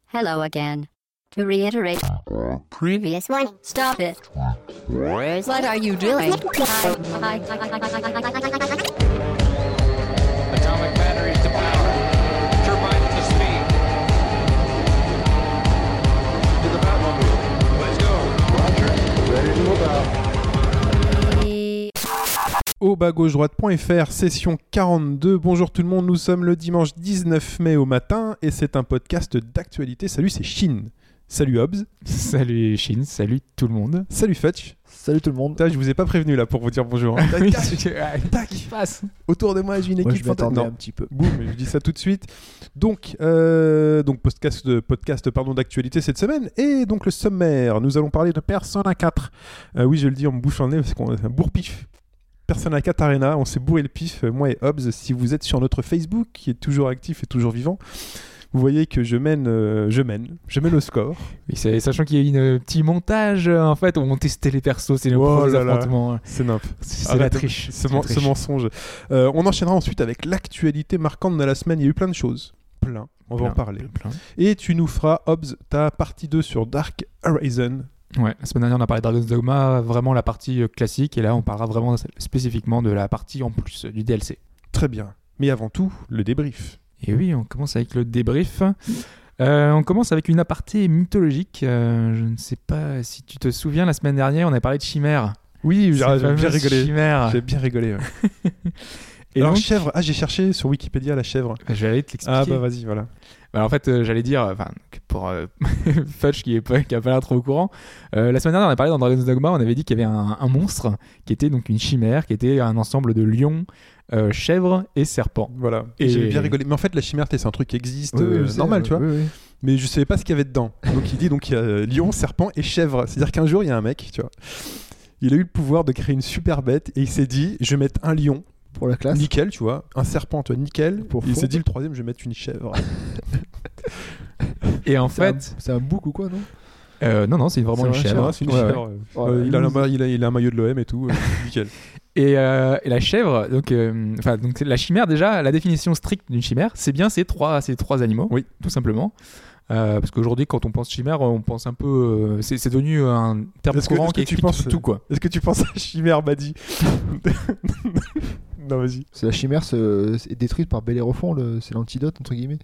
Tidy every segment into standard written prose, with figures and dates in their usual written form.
Hello again. To reiterate, previous one, stop it. What are you doing? Atomic batteries to power. Turbines to speed. To the Batmobile. Let's go. Roger. Ready to move out. Au bas-gauche-droite.fr, session 42. Bonjour tout le monde, nous sommes le dimanche 19 mai au matin et c'est un podcast d'actualité. Salut, c'est Shin. Salut Hobbs. Salut Shin, salut tout le monde. Salut Fetch. Salut tout le monde. Je vous ai pas prévenu là pour vous dire bonjour. Hein. Tac, il passe. Autour de moi, j'ai une équipe fantastique. Un petit peu. Boum, je dis ça tout de suite. Donc podcast d'actualité cette semaine. Et donc le sommaire, nous allons parler de Persona 4. Oui, je le dis en me bouchant le nez parce qu'on a un bourre-pif. Persona 4 Arena, on s'est bourré le pif, moi et Hobbs. Si vous êtes sur notre Facebook, qui est toujours actif et toujours vivant, vous voyez que je mène au score. Oui, sachant qu'il y a eu un petit montage, en fait, où on testait les persos, c'est le premier affrontement. C'est nimp. C'est la triche. Ce mensonge. On enchaînera ensuite avec l'actualité marquante de la semaine. Il y a eu plein de choses. On va en parler. Plein. Et tu nous feras, Hobbs, ta partie 2 sur Dark Horizon. Ouais, la semaine dernière on a parlé de Dragon's Dogma, vraiment la partie classique, et là on parlera vraiment spécifiquement de la partie en plus du DLC. Très bien, mais avant tout, le débrief. Et oui, on commence avec le débrief. On commence avec une aparté mythologique. Je ne sais pas si tu te souviens, la semaine dernière on a parlé de chimère. Oui, j'ai bien rigolé. Chimère. J'ai bien rigolé. Ouais. Et alors donc, chèvre, j'ai cherché sur Wikipédia la chèvre. J'allais te l'expliquer. Ah bah vas-y, voilà. Alors en fait, j'allais dire, pour Fudge qui a pas l'air trop au courant, la semaine dernière on a parlé dans Dragon's Dogma, on avait dit qu'il y avait un monstre qui était donc une chimère, qui était un ensemble de lions, chèvres et serpents. Voilà, et j'ai bien rigolé. Mais en fait la chimère c'est un truc qui existe, normal tu vois. Oui. Mais je savais pas ce qu'il y avait dedans. Donc il dit donc il y a lion, serpent et chèvre. C'est-à-dire qu'un jour il y a un mec, tu vois, il a eu le pouvoir de créer une super bête et il s'est dit je vais mettre un lion. Pour la classe. Nickel, tu vois. Un serpent, toi, nickel. Il s'est dit le troisième, je vais mettre une chèvre. Et en fait... C'est un bouc ou quoi, non Non, c'est vraiment une chèvre. C'est une chèvre. Il a un maillot de l'OM et tout. Nickel. Et la chèvre, donc la chimère, déjà, la définition stricte d'une chimère, c'est bien ces trois animaux, oui, tout simplement. Parce qu'aujourd'hui, quand on pense chimère, on pense un peu... c'est devenu un terme courant qui explique tout, quoi. Est-ce que tu penses à chimère, Badi? Non, vas-y. C'est la chimère est détruite par Bellérophon, c'est l'antidote, entre guillemets.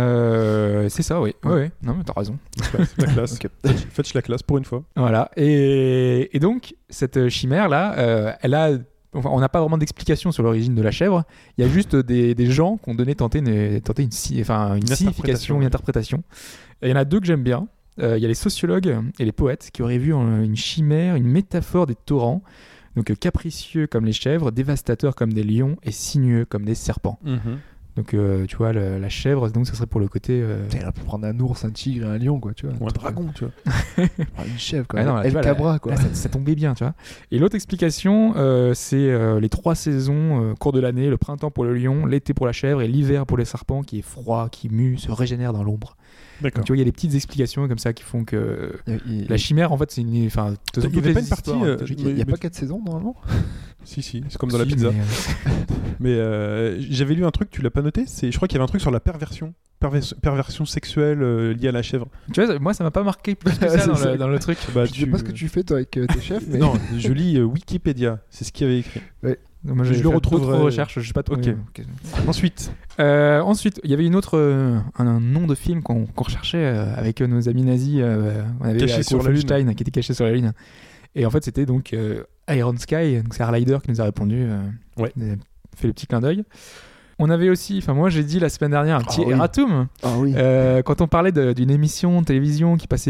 C'est ça, oui. Ouais. Non, mais t'as raison. La classe. Okay. Faites la classe pour une fois. Voilà. Et donc, cette chimère-là, on n'a pas vraiment d'explication sur l'origine de la chèvre. Il y a juste des gens qui ont tenté une signification, une interprétation. Et il y en a deux que j'aime bien. Il y a les sociologues et les poètes qui auraient vu une chimère, une métaphore des torrents. Donc capricieux comme les chèvres, dévastateurs comme des lions et sinueux comme des serpents. Mm-hmm. Donc tu vois, la chèvre, donc ça serait pour le côté... Elle peut prendre un ours, un tigre et un lion, quoi, tu vois. Ou un dragon, tu vois. Une chèvre, quoi. Non, El Cabra, quoi. Là, ça tombait bien, tu vois. Et l'autre explication, c'est les 3 saisons au cours de l'année, le printemps pour le lion, l'été pour la chèvre et l'hiver pour les serpents, qui est froid, qui mue, se régénère dans l'ombre. D'accord. Donc, tu vois, il y a des petites explications comme ça qui font que la chimère, en fait, c'est une... Enfin, il n'y avait pas une partie... Il n'y a pas 4 saisons, normalement. Si, c'est comme dans la pizza. Mais j'avais lu un truc, tu l'as pas noté, je crois qu'il y avait un truc sur la perversion sexuelle liée à la chèvre. Tu vois, moi ça m'a pas marqué plus que ça dans le truc. Je sais pas ce que tu fais toi avec tes chefs, mais... Non, je lis Wikipédia, c'est ce qu'il y avait écrit. Ouais. Non, moi, je le retrouve d'autres recherches, je sais pas trop. Okay. Ensuite, il y avait un nom de film qu'on recherchait avec nos amis nazis. On avait caché sur la Lune, qui était caché sur la Lune. Et en fait, c'était donc Iron Sky, donc c'est Harlider qui nous a répondu. Ouais. Fait le petit clin d'œil. On avait aussi, moi j'ai dit la semaine dernière un petit erratum. Oui. Quand on parlait d'une émission de télévision qui passait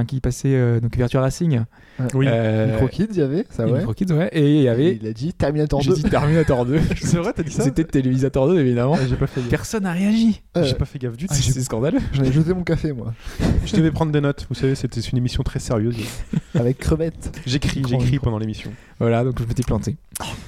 donc Virtua Racing. Oui. Micro Kids, il y avait ça, ouais. Micro Kids, ouais. Et il y avait. Il a dit Terminator 2. J'ai dit Terminator 2. C'est vrai, t'as dit ça? C'était Télévisateur 2, évidemment. J'ai pas fait gaffe. Personne n'a réagi. J'ai pas fait gaffe du tout. C'est scandaleux. J'en ai jeté mon café, moi. Je devais prendre des notes. Vous savez, c'était une émission très sérieuse. Avec crevette. J'écris pendant l'émission. Voilà, donc je m'étais planté.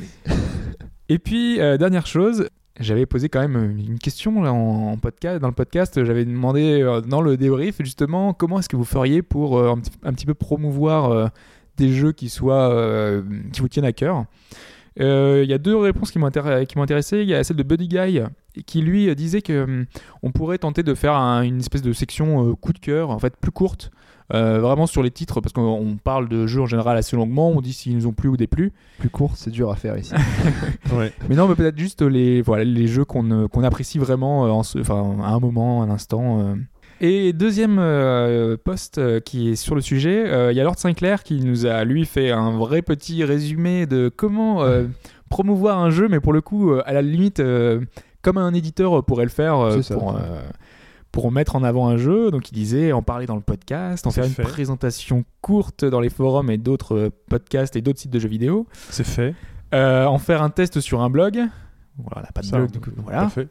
Et puis, dernière chose. J'avais posé quand même une question là, dans le podcast. J'avais demandé dans le débrief justement comment est-ce que vous feriez pour un petit peu promouvoir des jeux qui vous tiennent à cœur. Il y a 2 réponses qui m'ont intéressé. Il y a celle de Buddy Guy qui lui disait que on pourrait tenter de faire une espèce de section coup de cœur, en fait plus courte, vraiment sur les titres, parce qu'on parle de jeux en général assez longuement, on dit s'ils nous ont plu ou déplu. Plus court, c'est dur à faire ici. Ouais. Mais non, mais peut-être juste les jeux qu'on apprécie vraiment à un moment, à l'instant. Et deuxième post qui est sur le sujet, il y a Lord Sinclair qui nous a lui fait un vrai petit résumé de comment promouvoir un jeu, mais pour le coup à la limite comme un éditeur pourrait le faire C'est ça. pour mettre en avant un jeu. Donc il disait en parler dans le podcast, en C'est faire une fait. présentation courte dans les forums et d'autres podcasts et d'autres sites de jeux vidéo, C'est fait. en faire un test sur un blog. Voilà, on n'a pas de Ça, blog, donc tout voilà. à fait.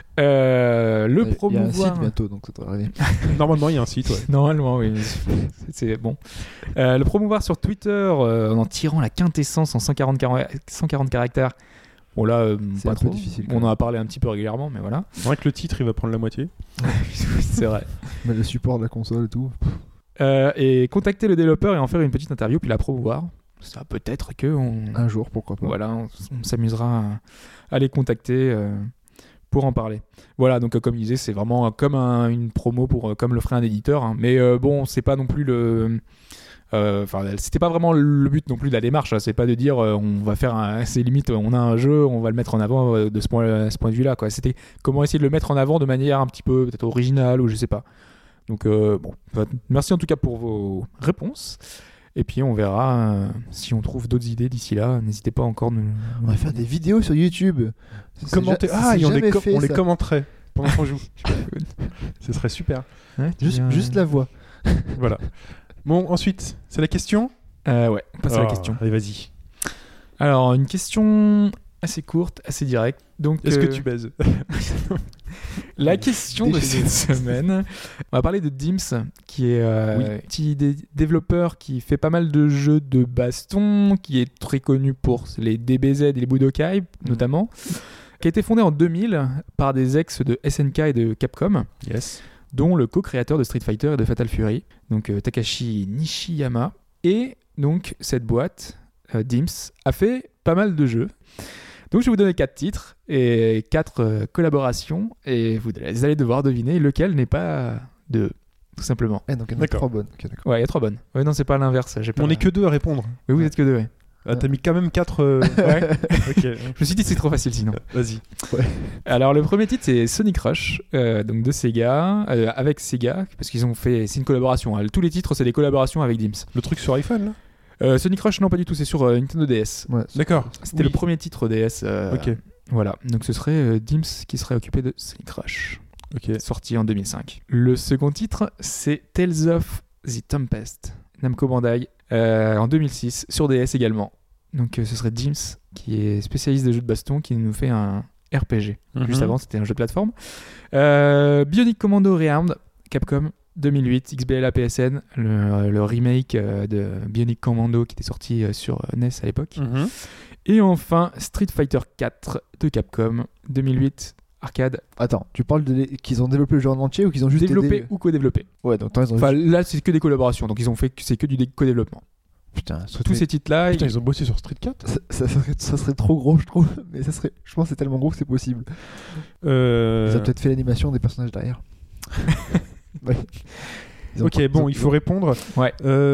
Le Il y a un promouvoir. site bientôt, donc ça devrait arriver. Normalement, il y a un site, ouais. Normalement, oui. C'est bon. Le promouvoir sur Twitter en tirant la quintessence en 140 caractères. Bon, là, C'est pas un peu trop. difficile, quand On en a parlé un petit peu régulièrement, mais voilà. C'est vrai que le titre, il va prendre la moitié. C'est vrai. Mais le support de la console et tout. Et contacter le développeur et en faire une petite interview, puis la promouvoir. Ça peut-être que Un jour, pourquoi pas. voilà, on s'amusera à les contacter pour en parler. Voilà, donc comme il disait, c'est vraiment comme une promo comme le ferait un éditeur. Hein. Mais bon, c'est pas non plus le... c'était pas vraiment le but non plus de la démarche. Hein. C'est pas de dire on va faire c'est limite, on a un jeu, on va le mettre en avant de ce point de vue-là. Quoi. C'était comment essayer de le mettre en avant de manière un petit peu peut-être originale ou je sais pas. Donc bon, merci en tout cas pour vos réponses. Et puis on verra si on trouve d'autres idées d'ici là. N'hésitez pas encore. On va faire des vidéos sur YouTube. Commenter. Ah, On on les commenterait pendant qu'on joue. Ce serait super. Ouais, Juste la voix. Voilà. Bon, ensuite, c'est la question. Ouais, on passe à la Ah, question. Allez, vas-y. Alors, une question assez courte, assez directe. Donc, Est-ce que tu baises? la question de Déchaîné. cette semaine, on va parler de Dims, qui est un petit développeur qui fait pas mal de jeux de baston, qui est très connu pour les DBZ et les Budokai, notamment, qui a été fondé en 2000 par des ex de SNK et de Capcom, Yes. dont le co-créateur de Street Fighter et de Fatal Fury, donc Takashi Nishiyama. Et donc, cette boîte, Dims, a fait pas mal de jeux. Donc, je vais vous donner 4 titres et 4 collaborations, et vous allez devoir deviner lequel n'est pas de tout simplement. Eh, donc il y en a D'accord. 3 bonnes. Ok, d'accord. Ouais, il y a 3 bonnes. Ouais, non, c'est pas l'inverse. On n'est que 2 à répondre. Oui, vous êtes que 2, ouais. Ah, t'as mis quand même 4. Ouais. Ok, Je me suis dit que c'est trop facile sinon. vas-y. Alors, le premier titre, c'est Sonic Rush, donc de Sega, avec Sega, parce qu'ils ont fait. C'est une collaboration. Hein. Tous les titres, c'est des collaborations avec Dims. Le truc sur iPhone, là? Sonic Rush, non, pas du tout, c'est sur Nintendo DS. Ouais, D'accord. C'était Oui. le premier titre DS. Ok. Voilà, donc ce serait Dims qui serait occupé de Sonic Rush, Ok. sorti en 2005. Le second titre, c'est Tales of the Tempest, Namco Bandai, en 2006, sur DS également. Donc ce serait Dims, qui est spécialiste de jeux de baston, qui nous fait un RPG. Juste avant, c'était un jeu de plateforme. Bionic Commando Rearmed, Capcom, 2008, XBLA PSN, le remake de Bionic Commando qui était sorti sur NES à l'époque. Mhm. Et enfin, Street Fighter 4 de Capcom, 2008, arcade, Attends, tu parles qu'ils ont développé le jeu en entier ou qu'ils ont juste développé aidé... ou co-développé. Ouais, donc ils ont Enfin, là, c'est que des collaborations, donc ils ont fait c'est que du co-développement. Putain, Tous ces titres-là, Putain, ils ont bossé sur Street 4. ça serait trop gros, je trouve. Mais je pense que c'est tellement gros que c'est possible. Ils ont peut-être fait l'animation des personnages derrière. Ouais. Ok, bon, il faut répondre. Ouais.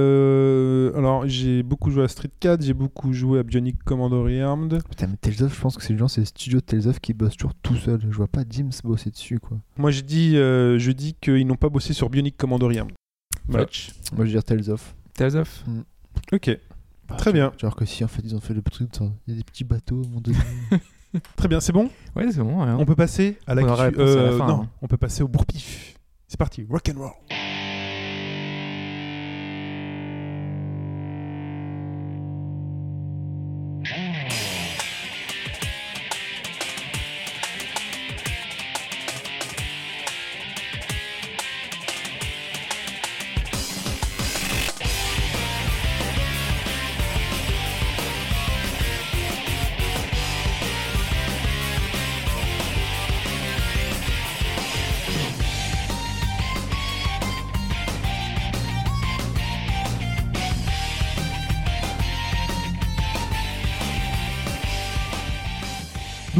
Alors, j'ai beaucoup joué à Street 4, j'ai beaucoup joué à Bionic Commando Rearmed. Putain, mais Tales of, je pense que c'est le studio de Tales of qui bosse toujours tout seul. Je vois pas Dims bosser dessus, quoi. Moi, je dis qu'ils n'ont pas bossé sur Bionic Commando Rearmed. Voilà. Fletch, Moi, je veux dire Tales of. Tales of. Ok, Bah, très bien. Alors que si, en fait, ils ont fait le truc, il y a des petits bateaux, à un moment donné. Très bien, c'est bon. Ouais, c'est bon. Ouais. On peut passer à la On aura la réponse à la fin, non, hein. on peut passer au bourre-pif. C'est parti, rock'n'roll.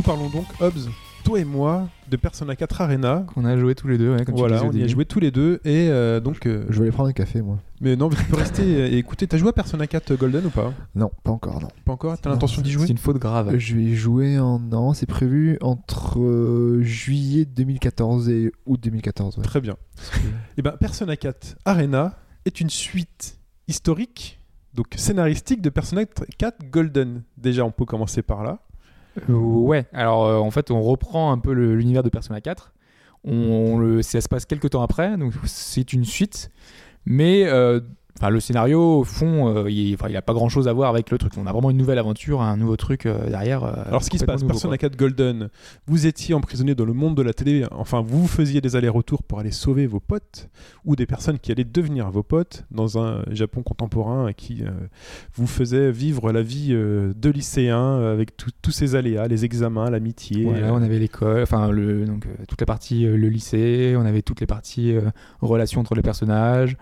Nous parlons donc, Hobbs, toi et moi, de Persona 4 Arena. Qu'on a joué tous les deux, comme Voilà, tu disais au on y a début. joué tous les deux et donc. Je vais aller prendre un café, moi. Mais non, mais tu peux rester et écouter. T'as joué à Persona 4 Golden ou pas? Non, pas encore, non. Pas encore. T'as Non, l'intention d'y jouer? C'est une faute grave. Je vais y jouer Non, c'est prévu entre juillet 2014 et août 2014. Ouais. Très bien. Et ben Persona 4 Arena est une suite historique, donc scénaristique de Persona 4 Golden. Déjà, on peut commencer par là. Ouais, alors en fait, on reprend un peu l'univers de Persona 4. Ça se passe quelques temps après, donc c'est une suite. Mais le scénario, au fond, il a pas grand-chose à voir avec le truc. On a vraiment une nouvelle aventure, un nouveau truc derrière. Alors, ce qui se passe, nouveau, Persona quoi. 4 Golden, vous étiez emprisonné dans le monde de la télé. Enfin, vous faisiez des allers-retours pour aller sauver vos potes ou des personnes qui allaient devenir vos potes dans un Japon contemporain qui vous faisait vivre la vie de lycéen avec tous ces aléas, les examens, l'amitié. Voilà, on avait l'école, toute la partie le lycée, on avait toutes les parties relations entre les personnages.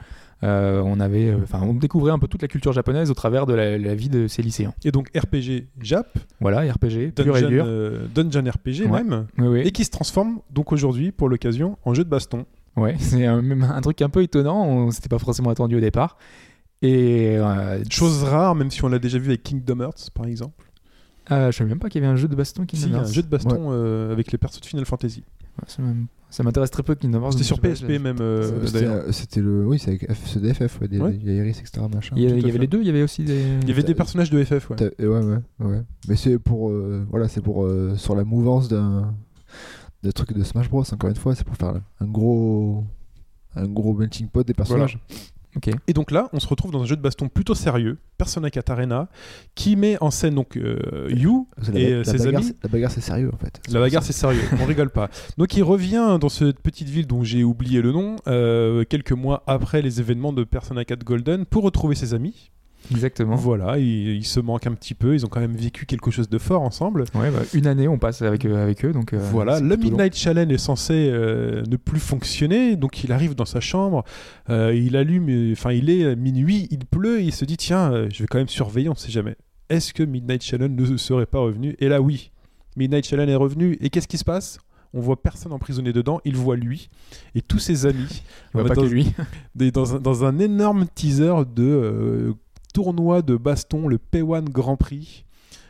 On découvrait un peu toute la culture japonaise au travers de la vie de ces lycéens. Et donc RPG Jap, Voilà, RPG, pur et dur. Dungeon RPG Ouais. même, Oui. et qui se transforme donc aujourd'hui pour l'occasion en jeu de baston. Ouais, c'est même un truc un peu étonnant, on s'était pas forcément attendu au départ. Et Chose rare, même si on l'a déjà vu avec Kingdom Hearts par exemple. je savais même pas qu'il y avait un jeu de baston qui Si, un jeu de baston avec les persos de Final Fantasy. Ça m'intéresse très peu Kingdom Hearts. C'était sur donc je sais PSP pas, même d'ailleurs. C'était oui, c'est avec c'est des FF, ouais, Ouais. il y a Iris, etc. Machin. Il y tout à avait fait. les deux, il y avait aussi des. Il y avait des personnages de FF, ouais. Ouais. Mais c'est pour sur la mouvance d'un truc de Smash Bros. Encore une fois, c'est pour faire un gros melting pot des personnages. Ok. Et donc là, on se retrouve dans un jeu de baston plutôt sérieux, Persona 4 Arena, qui met en scène donc Yu Parce que et ses bagarre, amis. la bagarre, c'est sérieux en fait. La bagarre, c'est sérieux, on rigole pas. Donc il revient dans cette petite ville dont j'ai oublié le nom, quelques mois après les événements de Persona 4 Golden, pour retrouver ses amis. Exactement. Voilà, ils se manquent un petit peu, ils ont quand même vécu quelque chose de fort ensemble. Ouais, une année on passe avec eux, donc. Voilà, c'est le plutôt long. Midnight Challenge est censé ne plus fonctionner, donc il arrive dans sa chambre, il allume, enfin il est minuit, il pleut, et il se dit tiens, je vais quand même surveiller, on sait jamais. Est-ce que Midnight Challenge ne serait pas revenu? Et là oui, Midnight Challenge est revenu, et qu'est-ce qui se passe? On voit personne emprisonné dedans, il voit lui et tous ses amis. Il voit pas que lui. Dans un énorme teaser de tournoi de baston, le P1 Grand Prix.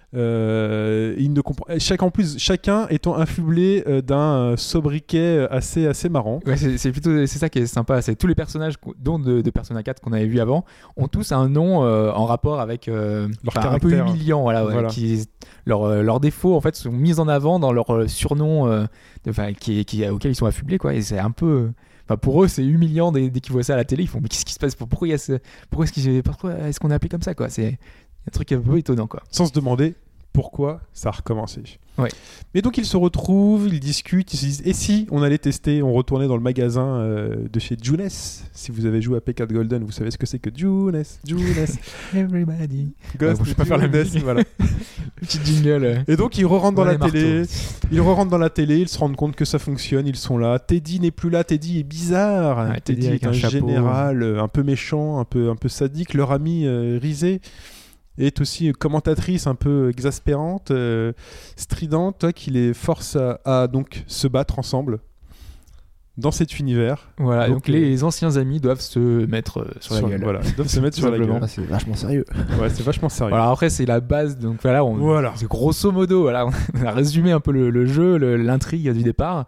Il ne comprend... Chacun étant affublé d'un sobriquet assez marrant. Ouais, c'est ça qui est sympa, c'est tous les personnages dont de Persona 4 qu'on avait vu avant ont tous un nom en rapport avec un peu caractère. humiliant, Voilà. Leurs défauts en fait sont mis en avant dans leur surnom auquel ils sont affublés, quoi. Et c'est un peu pour eux c'est humiliant dès qu'ils voient ça à la télé, ils font mais qu'est-ce qui se passe, pourquoi est-ce qu'on est appelé comme ça, quoi. C'est un truc un peu étonnant, quoi. Sans se demander pourquoi ça a recommencé. Ouais. Mais donc ils se retrouvent, ils discutent, ils se disent et si on allait tester, on retournait dans le magasin de chez Junes. Si vous avez joué à P4 Golden, vous savez ce que c'est que Junes. Everybody. Ghost, je vais pas faire la Junes, musique. voilà. Petit jingle. Et donc ils re-rentrent dans Ouais, la télé, marteau. ils re-rentrent dans la télé, ils se rendent compte que ça fonctionne, ils sont là. Teddy n'est plus là, Teddy est bizarre. Ouais, Teddy Teddy avec est un un chapeau. général un peu méchant, un peu sadique. Leur ami Rizé est aussi commentatrice un peu exaspérante, stridente, toi, qui les force à donc se battre ensemble dans cet univers. Voilà, donc les anciens amis doivent se mettre sur la gueule. Voilà, ils doivent se mettre sur la Simplement. gueule. Ah, c'est vachement sérieux. Ouais, c'est vachement sérieux. Voilà, après c'est la base, donc voilà, Voilà. c'est grosso modo, voilà, on a résumé un peu le jeu, l'intrigue du départ.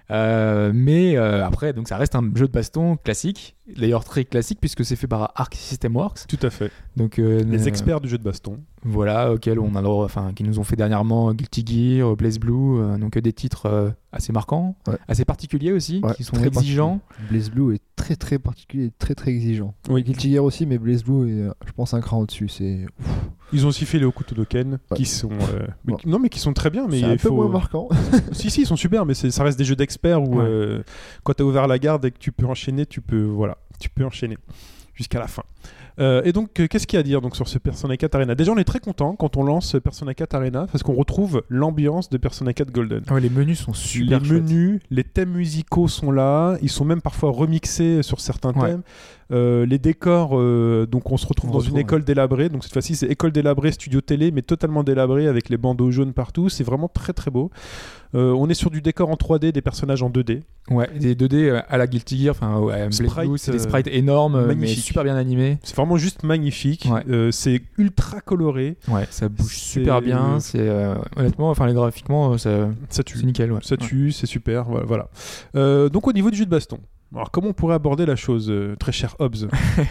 Mais après, donc ça reste un jeu de baston classique, d'ailleurs très classique puisque c'est fait par Arc System Works. Tout à fait. Donc Les experts du jeu de baston. voilà, auxquels on a qui nous ont fait dernièrement Guilty Gear, Blaze Blue, donc des titres assez marquants, Ouais. assez particuliers aussi, Ouais, qui sont très exigeants. particulier. Blaze Blue est très très particulier, très très exigeant. Oui. Guilty Gear aussi, mais Blaze Blue est, je pense, un cran au-dessus. C'est Ils ont aussi fait les Hokuto no Ken, Ouais. qui sont Bon. non mais qui sont très bien, mais c'est un il peu faut moins marquant. si ils sont super, mais ça reste des jeux d'experts où Ouais. quand t'as ouvert la garde et que tu peux enchaîner, tu peux enchaîner jusqu'à la fin. Et donc qu'est-ce qu'il y a à dire donc sur ce Persona 4 Arena? Déjà on est très content quand on lance Persona 4 Arena parce qu'on retrouve l'ambiance de Persona 4 Golden. Ouais, les menus sont super les chouettes. menus, les thèmes musicaux sont là, ils sont même parfois remixés sur certains Ouais. thèmes. Les décors, donc on se retrouve dans une école délabrée. Donc cette fois-ci, c'est école délabrée, studio télé, mais totalement délabrée avec les bandeaux jaunes partout. C'est vraiment très très beau. On est sur du décor en 3D, des personnages en 2D. Ouais, des 2D à la Guilty Gear, enfin c'est des sprites énormes, mais super bien animés. C'est vraiment juste magnifique. Ouais. C'est ultra coloré. Ouais, ça bouge super bien. C'est honnêtement, enfin graphiquement, ça tue. C'est nickel. Ouais. Ça tue, c'est super. Voilà. Donc au niveau du jeu de baston. Alors comment on pourrait aborder la chose, très cher Hobbs?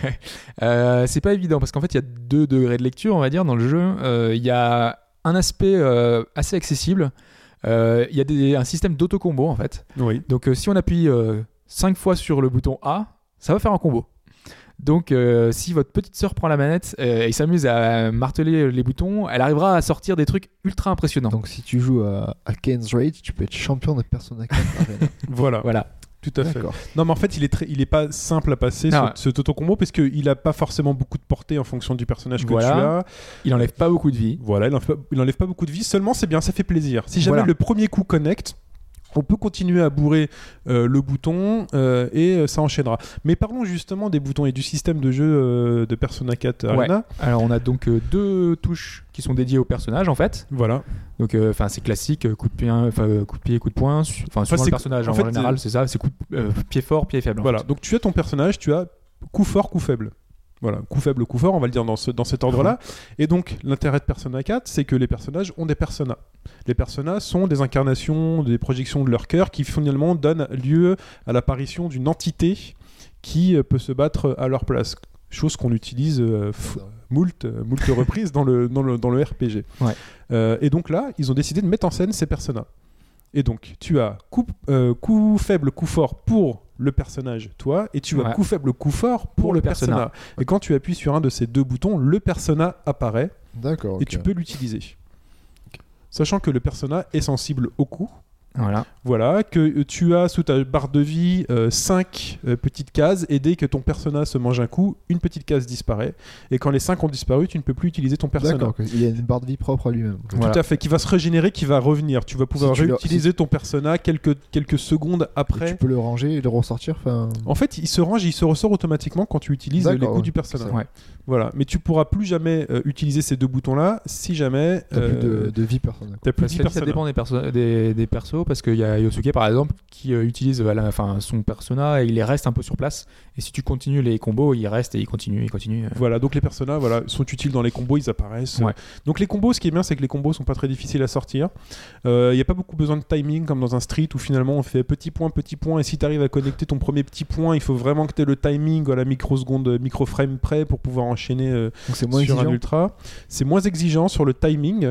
C'est pas évident parce qu'en fait il y a 2 degrés de lecture, on va dire, dans le jeu. Il y a un aspect assez accessible. Il y a un système d'auto-combo en fait. Oui. Donc si on appuie 5 fois sur le bouton A, ça va faire un combo. Donc si votre petite sœur prend la manette et s'amuse à marteler les boutons, elle arrivera à sortir des trucs ultra impressionnants. Donc si tu joues à Kane's Rage, tu peux être champion de Persona 4. Voilà. Tout à fait. Non, mais en fait, il est pas simple à passer ce auto-combo parce qu'il a pas forcément beaucoup de portée en fonction du personnage que tu as. Il enlève pas beaucoup de vie. Voilà, il enlève pas beaucoup de vie. Seulement, c'est bien, ça fait plaisir. Si jamais le premier coup connecte, on peut continuer à bourrer le bouton et ça enchaînera. Mais parlons justement des boutons et du système de jeu de Persona 4 Arena. Alors on a donc 2 touches qui sont dédiées au personnage en fait. Voilà. Donc c'est classique, coup de pied, coup de poing. Enfin suivant le personnage en général, c'est ça, c'est pied fort, pied faible. Voilà. Donc tu as ton personnage, tu as coup fort, coup faible. Voilà, coup faible, coup fort, on va le dire dans cet ordre-là. Et donc, l'intérêt de Persona 4, c'est que les personnages ont des personas. Les personas sont des incarnations, des projections de leur cœur qui finalement donnent lieu à l'apparition d'une entité qui peut se battre à leur place. Chose qu'on utilise moult reprises dans le RPG. Ouais. Et donc là, ils ont décidé de mettre en scène ces personas. Et donc, tu as coup faible, coup fort pour le personnage, toi, et tu as coup faible, coup fort pour le persona. Et quand tu appuies sur un de ces 2 boutons, le persona apparaît. D'accord. Et tu peux l'utiliser. Sachant que le persona est sensible au coup. Voilà, que tu as sous ta barre de vie 5 petites cases, et dès que ton persona se mange un coup, une petite case disparaît. Et quand les 5 ont disparu, tu ne peux plus utiliser ton persona. D'accord, il y a une barre de vie propre à lui-même. Tout à fait, qui va se régénérer, qui va revenir. Tu vas pouvoir réutiliser ton persona quelques secondes après. Et tu peux le ranger et le ressortir. En fait, il se range et il se ressort automatiquement quand tu utilises les coups du persona. Voilà, mais tu pourras plus jamais utiliser ces 2 boutons-là si jamais t'as plus de vie persona. Ça dépend des persos. Parce qu'il y a Yosuke par exemple qui utilise son persona et il reste un peu sur place, et si tu continues les combos il reste et il continue. Voilà, donc les personas sont utiles dans les combos, ils apparaissent. Donc les combos, ce qui est bien, c'est que les combos sont pas très difficiles à sortir. Il n'y a pas beaucoup besoin de timing comme dans un street où finalement on fait petit point, et si tu arrives à connecter ton premier petit point, il faut vraiment que tu aies le timing à la microseconde, microframe près pour pouvoir enchaîner c'est moins sur exigeant. un ultra. C'est moins exigeant sur le timing.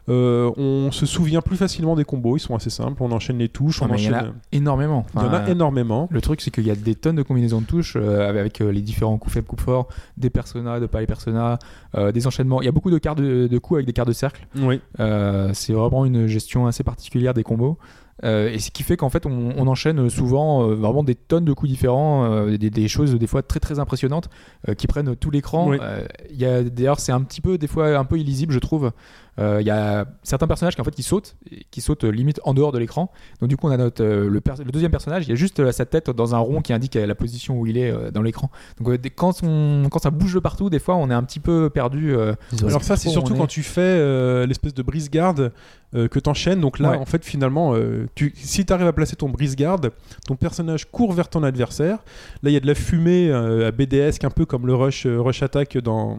On se souvient plus facilement des combos, ils sont assez simples. On enchaîne les touches, il y en a énormément. Il y en a énormément. Le truc, c'est qu'il y a des tonnes de combinaisons de touches avec les différents coups faibles, coups forts, des personas, de pas les personas, des enchaînements. Il y a beaucoup de quarts de coups avec des quarts de cercle. Oui. C'est vraiment une gestion assez particulière des combos. Et ce qui fait qu'en fait on enchaîne souvent vraiment des tonnes de coups différents, des choses des fois très très impressionnantes qui prennent tout l'écran. D'ailleurs c'est un petit peu des fois un peu illisible je trouve. Il y a certains personnages qui sautent limite en dehors de l'écran. Donc du coup on a le deuxième personnage, il y a juste sa tête dans un rond qui indique la position où il est dans l'écran. Donc quand ça bouge de partout, des fois on est un petit peu perdu. Alors ça c'est surtout quand tu fais l'espèce de brise garde que t'enchaînes. Donc là en fait finalement si tu arrives à placer ton brise garde, ton personnage court vers ton adversaire. Là il y a de la fumée à BDSque, un peu comme le rush attack dans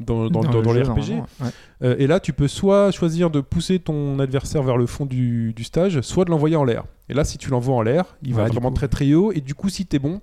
les RPG. Et là tu peux soit choisir de pousser ton adversaire vers le fond du stage, soit de l'envoyer en l'air. Et là, si tu l'envoies en l'air, il va vraiment très très haut. Et du coup, si t'es bon,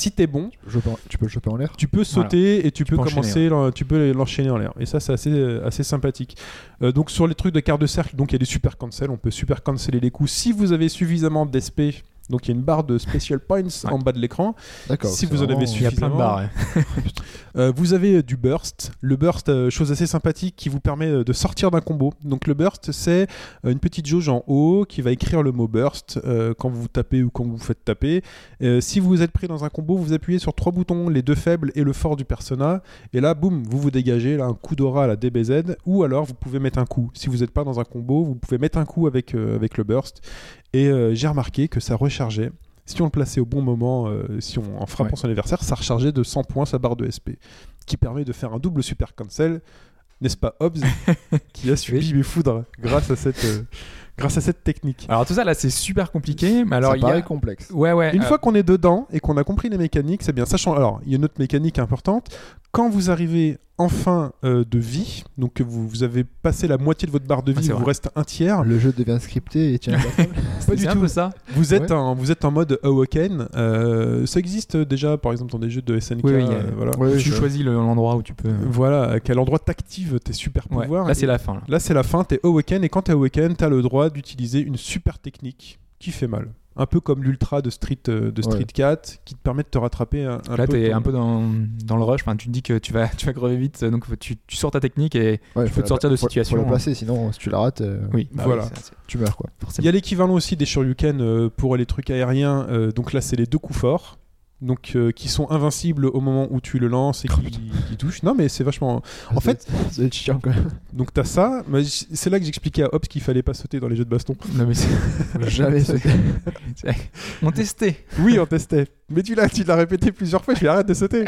tu peux le choper en l'air. Tu peux sauter et tu peux commencer, tu peux l'enchaîner en l'air. Et ça, c'est assez sympathique. Donc sur les trucs de quart de cercle, donc il y a des super cancel. On peut super canceller les coups si vous avez suffisamment d'SP. Donc il y a une barre de special points en bas de l'écran. D'accord. Si vous en avez suffisamment. Il y a plein de barres. Vous avez du burst. Le burst, chose assez sympathique qui vous permet de sortir d'un combo. Donc le burst, c'est une petite jauge en haut qui va écrire le mot burst quand vous tapez ou quand vous faites taper. Si vous êtes pris dans un combo, vous appuyez sur 3 boutons, les 2 faibles et le fort du persona. Et là, boum, vous dégagez là, un coup d'aura à la DBZ. Ou alors vous pouvez mettre un coup. Si vous n'êtes pas dans un combo, vous pouvez mettre un coup avec le burst. Et j'ai remarqué que ça rechargeait si on le plaçait au bon moment, en frappant son adversaire, ça rechargeait de 100 points sa barre de SP, qui permet de faire un double super cancel, n'est-ce pas Hobbs, qui a subi mes foudres grâce à cette technique. Alors tout ça là c'est super compliqué, mais alors ça paraît complexe. Ouais. Une fois qu'on est dedans et qu'on a compris les mécaniques, c'est bien. Sachant, alors il y a une autre mécanique importante. Quand vous arrivez en fin de vie, donc que vous avez passé la moitié de votre barre de vie, il vous reste un tiers. Le jeu devient scripté et tiens. Pas du un tout. peu ça. Vous êtes en mode Awoken. Ça existe déjà, par exemple, dans des jeux de SNK. Oui, voilà. Tu choisis l'endroit où tu peux. Voilà, à quel endroit t'actives tes super pouvoirs. Là, c'est la fin. Là, c'est la fin. T'es Awoken et quand t'es Awoken, t'as le droit d'utiliser une super technique qui fait mal. Un peu comme l'ultra de Street 4 qui te permet de te rattraper un là, peu. Là, t'es un peu dans le rush. Enfin, tu te dis que tu vas crever vite, donc tu sors ta technique et tu peux te sortir de situation. Faut la placer, sinon si tu la rates, voilà. Tu meurs quoi. Il y a l'équivalent aussi des Shoryuken pour les trucs aériens. Donc là, c'est les 2 coups forts. Donc qui sont invincibles au moment où tu le lances et qui touchent. Non mais c'est vachement... En fait... Ça va être chiant quand même. Donc t'as ça, mais c'est là que j'expliquais à Hobbs qu'il fallait pas sauter dans les jeux de baston. Non mais jamais sauté. On testait. Oui, on testait. Mais tu l'as répété plusieurs fois, je vais arrêter de sauter.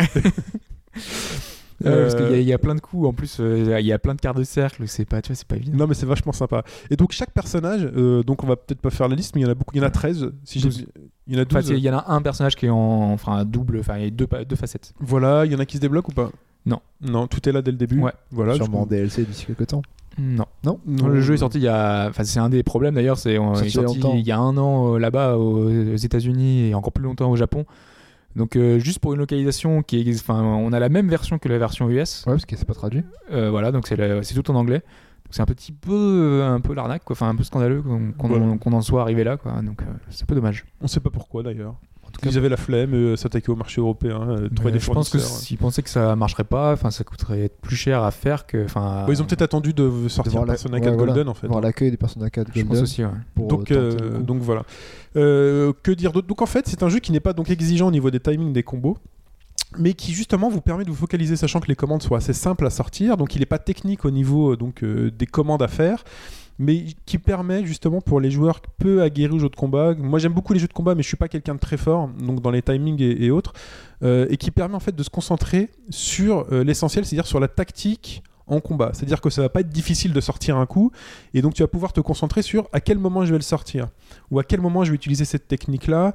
Parce qu'il y a plein de coups, en plus il y a plein de quarts de cercle, c'est pas évident. Non mais c'est vachement sympa. Et donc chaque personnage, donc on va peut-être pas faire la liste, mais il y en a beaucoup, il y en a 13, si j'ai... Il y en a 12. Il y en a un personnage qui est en double, enfin il y a deux facettes. Voilà, il y en a qui se débloquent ou pas? Non, tout est là dès le début. Ouais. Voilà, sûrement en DLC d'ici quelques temps. Non. Le jeu est sorti il y a... Enfin, c'est un des problèmes d'ailleurs, il est sorti il y a 1 an là-bas aux États-Unis et encore plus longtemps au Japon. Donc juste pour une localisation qui est... Enfin, on a la même version que la version US. Ouais, parce que c'est pas traduit. Voilà, donc c'est tout en anglais. Donc c'est un petit peu l'arnaque, quoi. Enfin un peu scandaleux qu'on en soit arrivé là, quoi. Donc c'est un peu dommage. On sait pas pourquoi d'ailleurs. Ils avaient la flemme, s'attaquer au marché européen, trouver des je pense que fournisseurs. s'ils pensaient que ça marcherait pas, enfin ça coûterait plus cher à faire que. Ils ont peut-être attendu de sortir Persona 4 Golden en fait. Voir l'accueil des Persona 4 Golden. Je pense aussi, ouais. Donc voilà. Que dire d'autre? Donc en fait, c'est un jeu qui n'est pas donc exigeant au niveau des timings des combos, mais qui justement vous permet de vous focaliser, sachant que les commandes sont assez simples à sortir, donc il n'est pas technique au niveau des commandes à faire, mais qui permet justement pour les joueurs peu aguerris aux jeux de combat. Moi j'aime beaucoup les jeux de combat, mais je suis pas quelqu'un de très fort, donc dans les timings et autres, et qui permet en fait de se concentrer sur l'essentiel, c'est-à-dire sur la tactique en combat. C'est-à-dire que ça va pas être difficile de sortir un coup, et donc tu vas pouvoir te concentrer sur à quel moment je vais le sortir, ou à quel moment je vais utiliser cette technique-là,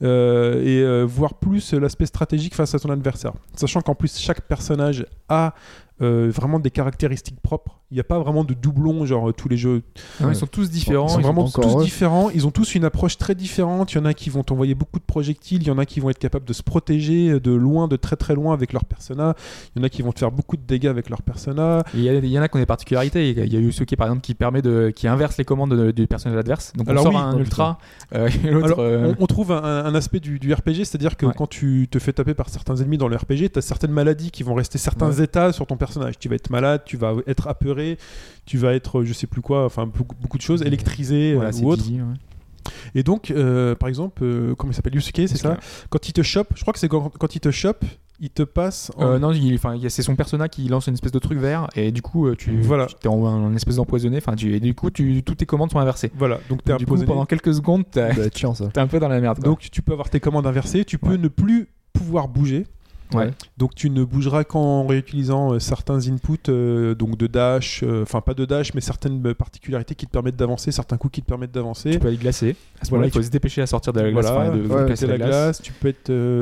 et voir plus l'aspect stratégique face à ton adversaire. Sachant qu'en plus chaque personnage a vraiment des caractéristiques propres. Il n'y a pas vraiment de doublons, genre tous les jeux. Non, ils sont tous différents. Ils sont vraiment tous différents. Ils ont tous une approche très différente. Il y en a qui vont t'envoyer beaucoup de projectiles. Il y en a qui vont être capables de se protéger de loin, de très très loin avec leur persona. Il y en a qui vont te faire beaucoup de dégâts avec leur persona. Il y en a qui ont des particularités. Il y a eu ceux qui, par exemple, qui inversent les commandes du personnage adverse. Donc on sort un ultra. Et l'autre, on trouve un aspect du RPG, c'est-à-dire que quand tu te fais taper par certains ennemis dans le RPG, tu as certaines maladies qui vont rester certains états sur ton personnage. Tu vas être malade, tu vas être apeuré, tu vas être je sais plus quoi, enfin beaucoup de choses, électrisé ou autre. Et donc par exemple comment il s'appelle, Yusuke, c'est ça, quand il te chope, je crois que c'est quand il te chope, il te passe non, c'est son persona qui lance une espèce de truc vert et du coup tu es en espèce d'empoisonné, et du coup toutes tes commandes sont inversées. Voilà, donc t'es du coup pendant quelques secondes t'es un peu dans la merde, quoi. Donc tu peux avoir tes commandes inversées, tu peux ne plus pouvoir bouger. Ouais. Donc tu ne bougeras qu'en réutilisant certains inputs, donc de dash, enfin pas de dash, mais certaines particularités qui te permettent d'avancer, certains coups qui te permettent d'avancer. Tu peux aller glacer. À ce moment-là, il faut se dépêcher à sortir de la glace, de placer la glace. Tu peux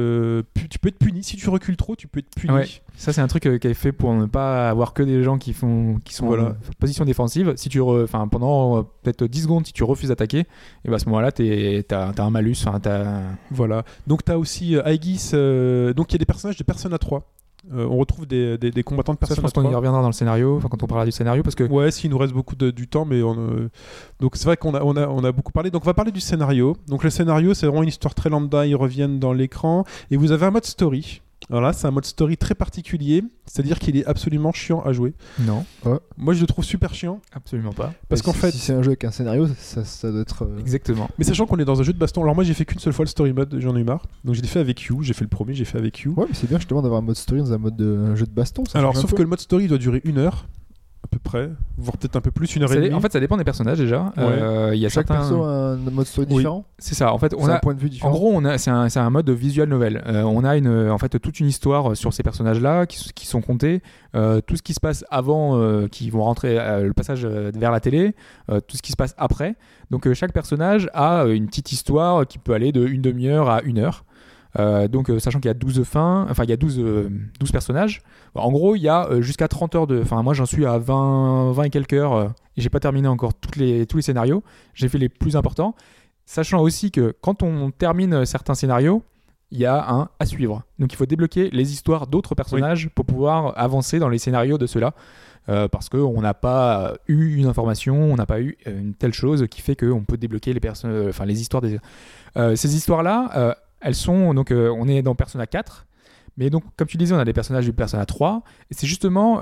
être puni. Si tu recules trop, tu peux être puni. Ouais. Ça, c'est un truc qui est fait pour ne pas avoir que des gens qui sont en position défensive. Si pendant peut-être 10 secondes, si tu refuses d'attaquer, et à ce moment-là, t'as un malus. Voilà. Donc t'as aussi Aegis. Donc il y a des personnages de Persona 3. On retrouve des combattants de Persona 3. Je pense qu'on y reviendra dans le scénario, quand on parlera du scénario, parce que... Ouais, s'il nous reste beaucoup du temps, mais donc c'est vrai qu'on a beaucoup parlé. Donc on va parler du scénario. Donc le scénario, c'est vraiment une histoire très lambda, ils reviennent dans l'écran, et vous avez un mode story. Alors là, c'est un mode story très particulier, c'est-à-dire qu'il est absolument chiant à jouer. Non. Moi, je le trouve super chiant. Absolument pas. Parce qu'en fait... Si c'est un jeu avec un scénario, ça doit être... Exactement. Mais sachant qu'on est dans un jeu de baston, alors moi, j'ai fait qu'une seule fois le story mode, j'en ai eu marre. Donc je l'ai fait avec You, j'ai fait le premier, j'ai fait avec You. Ouais, mais c'est bien justement d'avoir un mode story dans un jeu de baston. Alors, sauf que le mode story doit durer 1 heure. peu près, voire peut-être un peu plus, 1h30. En fait, ça dépend des personnages déjà. Ouais. Il y a Chaque certains... perso a un mode story Oui. différent. C'est ça. En fait, C'est un point de vue différent. En gros, c'est un mode visual novel. On a en fait toute une histoire sur ces personnages-là qui sont comptés. Tout ce qui se passe avant, qui vont rentrer le passage vers la télé, tout ce qui se passe après. Donc chaque personnage a une petite histoire qui peut aller de une demi-heure à 1 heure. Donc sachant qu'il y a 12 fins, enfin il y a 12 personnages. En gros, il y a jusqu'à 30 heures de... Enfin moi j'en suis à 20 et quelques heures et j'ai pas terminé encore tous les scénarios. J'ai fait les plus importants. Sachant aussi que quand on termine certains scénarios, il y a un à suivre. Donc il faut débloquer les histoires d'autres personnages pour pouvoir avancer dans les scénarios de ceux-là. Parce qu'on n'a pas eu une information, on n'a pas eu une telle chose qui fait qu'on peut débloquer les histoires des... ces histoires-là, elles sont... Donc on est dans Persona 4, mais donc comme tu disais, on a des personnages du Persona 3, et c'est justement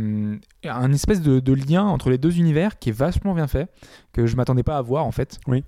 un espèce de lien entre les deux univers qui est vachement bien fait, que je m'attendais pas à voir en fait. Oui.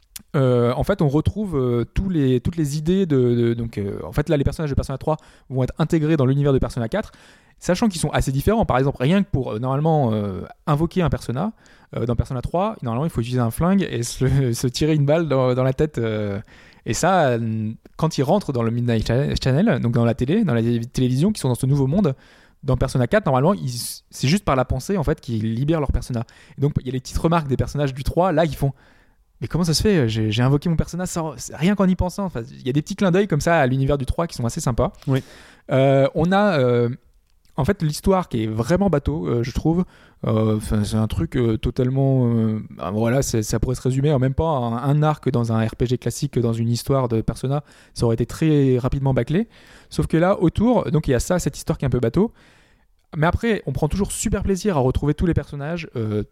En fait, on retrouve toutes les idées donc, en fait, là, les personnages de Persona 3 vont être intégrés dans l'univers de Persona 4, sachant qu'ils sont assez différents. Par exemple, rien que pour normalement invoquer un Persona, dans Persona 3, normalement, il faut utiliser un flingue et se tirer une balle dans la tête. Et ça, quand ils rentrent dans le Midnight Channel, donc dans la télé, dans la télévision, qui sont dans ce nouveau monde, dans Persona 4, normalement, c'est juste par la pensée en fait qu'ils libèrent leur persona. Et donc, il y a les petites remarques des personnages du 3, là, qui font... Mais comment ça se fait ? J'ai invoqué mon personnage rien qu'en y pensant. Enfin, il y a des petits clins d'œil comme ça à l'univers du 3 qui sont assez sympas. Oui. On a en fait l'histoire qui est vraiment bateau, je trouve. C'est un truc totalement... voilà, ça pourrait se résumer en même pas un arc dans un RPG classique, dans une histoire de Persona. Ça aurait été très rapidement bâclé. Sauf que là, autour, donc il y a cette histoire qui est un peu bateau. Mais après, on prend toujours super plaisir à retrouver tous les personnages.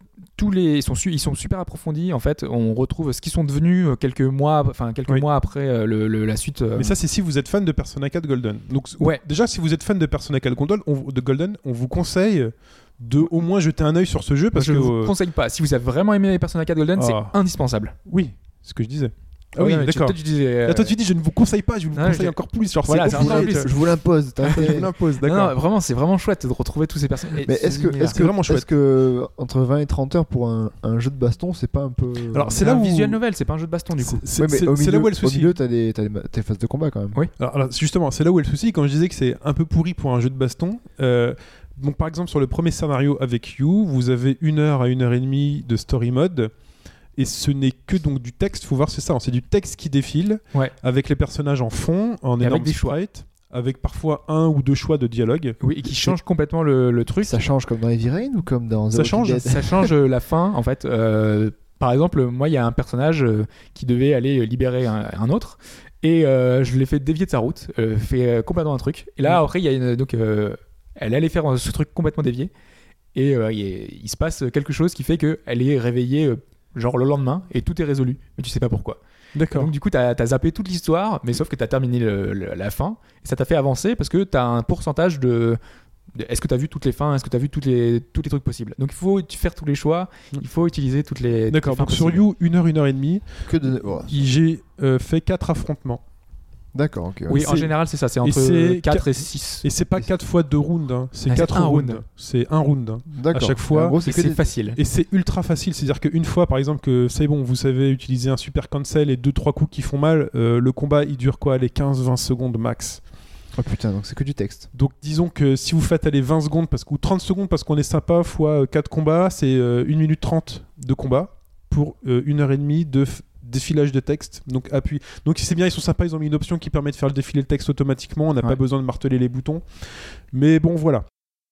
Ils sont super approfondis. En fait, on retrouve ce qu'ils sont devenus quelques mois après la suite. Mais ça, c'est si vous êtes fan de Persona 4 Golden. Donc, ouais. Déjà, si vous êtes fan de Persona 4 Golden, on vous conseille de au moins jeter un œil sur ce jeu. Parce je que ne vous conseille pas. Si vous avez vraiment aimé Persona 4 Golden, c'est indispensable. Oui, c'est ce que je disais. Ah oui, d'accord. Toi, tu disais, toi, tu dis, je ne vous conseille pas, je vous conseille encore plus. Genre, voilà, je vous l'impose. Je vous l'impose, d'accord. Non, vraiment, c'est vraiment chouette de retrouver tous ces personnages. Mais est-ce que entre 20 et 30 heures pour un jeu de baston, c'est pas un peu... Alors, c'est là où... visual novel, c'est pas un jeu de baston du coup. C'est là où est le souci. Au milieu, t'as tes phases de combat quand même. Oui. Alors, justement, c'est là où est le souci. Quand je disais que c'est un peu pourri pour un jeu de baston, donc par exemple, sur le premier scénario avec You, vous avez 1 heure à 1h30 de story mode. Et ce n'est que donc du texte, faut voir, c'est ça, c'est du texte qui défile, avec les personnages en fond, en énorme sprite, avec parfois 1 ou 2 choix de dialogue. Oui, et qui change complètement le truc. Ça change comme dans Heavy Rain ou comme dans The Walking Dead ? Ça change la fin, en fait. Par exemple, moi, il y a un personnage qui devait aller libérer un autre, et je l'ai fait dévier de sa route, fait complètement un truc. Et là, après, il y a elle allait faire ce truc complètement dévié, et il se passe quelque chose qui fait qu'elle est réveillée... genre le lendemain, et tout est résolu, mais tu sais pas pourquoi. D'accord. Donc du coup, t'as zappé toute l'histoire, mais sauf que t'as terminé la fin, et ça t'a fait avancer parce que t'as un pourcentage de est-ce que t'as vu toutes les fins, est-ce que t'as vu tous les trucs possibles. Donc il faut faire tous les choix, il faut utiliser toutes les D'accord, toutes les fins donc sur You, 1 heure, 1h30, j'ai fait 4 affrontements. D'accord, ok. Oui, en général, c'est ça, c'est entre 4 et 6. Et c'est pas 4 fois 2 rounds, hein. C'est 4 rounds. C'est 1 round. Hein. D'accord. À chaque fois. En gros, c'est facile. Et c'est ultra facile. C'est-à-dire qu'une fois, par exemple, que c'est bon, vous savez utiliser un super cancel et 2-3 coups qui font mal, le combat il dure quoi ? Les 15-20 secondes max. Oh putain, donc c'est que du texte. Donc disons que si vous faites aller 20 secondes ou 30 secondes parce qu'on est sympa, fois 4 combats, c'est 1 minute 30 de combat pour 1h30 de défilage de texte, donc appui. Donc c'est bien, ils sont sympas, ils ont mis une option qui permet de faire le défiler le texte automatiquement, on n'a pas besoin de marteler les boutons. Mais bon, voilà.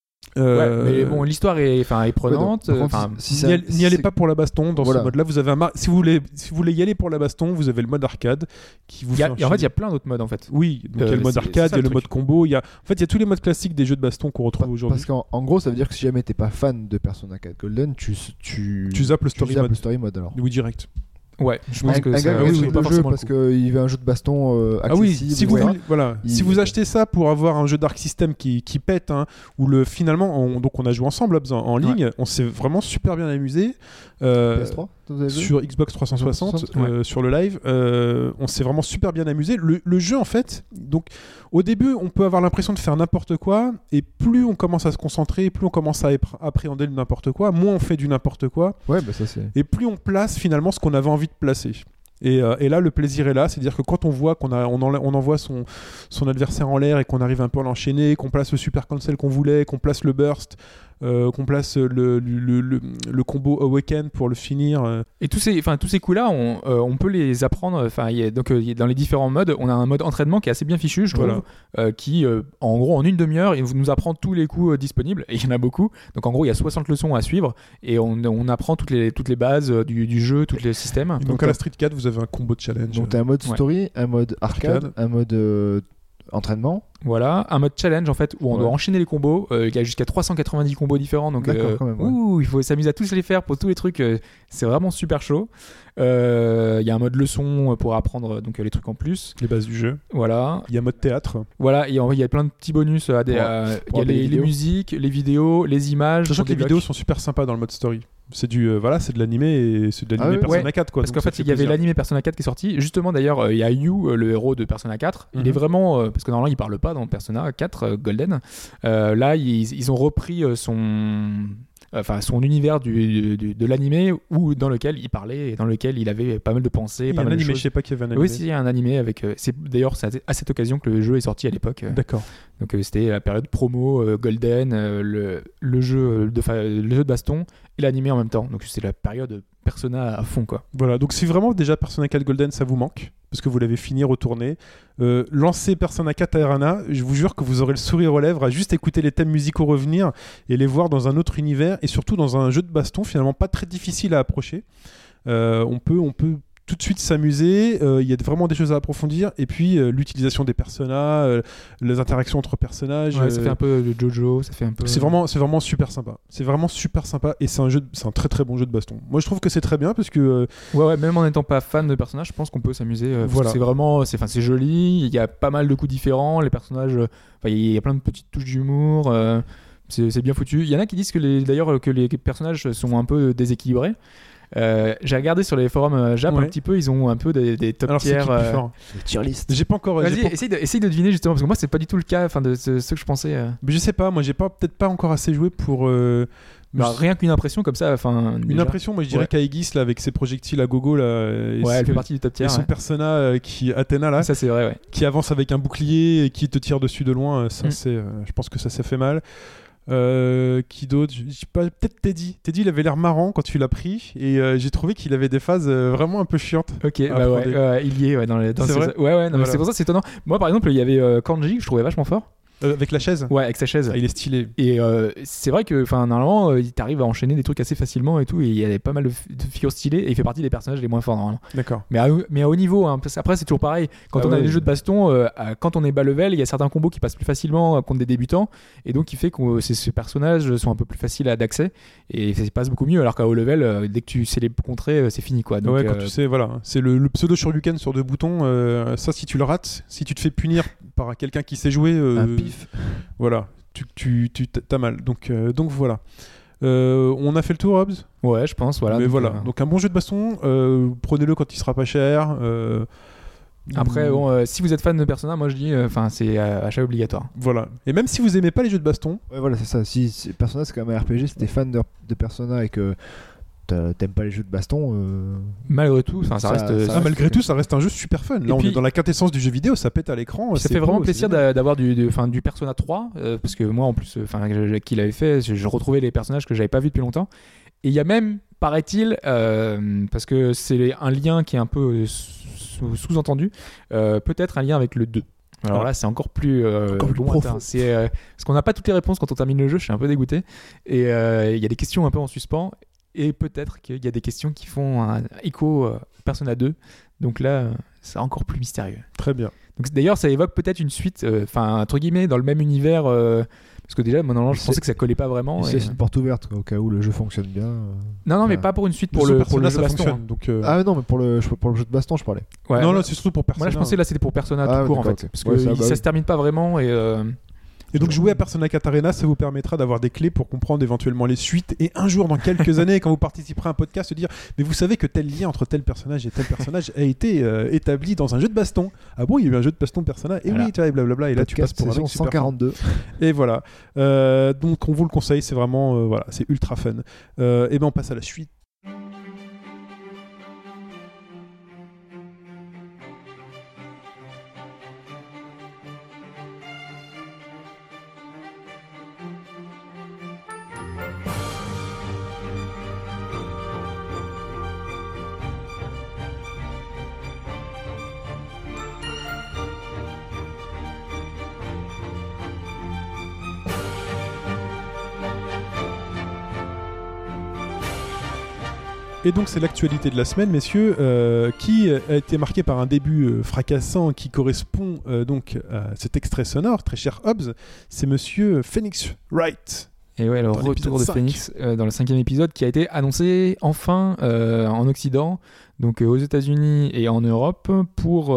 Mais bon, l'histoire est prenante. N'y allez pas pour la baston dans ce mode-là. Vous avez si vous voulez y aller pour la baston, vous avez le mode arcade qui vous. En fait, il y a plein d'autres modes en fait. Oui, donc il y a le mode arcade, il y a le mode combo. En fait, il y a tous les modes classiques des jeux de baston qu'on retrouve aujourd'hui. Parce qu'en gros, ça veut dire que si jamais t'es pas fan de Persona 4 Golden, tu zappes le story mode alors. Oui, direct. Ouais, je pense que ça pas jeu parce qu'il veut un jeu de baston accessible. Si vous achetez ça pour avoir un jeu Dark System qui pète, hein, où finalement, donc on a joué ensemble en ligne, on s'est vraiment super bien amusé. PS3 vous avez joué sur Xbox 360, sur le live. On s'est vraiment super bien amusé. Le jeu, en fait, donc au début, on peut avoir l'impression de faire n'importe quoi, et plus on commence à se concentrer, plus on commence à appréhender le n'importe quoi, moins on fait du n'importe quoi, Ouais, bah ça c'est. et plus on place finalement ce qu'on avait envie de placer. Et là, le plaisir est là, c'est-à-dire que quand on voit on envoie son adversaire en l'air et qu'on arrive un peu à l'enchaîner, qu'on place le super cancel qu'on voulait, qu'on place le burst, qu'on place le combo Awaken pour le finir. Et tous ces coups-là, on peut les apprendre. Donc dans les différents modes, on a un mode entraînement qui est assez bien fichu, je trouve, qui, en gros, en une demi-heure, il nous apprend tous les coups disponibles. Et il y en a beaucoup. Donc en gros, il y a 60 leçons à suivre et on apprend toutes les bases du jeu, tous les systèmes. Donc à la Street 4, vous avez un combo de challenge. Donc t'as un mode story, un mode arcade, un mode entraînement. Voilà, un mode challenge en fait où on doit enchaîner les combos. Il y a jusqu'à 390 combos différents, donc quand même, il faut s'amuser à tous les faire pour tous les trucs. C'est vraiment super chaud. Il y a un mode leçon pour apprendre donc les trucs en plus. Les bases du jeu. Voilà. Il y a mode théâtre. Voilà, il y a plein de petits bonus. Il y a les musiques, les vidéos, les images. Sachant que les vidéos sont super sympas dans le mode story. C'est c'est de l'animé et c'est de l'animé Persona 4 quoi. Parce qu'en fait il y avait l'animé Persona 4 qui est sorti. Justement d'ailleurs il y a Yu, le héros de Persona 4. Il est vraiment parce que normalement il parle pas dans Persona 4 Golden. Là ils ont repris son univers de l'animé dans lequel il parlait et dans lequel il avait pas mal de pensées. Il y a un animé, je sais pas qu'il y avait un animé. Oui, il y a un animé avec. C'est d'ailleurs à cette occasion que le jeu est sorti à l'époque. D'accord. Donc c'était la période promo Golden, le jeu de baston et l'animé en même temps. Donc c'est la période Persona à fond quoi. Voilà, donc si vraiment déjà Persona 4 Golden ça vous manque, parce que vous l'avez fini, retourné, lancez Persona 4 Arena, je vous jure que vous aurez le sourire aux lèvres à juste écouter les thèmes musicaux revenir et les voir dans un autre univers et surtout dans un jeu de baston finalement pas très difficile à approcher. On peut tout de suite s'amuser, il y a vraiment des choses à approfondir et puis l'utilisation des personnages, les interactions entre personnages. Ouais, ça fait un peu de JoJo, ça fait un peu. C'est vraiment super sympa. C'est vraiment super sympa et c'est un très très bon jeu de baston. Moi je trouve que c'est très bien parce que ouais, même en n'étant pas fan de personnages, je pense qu'on peut s'amuser. Voilà. C'est vraiment, c'est joli. Il y a pas mal de coups différents. Les personnages, il y a plein de petites touches d'humour. C'est bien foutu. Il y en a qui disent que les personnages sont un peu déséquilibrés. J'ai regardé sur les forums Jap un petit peu, ils ont un peu des top tiers. Les tier list. J'ai pas encore. Vas-y, essaye de deviner justement, parce que moi c'est pas du tout le cas de ce que je pensais. Mais je sais pas, moi j'ai peut-être pas encore assez joué pour. Rien qu'une impression comme ça. Une impression, moi je dirais qu'Aegis là, avec ses projectiles à gogo là. Elle fait partie du top tier. Et son persona Athéna là. Ça c'est vrai, qui avance avec un bouclier et qui te tire dessus de loin. Ça je pense que ça s'est fait mal. Qui d'autre? Peut-être Teddy. Teddy, il avait l'air marrant quand tu l'as pris et j'ai trouvé qu'il avait des phases vraiment un peu chiantes. Ok, il y est dans c'est vrai. Mais c'est pour ça c'est étonnant. Moi par exemple, il y avait Kanji que je trouvais vachement fort. Avec la chaise. Ouais, avec sa chaise. Il est stylé. Et c'est vrai que normalement, il t'arrive à enchaîner des trucs assez facilement et tout. Et il y a pas mal de figures stylées. Et il fait partie des personnages les moins forts normalement. D'accord. Mais à haut niveau, hein, après c'est toujours pareil. Quand on a des jeux de baston, quand on est bas level, il y a certains combos qui passent plus facilement contre des débutants. Et donc, il fait que ces personnages sont un peu plus faciles d'accès. Et ça passe beaucoup mieux. Alors qu'à haut level, dès que tu sais les contrer, c'est fini quoi. Donc, quand tu sais, voilà. C'est le pseudo Shoryuken sur 2 boutons. Ça, si tu le rates, si tu te fais punir par quelqu'un qui sait jouer. Un pif. Voilà, t'as mal. Donc voilà. On a fait le tour, Hobbs. Ouais, je pense. Voilà. Mais donc, voilà. Donc un bon jeu de baston. Prenez-le quand il sera pas cher. Après, si vous êtes fan de Persona, moi je dis, c'est achat obligatoire. Voilà. Et même si vous aimez pas les jeux de baston. Ouais, voilà, c'est ça. Si Persona c'est quand même un RPG, si t'es fan de Persona et que t'aimes pas les jeux de baston, malgré tout, ça reste un jeu super fun. Là, on est dans la quintessence du jeu vidéo, ça pète à l'écran. Ça fait vraiment plaisir d'avoir du Persona 3, parce que moi, en plus, qu'il avait fait, je retrouvais les personnages que j'avais pas vus depuis longtemps. Et il y a même, paraît-il, parce que c'est un lien qui est un peu sous-entendu, peut-être un lien avec le 2. Alors là, c'est encore plus lointain. Parce qu'on n'a pas toutes les réponses quand on termine le jeu, je suis un peu dégoûté. Et il y a des questions un peu en suspens. Et peut-être qu'il y a des questions qui font un écho Persona 2. Donc là, c'est encore plus mystérieux. Très bien. Donc, d'ailleurs, ça évoque peut-être une suite, entre guillemets, dans le même univers. Parce que déjà, moi, normalement, je pensais que ça collait pas vraiment. C'est une porte ouverte, quoi, au cas où le jeu fonctionne bien. Non, mais pas pour une suite pour le jeu de baston. Hein. Donc, Ah non, mais pour le jeu de baston, je parlais. Ouais, non, là, c'est surtout pour Persona. Moi, là, je pensais là, c'était pour Persona tout court, en fait. Parce que ça se termine pas vraiment et... Et donc jouer à Persona 4 Arena, ça vous permettra d'avoir des clés pour comprendre éventuellement les suites et un jour dans quelques années quand vous participerez à un podcast se dire mais vous savez que tel lien entre tel personnage et tel personnage a été établi dans un jeu de baston. Ah bon, il y a eu un jeu de baston Persona et Voilà. oui, tu vois, et blablabla et là tu passes pour un saison mec super 142. fan. Et voilà. Donc on vous le conseille, c'est vraiment voilà, c'est ultra fun. Et ben on passe à la suite. Et donc c'est l'actualité de la semaine, messieurs, qui a été marquée par un début fracassant qui correspond donc à cet extrait sonore, très cher Hobbs, c'est monsieur Phoenix Wright. Et ouais, le Dans l'épisode retour de 5. Phoenix dans le 5e épisode qui a été annoncé enfin en Occident, donc aux États-Unis et en Europe pour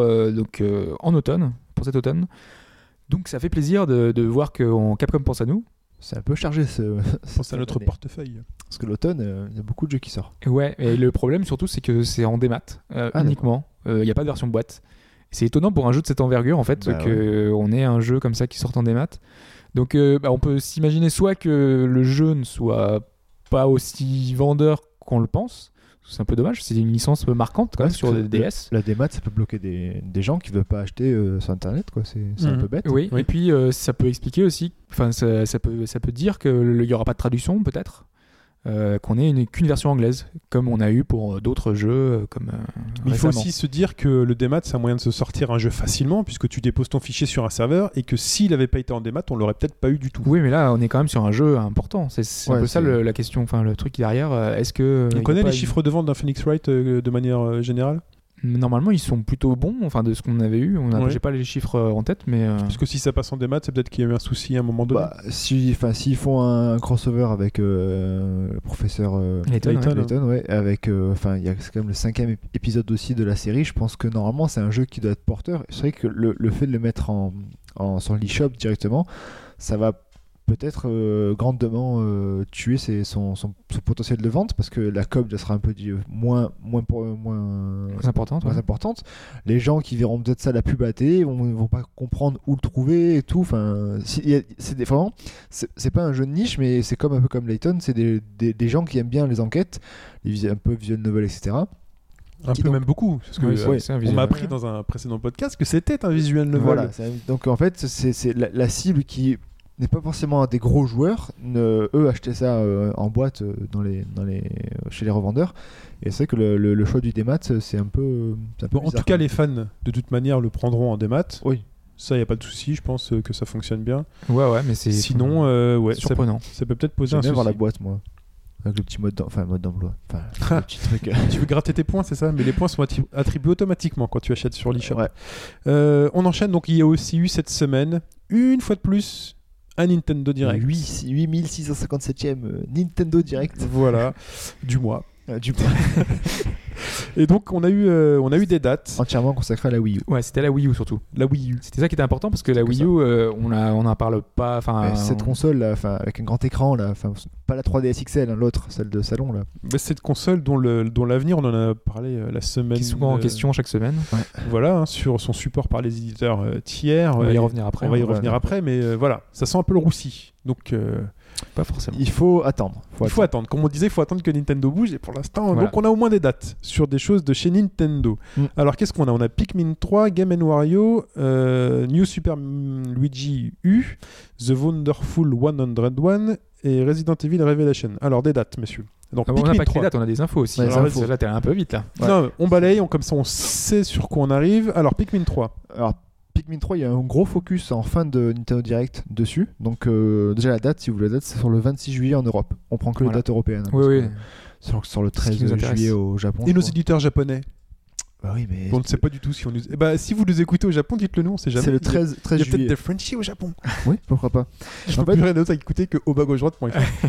en automne, pour cet automne. Donc ça fait plaisir de voir que Capcom pense à nous. C'est un peu chargé ce. Pense à notre portefeuille. Parce que l'automne, il y a beaucoup de jeux qui sortent. Ouais, et le problème surtout c'est que c'est en démat uniquement. Il n'y a pas de version boîte. C'est étonnant pour un jeu de cette envergure en fait qu'on ait un jeu comme ça qui sorte en démat. Donc on peut s'imaginer soit que le jeu ne soit pas aussi vendeur qu'on le pense. C'est un peu dommage, c'est une licence marquante quand même sur des DS. La démat, ça peut bloquer des gens qui ne veulent pas acheter sur internet, quoi. C'est un peu bête. Oui, et puis ça peut expliquer aussi, enfin ça peut dire qu'il n'y aura pas de traduction peut-être, qu'on ait qu'une version anglaise, comme on a eu pour d'autres jeux comme Mais il faut récemment. aussi se dire que le démat, c'est un moyen de se sortir un jeu facilement, puisque tu déposes ton fichier sur un serveur, et que s'il n'avait pas été en démat, on l'aurait peut-être pas eu du tout. Oui, mais là on est quand même sur un jeu important, c'est un peu ça la question, enfin le truc derrière, est-ce que... On connaît les chiffres de vente d'un Phoenix Wright de manière générale ? Normalement ils sont plutôt bons, enfin de ce qu'on avait eu, j'ai pas les chiffres en tête, mais... Parce que si ça passe en démat, c'est peut-être qu'il y a eu un souci à un moment donné. S'ils font un crossover avec le professeur Layton, ouais, avec, il y a quand même le 5e épisode aussi de la série. Je pense que normalement c'est un jeu qui doit être porteur. C'est vrai que le fait de le mettre sur l'eShop directement, ça va peut-être grandement tuer son potentiel de vente, parce que la com sera un peu moins importante. Les gens qui verront peut-être ça la pub à la télé vont pas comprendre où le trouver et tout. Enfin, c'est pas un jeu de niche, mais c'est un peu comme Layton, c'est des gens qui aiment bien les enquêtes, un peu visual novel, etc. Même beaucoup, parce que on m'a appris dans un précédent podcast que c'était un visual novel. Voilà, donc en fait c'est la cible qui n'est pas forcément des gros joueurs, eux achetaient ça en boîte chez les revendeurs, et c'est vrai que le choix du démat c'est un peu en tout cas les fans de toute manière le prendront en démat. Oui, ça y a pas de souci, je pense que ça fonctionne bien. Ouais, mais c'est sinon surprenant. Ça peut peut-être poser un souci. J'aime voir la souci. boîte, moi, avec le petit mode d'emploi, le petit truc. Tu veux gratter tes points, c'est ça? Mais les points sont attribués automatiquement quand tu achètes sur l'eShop. Ouais. On enchaîne, donc il y a aussi eu cette semaine, une fois de plus, un Nintendo Direct. 8657e Nintendo Direct. Voilà, du mois. Du mois. Et donc on a eu des dates. Entièrement consacrées à la Wii U. Ouais, c'était la Wii U surtout. La Wii U. C'était ça qui était important, parce que la Wii U, on en parle pas. Cette console là, avec un grand écran là, pas la 3DS XL, l'autre, celle de salon là. Cette console dont l'avenir, on en a parlé la semaine. Qui est souvent en question chaque semaine. Ouais. Voilà, sur son support par les éditeurs tiers. On va y revenir après. Après, mais voilà, ça sent un peu le roussi. Donc. Pas forcément. Il faut attendre. Il faut attendre. Comme on disait, il faut attendre que Nintendo bouge. Et pour l'instant, donc on a au moins des dates sur des choses de chez Nintendo. Alors qu'est-ce qu'on a? On a Pikmin 3, Game & Wario, New Super Luigi U, The Wonderful 101 et Resident Evil Revelation. Alors des dates, messieurs. Donc, on n'a pas que les dates, on a des infos aussi. Là, t'es un peu vite là. Ouais. Non, on balaye, comme ça on sait sur quoi on arrive. Alors Pikmin 3. Alors Pikmin 3, il y a un gros focus en fin de Nintendo Direct dessus. Donc déjà la date, si vous voulez la date, c'est sur le 26 juillet en Europe. On prend que les dates européennes. Oui. Sur le 13 juillet au Japon. Et nos éditeurs japonais? Bah oui, mais on ne sait pas du tout si on nous... si vous nous écoutez au Japon, dites-le nous, on sait jamais. C'est le 13 juillet. Il y a juillet. peut-être des Frenchies au Japon. Oui, pourquoi pas. Je peux plus rien d'autre à écouter que au bas gauche droite.fr.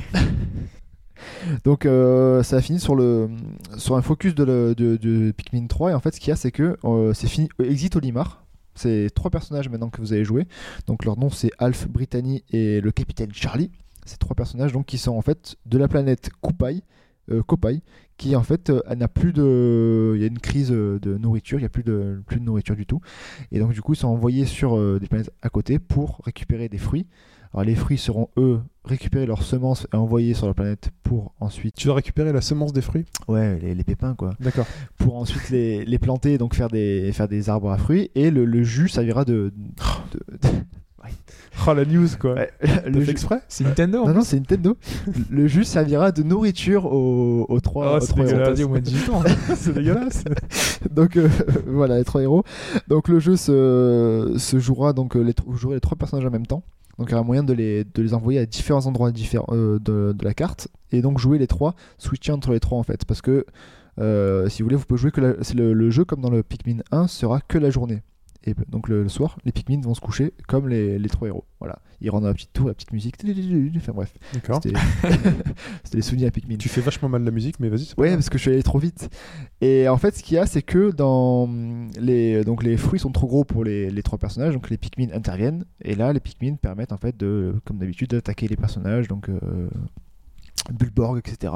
Donc ça a fini sur un focus de Pikmin 3, et en fait ce qu'il y a, c'est que c'est fini Exit Olimar. C'est 3 personnages maintenant que vous allez jouer. Donc leur nom c'est Alf, Brittany et le capitaine Charlie. Ces 3 personnages donc qui sont en fait de la planète Kopai, qui en fait elle n'a plus de, il y a une crise de nourriture, il y a plus de nourriture du tout, et donc du coup ils sont envoyés sur des planètes à côté pour récupérer des fruits. Alors les fruits seront eux récupérer leurs semences et envoyés sur la planète pour ensuite. Tu dois récupérer la semence des fruits. Ouais, les pépins quoi. D'accord. Pour ensuite les planter et donc faire des arbres à fruits, et le jus servira de... Oh la news quoi. Ouais, T'as le fait jus... exprès? C'est Nintendo. Non, c'est Nintendo. Le jus servira de nourriture aux 3 Oh, c'est héros. dégueulasse. T'as dit au moins 18 ans. C'est dégueulasse. Donc voilà, les 3 héros. Donc le jeu se jouera, donc vous jouerez les 3 personnages en même temps. Donc il y aura moyen de les envoyer à différents endroits différents de la carte, et donc jouer les 3, switcher entre les 3 en fait, parce que si vous voulez, vous pouvez jouer que c'est le jeu comme dans le Pikmin 1 sera que la journée. Et donc le soir, les Pikmin vont se coucher comme les 3 héros. Voilà, ils rendent la petite tour, la petite musique. Enfin bref, D'accord. c'était les souvenirs à Pikmin. Tu fais vachement mal la musique, mais vas-y. Ouais, parce que je suis allé trop vite. Et en fait, ce qu'il y a, c'est que donc les fruits sont trop gros pour les 3 personnages, donc les Pikmin interviennent. Et là, les Pikmin permettent en fait comme d'habitude, d'attaquer les personnages. Donc Bulborg, etc.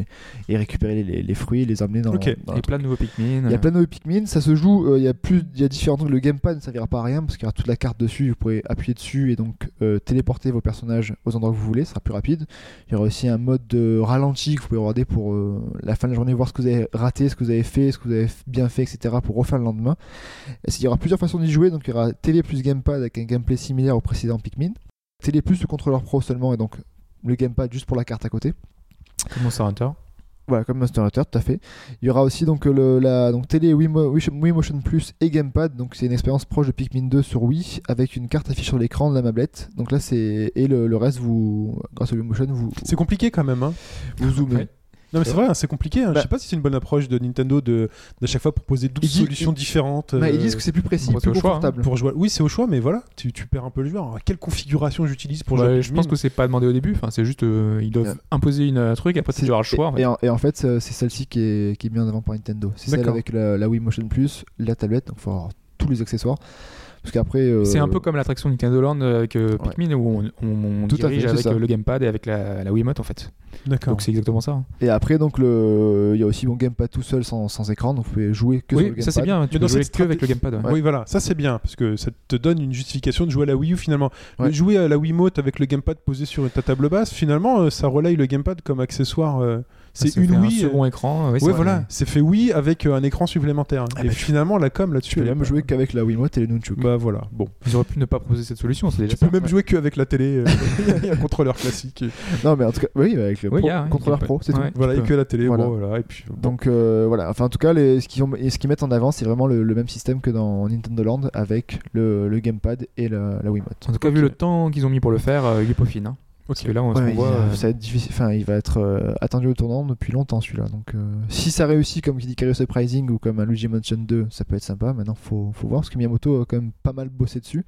Et récupérer les fruits et les emmener dans. Ok. dans Et plein de nouveaux Pikmin. il y a plein de nouveaux Pikmin, ça se joue, il y a différents trucs, le gamepad ne servira pas à rien parce qu'il y aura toute la carte dessus, vous pourrez appuyer dessus et donc téléporter vos personnages aux endroits que vous voulez, ça sera plus rapide. Il y aura aussi un mode de ralenti que vous pouvez regarder pour la fin de la journée, voir ce que vous avez raté, ce que vous avez fait, ce que vous avez bien fait, etc. pour refaire le lendemain. Il y aura plusieurs façons d'y jouer, donc il y aura télé plus gamepad avec un gameplay similaire au précédent Pikmin, télé plus le contrôleur pro seulement et donc le gamepad juste pour la carte à côté. Comme Monster Hunter. Voilà, comme Monster Hunter, tout à fait. Il y aura aussi donc la télé Wii Motion Plus et Gamepad, donc c'est une expérience proche de Pikmin 2 sur Wii, avec une carte affichée sur l'écran de la mablette. Donc là, et le reste, grâce au Wii Motion, C'est compliqué quand même. Hein. vous zoomez. Ouais. Non mais c'est vrai, hein, c'est compliqué. Hein. Bah- Je sais pas si c'est une bonne approche de Nintendo de chaque fois proposer 12 solutions différentes. Ils disent que c'est plus précis, Bon, c'est plus au choix, confortable. Pour jouer. Oui, c'est au choix, mais voilà, tu perds un peu le joueur. Alors, quelle configuration j'utilise pour jouer à Je pense Pikmin que c'est pas demandé au début. Enfin, c'est juste ils doivent imposer un truc. Après, tu auras le choix. En fait. Et en fait, c'est celle-ci qui est mise en avant par Nintendo. C'est celle D'accord. avec la Wii Motion Plus, la tablette, donc il faut avoir tous les accessoires. Parce qu'après. C'est un peu comme l'attraction Nintendo Land avec Pikmin où on Tout à dirige fait, c'est avec ça. le gamepad et avec la Wiimote en fait. D'accord. Donc c'est exactement ça. Et après, donc, il y a aussi mon gamepad tout seul sans écran, donc vous pouvez jouer que sur le Oui, gamepad. ça c'est bien. Tu Mais peux dans jouer cette que avec le gamepad. Ouais. Oui, voilà, ça c'est bien parce que ça te donne une justification de jouer à la Wii U finalement. Ouais. Jouer à la Wiimote avec le gamepad posé sur ta table basse, finalement, ça relaye le gamepad comme accessoire. C'est Ça une fait un Wii. second écran. Ouais, voilà, c'est fait Wii avec un écran supplémentaire. Ah et bah, finalement, la com Tu là-dessus. peux elle est même pas- jouer qu'avec la Wiimote et les Nunchuk. Bah voilà, bon. Ils auraient pu ne pas proposer cette solution. C'est déjà Tu peux ça. même jouer qu'avec la télé. Il y a un contrôleur classique. Non, mais en tout cas, oui, avec le Oui, pro, il y a un contrôleur gamepad. pro, c'est tout. Ouais. Voilà, Tu et peux. que la télé. Voilà. Bon, voilà. Et puis, bon. Donc voilà, enfin en tout cas, ce qu'ils mettent en avant, c'est vraiment le même système que dans Nintendo Land avec le gamepad et la Wiimote. En tout cas, vu le temps qu'ils ont mis pour le faire, il est peaufine. Hein. Parce que là, on Ouais, se voit. ça va être difficile. Enfin, il va être attendu au tournant depuis longtemps celui-là. Donc, si ça réussit comme dit Cario Surprising ou comme un Luigi Mansion 2, ça peut être sympa. Maintenant, faut voir parce que Miyamoto a quand même pas mal bossé dessus.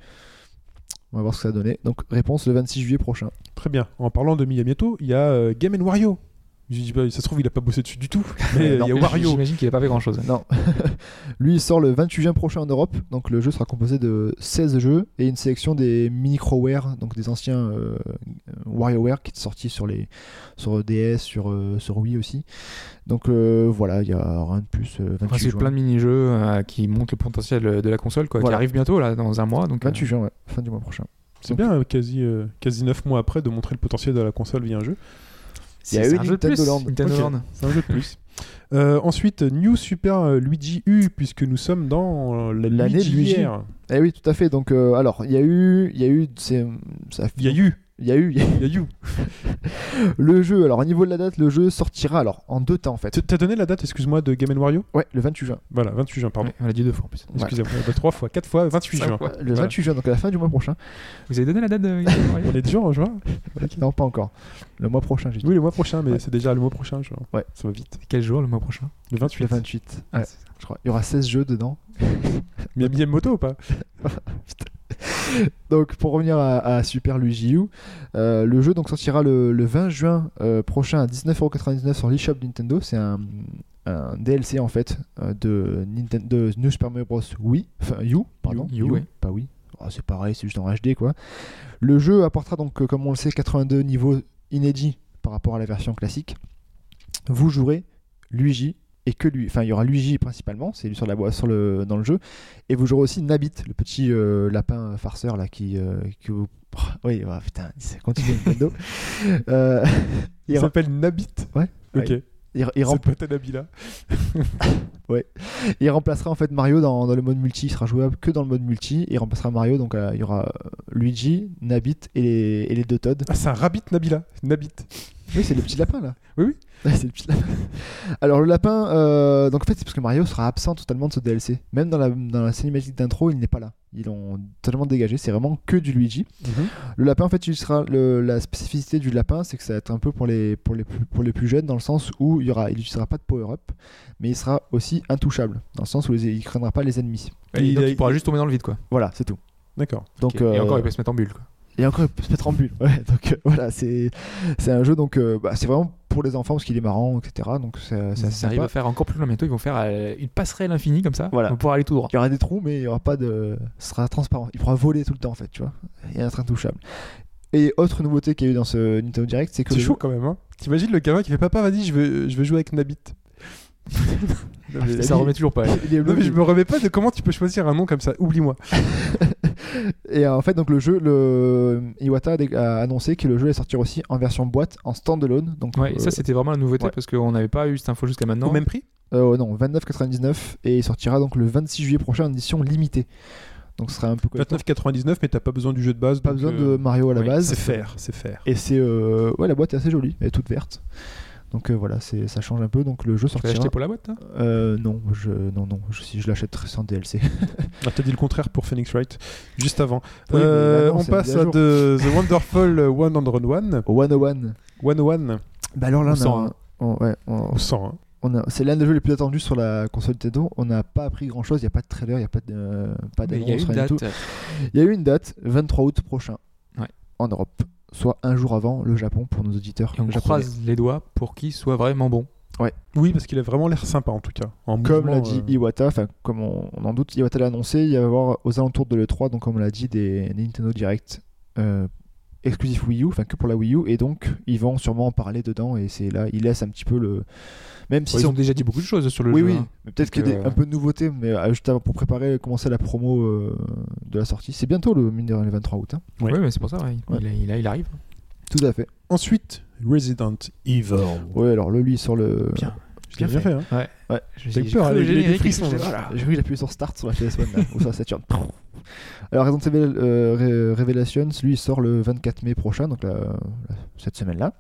On va voir ce que ça va donner. Donc, réponse le 26 juillet prochain. Très bien. En parlant de Miyamoto, il y a Game & Wario. Je dis, bah, ça se trouve, il a pas bossé dessus du tout. Mais il y a Wario. J'imagine qu'il n'a pas fait grand chose. Non. Lui, il sort le 28 juin prochain en Europe. Donc, le jeu sera composé de 16 jeux et une sélection des mini-crowware, donc des anciens WarioWare qui étaient sortis sur DS, sur Wii aussi. Donc, voilà, il y a rien de plus. 28 Enfin, c'est juin. plein de mini-jeux qui montrent le potentiel de la console, quoi, Voilà. qui arrive bientôt, là, dans un mois. Donc, 28 juin, ouais, fin du mois prochain. C'est bien, quasi 9 mois après, de montrer le potentiel de la console via un jeu. Il y a c'est eu un jeu de Nintendo plus. Land. Nintendo Ok. Land. C'est un jeu de plus. Ensuite, New Super Luigi U, puisque nous sommes dans L'année de Luigi. Luigière. Eh oui, tout à fait. Donc, alors, il y a eu Il y a eu. Il y a eu le jeu. Alors, au niveau de la date, le jeu sortira alors en 2 temps en fait. T'as donné la date, excuse-moi, de Game & Wario? Ouais, le 28 juin. Voilà, 28 juin, pardon. Ouais, on l'a dit 2 fois en plus. Excusez-moi, 3 fois, 4 fois, 28 juin. fois. Le 28 juin, donc à la fin du mois prochain. Vous avez donné la date de On est dur en juin? Non, pas encore. Le mois prochain, j'ai dit. Oui, le mois prochain, mais Ouais. c'est déjà le mois prochain. Genre. Ouais. Ça va vite. Quel jour le mois prochain? Le 28. Le 28. Ah, Ouais, c'est ça. je crois. Il y aura 16 jeux dedans. Mais il y a Miyamoto ou pas? Donc, pour revenir à Super Luigi U, le jeu donc sortira le 20 juin prochain à 19,99€ sur l'eShop Nintendo. C'est un un DLC en fait de New Super Mario Bros. U, ouais. pas Wii. Oh, c'est pareil, c'est juste en HD quoi. Le jeu apportera donc, comme on le sait, 82 niveaux inédits par rapport à la version classique. Vous jouerez Luigi et que lui. Enfin, il y aura Luigi principalement, c'est lui sur la boîte, dans le jeu. Et vous jouerez aussi Nabbit, le petit lapin farceur là qui vous. Oui, putain, c'est continue Nintendo. Il s'appelle Nabbit. Ouais. Ok. Il C'est pas Nabila. Ouais. Il remplacera en fait Mario dans le mode multi. Il sera jouable que dans le mode multi. Et il remplacera Mario. Donc il y aura Luigi, Nabbit et les deux Toads. Ah, c'est un Rabbit Nabila. Nabbit. Oui, c'est le petit lapin là. Oui. Ouais, c'est le petit lapin. Alors le lapin, donc en fait c'est parce que Mario sera absent totalement de ce DLC. Même dans la cinématique d'intro, il n'est pas là. Ils l'ont totalement dégagé. C'est vraiment que du Luigi. Le lapin, en fait, la spécificité du lapin, c'est que ça va être un peu pour les plus jeunes, dans le sens où il n'utilisera pas de power-up, mais il sera aussi intouchable, dans le sens où il ne craindra pas les ennemis. Et donc il pourra juste tomber dans le vide, quoi. Voilà, c'est tout. D'accord. Donc, et encore, il peut se mettre en bulle, quoi. Et encore, il peut se mettre en bulle. Ouais, donc voilà, c'est un jeu, donc c'est vraiment pour les enfants parce qu'il est marrant, etc. Donc c'est Ils arrivent à faire encore plus loin bientôt. Ils vont faire une passerelle infinie comme ça. Voilà. On va pouvoir aller tout droit. Il y aura des trous, mais il y aura pas de. Ce sera transparent. Il pourra voler tout le temps, en fait, tu vois. Et être intouchable. Et autre nouveauté qu'il y a eu dans ce Nintendo Direct, c'est que. C'est chaud quand même, hein. T'imagines le gamin qui fait papa, vas-y, je veux jouer avec Nabbit. Non, mais Ça remet toujours pas. Non, mais je me remets pas de comment tu peux choisir un nom comme ça. Oublie-moi. Et en fait, donc le Iwata a annoncé que le jeu allait sortir aussi en version boîte, en standalone. Donc, Ouais, ça c'était vraiment la nouveauté ouais. parce qu'on n'avait pas eu cette info jusqu'à maintenant. Au même prix non, 29,99 et il sortira donc le 26 juillet prochain en édition limitée. Donc ce sera un peu 29,99, mais t'as pas besoin du jeu de base. Pas besoin de Mario à la base. C'est faire. Et c'est la boîte est assez jolie, elle est toute verte. Donc voilà, ça change un peu. Donc le jeu Tu vas sortira. acheter pour la boîte, toi Non, si je l'achèterai sans DLC. Ah, t'as dit le contraire pour Phoenix Wright juste avant. Oui, mais là, non, on c'est passe mis à à jour. The Wonderful 101. 101. Bah alors là, On sent, On sent, hein. c'est l'un des jeux les plus attendus sur la console Nintendo. On n'a pas appris grand chose, il n'y a pas de trailer, il n'y a pas Mais il y a d'annonce, une rien du date. tout. Il y a eu une date, 23 août prochain, Ouais. en Europe, soit un jour avant le Japon pour nos auditeurs Et on japonais. croise les doigts pour qu'il soit vraiment bon. Oui, parce qu'il a vraiment l'air sympa en tout cas. En Comme mouvement, l'a dit Iwata, enfin comme on en doute, Iwata l'a annoncé, il va y avoir aux alentours de l'E3, donc comme on l'a dit, des Nintendo Direct exclusifs Wii U, enfin que pour la Wii U, et donc ils vont sûrement en parler dedans, et c'est là, ils laissent un petit peu le... Même si Ils ont déjà dit beaucoup de choses sur le oui, jeu. oui, hein. mais peut-être Donc, qu'il y a un peu de nouveautés, mais juste avant pour commencer la promo de la sortie. C'est bientôt le 23 août. Hein. Ouais. Oui, mais c'est pour ça, ouais. Ouais. Il arrive. Tout à fait. Ensuite, Resident Evil. Ouais, alors lui sur le... Bien. Je l'ai bien fait, hein. Ouais. J'ai peur, cru le les générique, frissons, et là. voilà. J'ai vu qu'il appuyait sur Start sur la PS1 là, ou sur la Saturn. Alors Resident Evil Revelations, lui il sort le 24 mai prochain, donc cette semaine-là.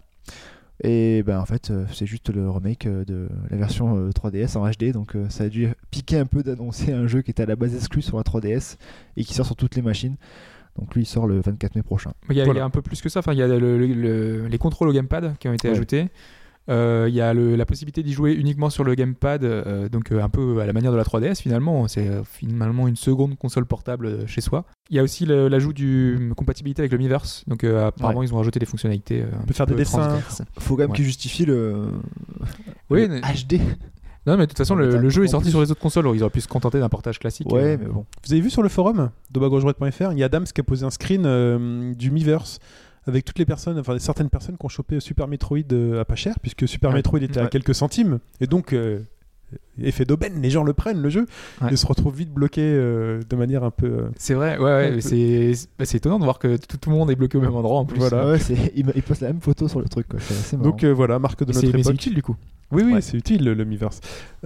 Et ben en fait c'est juste le remake de la version 3DS en HD, donc ça a dû piquer un peu d'annoncer un jeu qui était à la base exclu sur la 3DS et qui sort sur toutes les machines. Donc lui il sort le 24 mai prochain. Il y a Voilà. un peu plus que ça. Enfin, il y a les contrôles au gamepad qui ont été Ouais. ajoutés. Il y a la possibilité d'y jouer uniquement sur le gamepad, donc un peu à la manière de la 3DS finalement. C'est finalement une seconde console portable chez soi. Il y a aussi l'ajout du compatibilité avec le Miiverse. Donc apparemment ils ont rajouté des fonctionnalités. On peut faire des dessins. transverses. Faut quand même Ouais. qu'il justifie le Oui, le mais- HD. Non, mais de toute façon, Non, mais le jeu est en sorti plus. sur les autres consoles. Ils auraient pu se contenter d'un portage classique. Ouais, mais bon. Vous avez vu sur le forum de bagouroujouette.fr, il y a Adams qui a posé un screen du Miiverse avec toutes les personnes, enfin certaines personnes qui ont chopé Super Metroid à pas cher, puisque Super Ouais. Metroid était à Ouais. quelques centimes, et donc effet d'aubaine, les gens le prennent le jeu, Ouais. et se retrouvent vite bloqués de manière un peu... C'est vrai, ouais, mais c'est étonnant de voir que tout le monde est bloqué au même endroit en plus. Voilà. Ouais, il poste la même photo sur le truc, quoi. C'est assez marrant. Donc voilà, marque de Mais notre c'est époque. utile du coup. Oui, Ouais. c'est utile le Miiverse.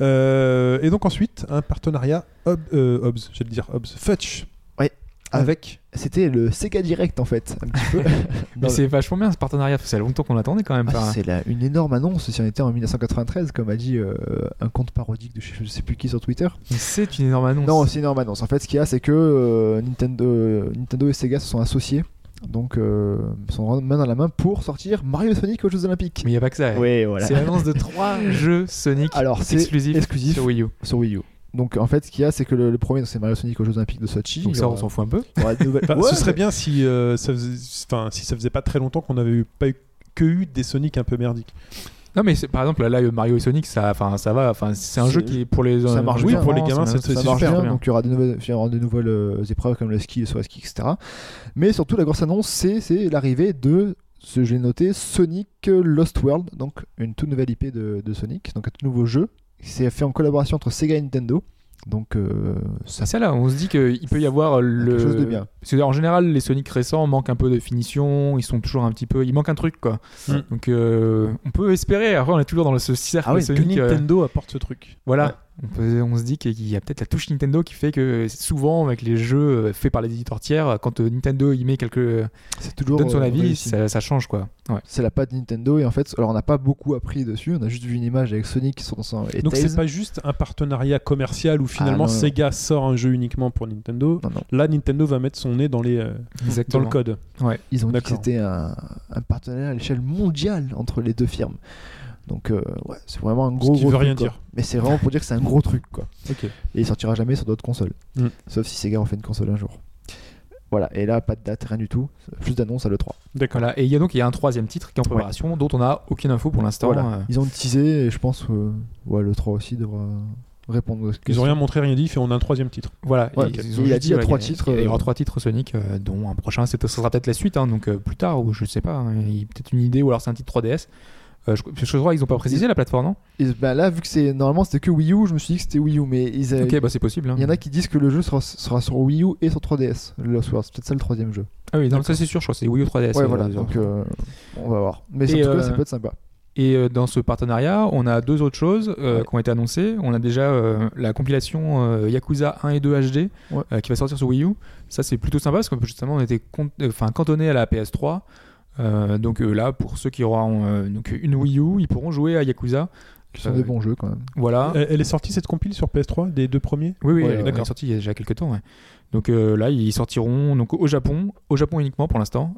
Et donc ensuite, un partenariat Fetch. Ouais. Avec... C'était le Sega Direct en fait, un petit peu. Mais c'est vachement bien ce partenariat. Ça fait longtemps qu'on l'attendait quand même. Ah, Enfin, c'est une énorme annonce si on était en 1993, comme a dit un compte parodique de je sais plus qui sur Twitter. c'est une énorme annonce. Non, c'est une énorme annonce. En fait, ce qu'il y a, c'est que Nintendo et Sega se sont associés, donc sont main dans la main pour sortir Mario et Sonic aux Jeux Olympiques. Mais il n'y a pas que ça. Oui, voilà. C'est l'annonce de 3 jeux Sonic Alors, c'est exclusifs exclusif sur Wii U. sur Wii U. Donc en fait, ce qu'il y a, c'est que le premier, donc, c'est Mario Sonic aux Jeux Olympiques de Sochi. Donc Il y ça, aura- on s'en fout un peu. il y aura de nouvelles- Enfin, Ouais, ce serait mais- bien si ça faisait pas très longtemps qu'on avait pas eu que eu des Sonic un peu merdiques. Non, mais par exemple, là, Mario et Sonic, ça va. Enfin, c'est un jeu qui est pour les. Ça marche oui, bien, pour les gamins, c'est ça marche super bien. Donc il y aura de nouvelles épreuves comme le ski, le saut à ski, etc. Mais surtout, la grosse annonce, c'est l'arrivée de, ce j'ai noté, Sonic Lost World, donc une toute nouvelle IP de Sonic, donc un tout nouveau jeu. C'est fait en collaboration entre Sega et Nintendo. Donc c'est ça là, on se dit qu'il peut y avoir quelque chose de bien. Parce que, en général, les Sonic récents manquent un peu de finition, ils sont toujours un petit peu, il manque un truc quoi. Donc on peut espérer. Après, on est toujours dans ce cercle Sonic. Que Nintendo apporte ce truc. Voilà. On se dit qu'il y a peut-être la touche Nintendo qui fait que souvent avec les jeux faits par les éditeurs tiers, quand Nintendo y met donne son avis, ça change quoi. Ouais. C'est la patte Nintendo et en fait, alors on n'a pas beaucoup appris dessus, on a juste vu une image avec Sonic qui sont dans son. Donc c'est pas juste un partenariat commercial où finalement Sega sort un jeu uniquement pour Nintendo. Non. Là, Nintendo va mettre son nez dans le code. Ouais. Ils ont dit que c'était un partenariat à l'échelle mondiale entre les deux firmes. Donc c'est vraiment un gros veut truc, rien quoi. dire. Mais c'est vraiment pour dire que c'est un gros truc quoi. Okay. Et il sortira jamais sur d'autres consoles. Sauf si Sega en fait une console un jour. Voilà, et là pas de date, rien du tout, plus d'annonce à l'E3. D'accord. Voilà. Et il y a un troisième titre qui est en préparation, dont on n'a aucune info pour l'instant. Voilà. Ils ont teasé et je pense l'E3 aussi devra répondre aux questions. Ils n'ont rien montré, rien dit, on a un troisième titre. Voilà, il a dit il y a 3 titres. Il y aura 3 titres Sonic, dont un prochain, ce sera peut-être la suite, donc plus tard, ou je sais pas, il y a peut-être une idée, ou alors c'est un titre 3DS. Je crois qu'ils n'ont pas précisé la plateforme, non ? Là, vu que normalement c'était que Wii U, je me suis dit que c'était Wii U, mais ok, c'est possible. Il y en a qui disent que le jeu sera sur Wii U et sur 3DS. C'est peut-être ça le troisième jeu. Ah oui, non, ça c'est sûr, je crois que c'est Wii U 3DS. Ouais, voilà, donc on va voir. Mais en tout cas, ça peut être sympa. Et dans ce partenariat, on a 2 autres choses qui ont été annoncées. On a déjà la compilation Yakuza 1 et 2 HD qui va sortir sur Wii U. Ça, c'est plutôt sympa parce que justement, on était cantonné à la PS3. Donc là, pour ceux qui auront une Wii U, ils pourront jouer à Yakuza. Qui sont des bons jeux quand même. Voilà. Elle est sortie cette compile sur PS3 des 2 premiers ? Oui, elle est sortie il y a déjà quelques temps. Ouais. Donc là, ils sortiront au Japon uniquement pour l'instant.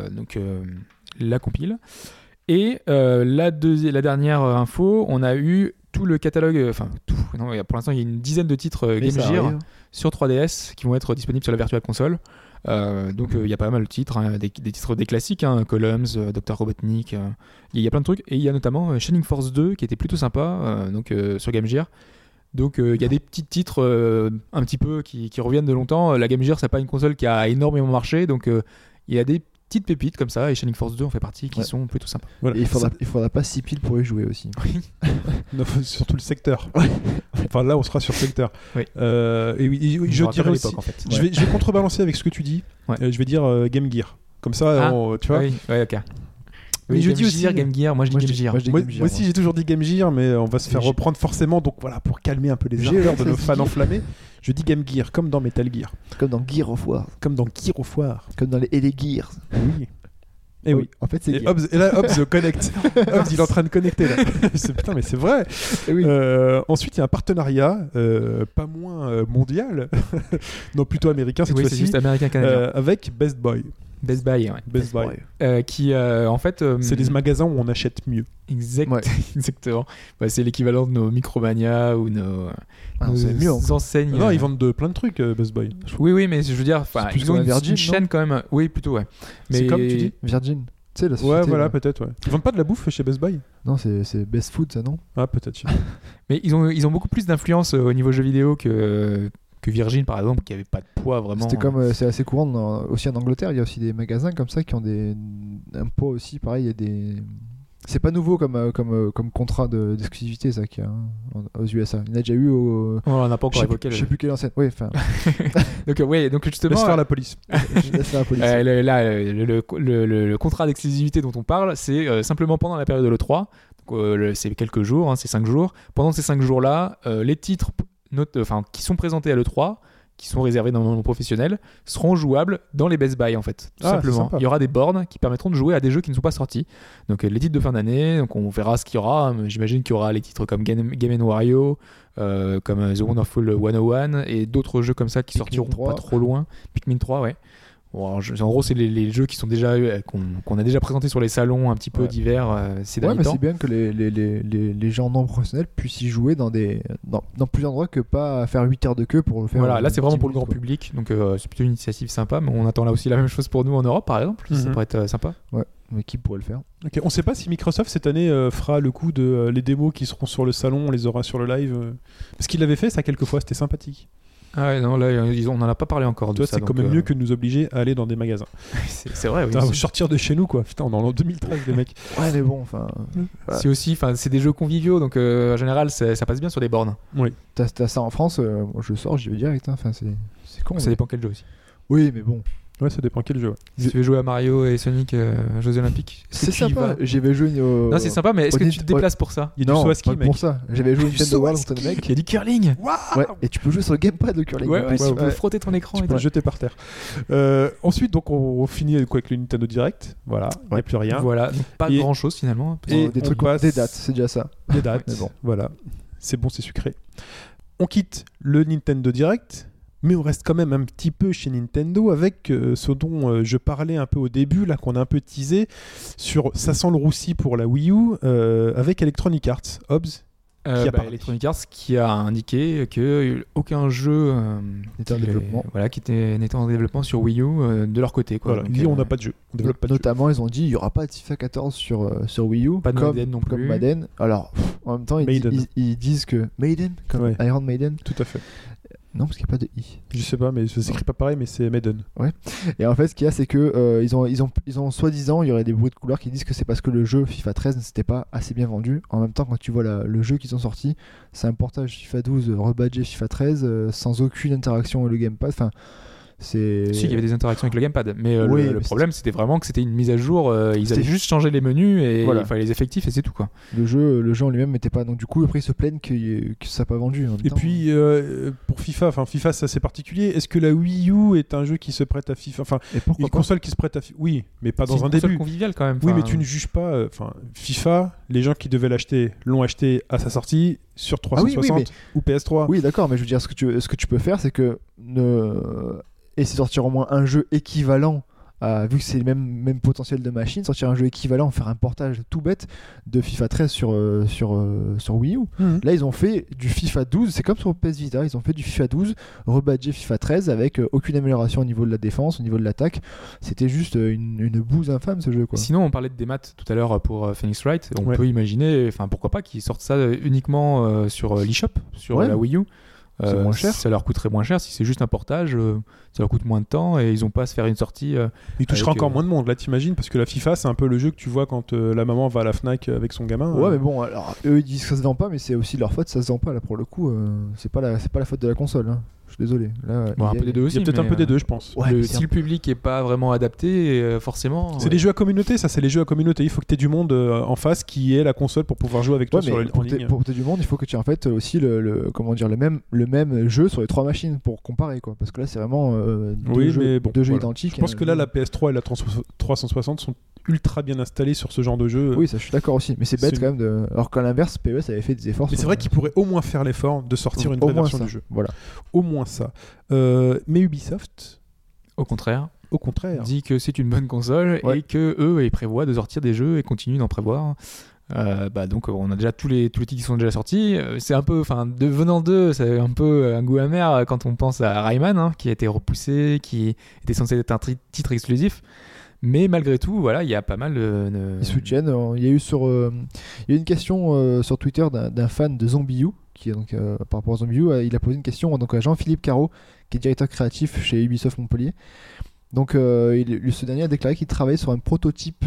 La compile. Et la dernière info, on a eu tout le catalogue, pour l'instant il y a une dizaine de titres Game Gear sur 3DS qui vont être disponibles sur la Virtual Console. Donc il y a pas mal de titres, des titres des classiques, Columns, Dr Robotnik, il y a plein de trucs. Et il y a notamment Shining Force 2 qui était plutôt sympa sur Game Gear. Donc il y a des petits titres un petit peu qui reviennent de longtemps. La Game Gear, c'est pas une console qui a énormément marché, donc il y a des petites pépites comme ça, et Shining Force 2 en fait partie, qui sont plutôt sympas. Voilà. Et il faudra pas 6 piles pour y jouer aussi. Oui. Non, surtout le secteur. Enfin là, on sera sur secteur. Oui. Et oui, je dirais aussi, en fait. je vais contrebalancer avec ce que tu dis. Je vais dire Game Gear. Comme ça, tu vois. Oui, ok. Mais je dis aussi Game Gear, moi je dis Game Gear. Moi aussi j'ai toujours dit Game Gear, mais on va se faire reprendre forcément. Donc voilà, pour calmer un peu les ardeurs de nos fans enflammés, je dis Game Gear, comme dans Metal Gear. Comme dans Gear of War. Comme dans Gear of War. Comme dans les Gears. Oui. Et oui. En fait, c'est et là, Hobbs connecte. Hobbs, il est en train de connecter là. Putain, mais c'est vrai. Et oui. Ensuite, il y a un partenariat, pas moins mondial, non plutôt américain cette fois-ci, c'est juste américain-canadien, avec Best Buy. Best Buy, qui en fait c'est des magasins où on achète mieux. Exactement. C'est l'équivalent de nos Micromania ou nos enseignes. Non, ils vendent plein de trucs, Best Buy. Oui, mais je veux dire, ils ont Virgin, une chaîne quand même. Oui, plutôt, ouais. Mais c'est comme tu dis Virgin. Tu sais, la société, ouais, voilà, peut-être. Ouais. Ils vendent pas de la bouffe chez Best Buy. Non, c'est Best Food, ça, non ? Ah, peut-être. Mais ils ont beaucoup plus d'influence au niveau jeux vidéo que Virgin par exemple, qui avait pas de poids vraiment. C'était comme c'est assez courant aussi en Angleterre, il y a aussi des magasins comme ça qui ont un poids aussi pareil, il y a des. C'est pas nouveau comme contrat d'exclusivité ça qu'il y a aux USA. Il y en a déjà eu on n'a pas encore évoqué. Je sais plus quelle enseigne. Oui, enfin. donc justement. Laisse faire la police. Le contrat d'exclusivité dont on parle, c'est simplement pendant la période de l'E3. Donc c'est quelques jours, c'est 5 jours. Pendant ces 5 jours-là, les titres qui sont présentés à l'E3, qui sont réservés dans le monde professionnel, seront jouables dans les Best Buy en fait, tout simplement. Il y aura des bornes qui permettront de jouer à des jeux qui ne sont pas sortis. Donc les titres de fin d'année, donc on verra ce qu'il y aura. J'imagine qu'il y aura les titres comme Game & Wario, comme The Wonderful 101 et d'autres jeux comme ça qui sortiront pas trop loin. Pikmin 3, ouais. Bon, en gros, c'est les jeux qui sont déjà qu'on a déjà présentés sur les salons un petit peu divers ces Ouais, derniers mais temps. c'est bien que les gens non professionnels puissent y jouer dans plusieurs endroits que pas à faire 8 heures de queue pour le faire. Voilà, là c'est vraiment 10 pour le grand minutes, public, donc c'est plutôt une initiative sympa, mais on attend là aussi la même chose pour nous en Europe par exemple, ça pourrait être sympa. quoi. Ouais, mais qui pourrait le faire? Ok, on ne sait pas si Microsoft cette année fera le coup de les démos qui seront sur le salon, on les aura sur le live. Parce qu'il l'avait fait ça quelques fois, c'était sympathique. Ah ouais, non, là on n'en a pas parlé encore de Toi, ça. c'est quand même mieux que de nous obliger à aller dans des magasins. c'est vrai, oui. Putain, sortir de chez nous, quoi. Putain, on est en 2013, les mecs. Ouais, mais bon, enfin. C'est aussi, c'est des jeux conviviaux, donc en général ça passe bien sur des bornes. Oui. T'as ça en France, moi je sors, j'y vais direct. Enfin, c'est con. Ça dépend quel jeu aussi. Oui, mais bon. Ouais, ça dépend quel jeu. Ouais. Si tu veux jouer à Mario et Sonic Jeux Olympiques, est-ce que C'est tu y sympa. vas J'avais joué au. Non, c'est sympa, mais est-ce au que tu te Nintendo- déplaces pour ça? Il y a Non, du saut à ski, pas mec. pour ça. J'avais joué au Du Nintendo saut à World ski. contre le mec. Il y a du curling. Ouais, et tu peux jouer sur le gamepad le curling. Ouais, en plus. tu peux frotter ton écran Tu et peux tout. le jeter par terre. Ensuite, donc, on finit avec le Nintendo Direct. Voilà, il n'y a plus rien. Voilà, donc pas Et- grand chose finalement. Et Des on trucs, passe- des dates, c'est déjà ça. Des dates. Mais bon. Voilà. C'est bon, c'est sucré. On quitte le Nintendo Direct, mais on reste quand même un petit peu chez Nintendo avec ce dont je parlais un peu au début, là, qu'on a un peu teasé, sur ça sent le roussi pour la Wii U, avec Electronic Arts. Hobbs, qui a parlé. Electronic Arts qui a indiqué que aucun jeu N'était en développement. qui n'était en développement sur Wii U de leur côté. Quoi. Voilà, Donc, il dit on n'a pas de jeu, on développe pas de jeu. Notamment, ils ont dit il n'y aura pas de FIFA 14 sur Wii U. Pas de comme, Madden non comme plus. Madden. Alors, en même temps, Maiden. ils disent que. Maiden Comme Ouais. Iron Maiden. Tout à fait. Non, parce qu'il n'y a pas de I. Je sais pas, mais ça s'écrit pas pareil, mais c'est Maiden. Et en fait, ce qu'il y a, c'est que ils ont soi-disant, il y aurait des bruits de couloir qui disent que c'est parce que le jeu FIFA 13 ne s'était pas assez bien vendu. En même temps, quand tu vois le jeu qu'ils ont sorti, c'est un portage FIFA 12 rebadgé FIFA 13 sans aucune interaction avec le gamepad. Enfin, c'est. Si, il y avait des interactions avec le gamepad, mais Oui, le mais problème c'était vraiment que c'était une mise à jour. Ils C'était- avaient juste changé les menus et Voilà. il fallait les effectifs et c'est tout quoi. Le jeu en lui-même n'était pas. Donc du coup, après ils se plaignent que ça n'a pas vendu. En même Et temps. puis, pour FIFA, ça c'est particulier. Est-ce que la Wii U est un jeu qui se prête à FIFA? Enfin, Et pourquoi une pas console qui se prête à FIFA? Oui, mais pas C'est dans une un console début. conviviale quand même. Oui, Enfin, mais tu ne juges pas. Enfin, FIFA, les gens qui devaient l'acheter l'ont acheté à sa sortie sur 360 oui, ou PS3. Oui, d'accord, mais je veux dire, ce que tu peux faire, c'est que essayer de sortir au moins un jeu équivalent, vu que c'est le même potentiel de machine, sortir un jeu équivalent, faire un portage tout bête de FIFA 13 sur Wii U. Mhm. Là, ils ont fait du FIFA 12, c'est comme sur PS Vita, ils ont fait du FIFA 12, rebadgé FIFA 13 avec aucune amélioration au niveau de la défense, au niveau de l'attaque. C'était juste une bouse infâme ce jeu, quoi. Sinon, on parlait de démat tout à l'heure pour Phoenix Wright. On Ouais. peut imaginer, enfin pourquoi pas, qu'ils sortent ça uniquement sur l'eShop, sur Ouais. la Wii U. C'est moins cher. Ça leur coûterait moins cher si c'est juste un portage. Ça leur coûte moins de temps et ils ont pas à se faire une sortie. Il touchera avec, encore moins de monde, là, t'imagines, parce que la FIFA, c'est un peu le jeu que tu vois quand la maman va à la Fnac avec son gamin. Ouais, mais bon, alors eux ils disent que ça se vend pas, mais c'est aussi leur faute, ça se vend pas là pour le coup. C'est pas la faute de la console. Hein. Je suis désolé. Là, Bon, un il y a- peu des deux Il aussi. y a peut-être un mais, peu des deux, je pense. Ouais, mais si le public est pas vraiment adapté, forcément. C'est des jeux à communauté, ça, c'est les jeux à communauté. Il faut que tu aies du monde en face qui ait la console pour pouvoir jouer avec toi Ouais, sur mais en pour ligne. pour du monde, il faut que tu aies en fait aussi comment dire, le même jeu sur les trois machines pour comparer, quoi. Parce que là, c'est vraiment Oui, mais bon, deux jeux voilà. identiques. Je pense que là, la PS3 et la 360 sont ultra bien installés sur ce genre de jeu. Oui, ça, je suis d'accord aussi. Mais c'est bête c'est- quand même de. Alors qu'à l'inverse, PES avait fait des efforts. Mais c'est vrai qu'ils pourraient au moins faire l'effort de sortir une au vraie moins version ça. du jeu. Voilà. Au moins ça. Mais Ubisoft, Au contraire, au contraire. dit que c'est une bonne console Ouais. et que eux ils prévoient de sortir des jeux et continuent d'en prévoir. Donc on a déjà tous les titres qui sont déjà sortis. C'est un peu, enfin, venant d'eux, c'est un peu un goût amer quand on pense à Rayman, hein, qui a été repoussé, qui était censé être un titre exclusif. Mais malgré tout, voilà, il y a pas mal de. Ils soutiennent. Il y a eu il y a une question sur Twitter d'un fan de Zombie U, qui est donc par rapport à Zombie U, il a posé une question donc à Jean-Philippe Caro, qui est directeur créatif chez Ubisoft Montpellier. Donc ce dernier a déclaré qu'il travaillait sur un prototype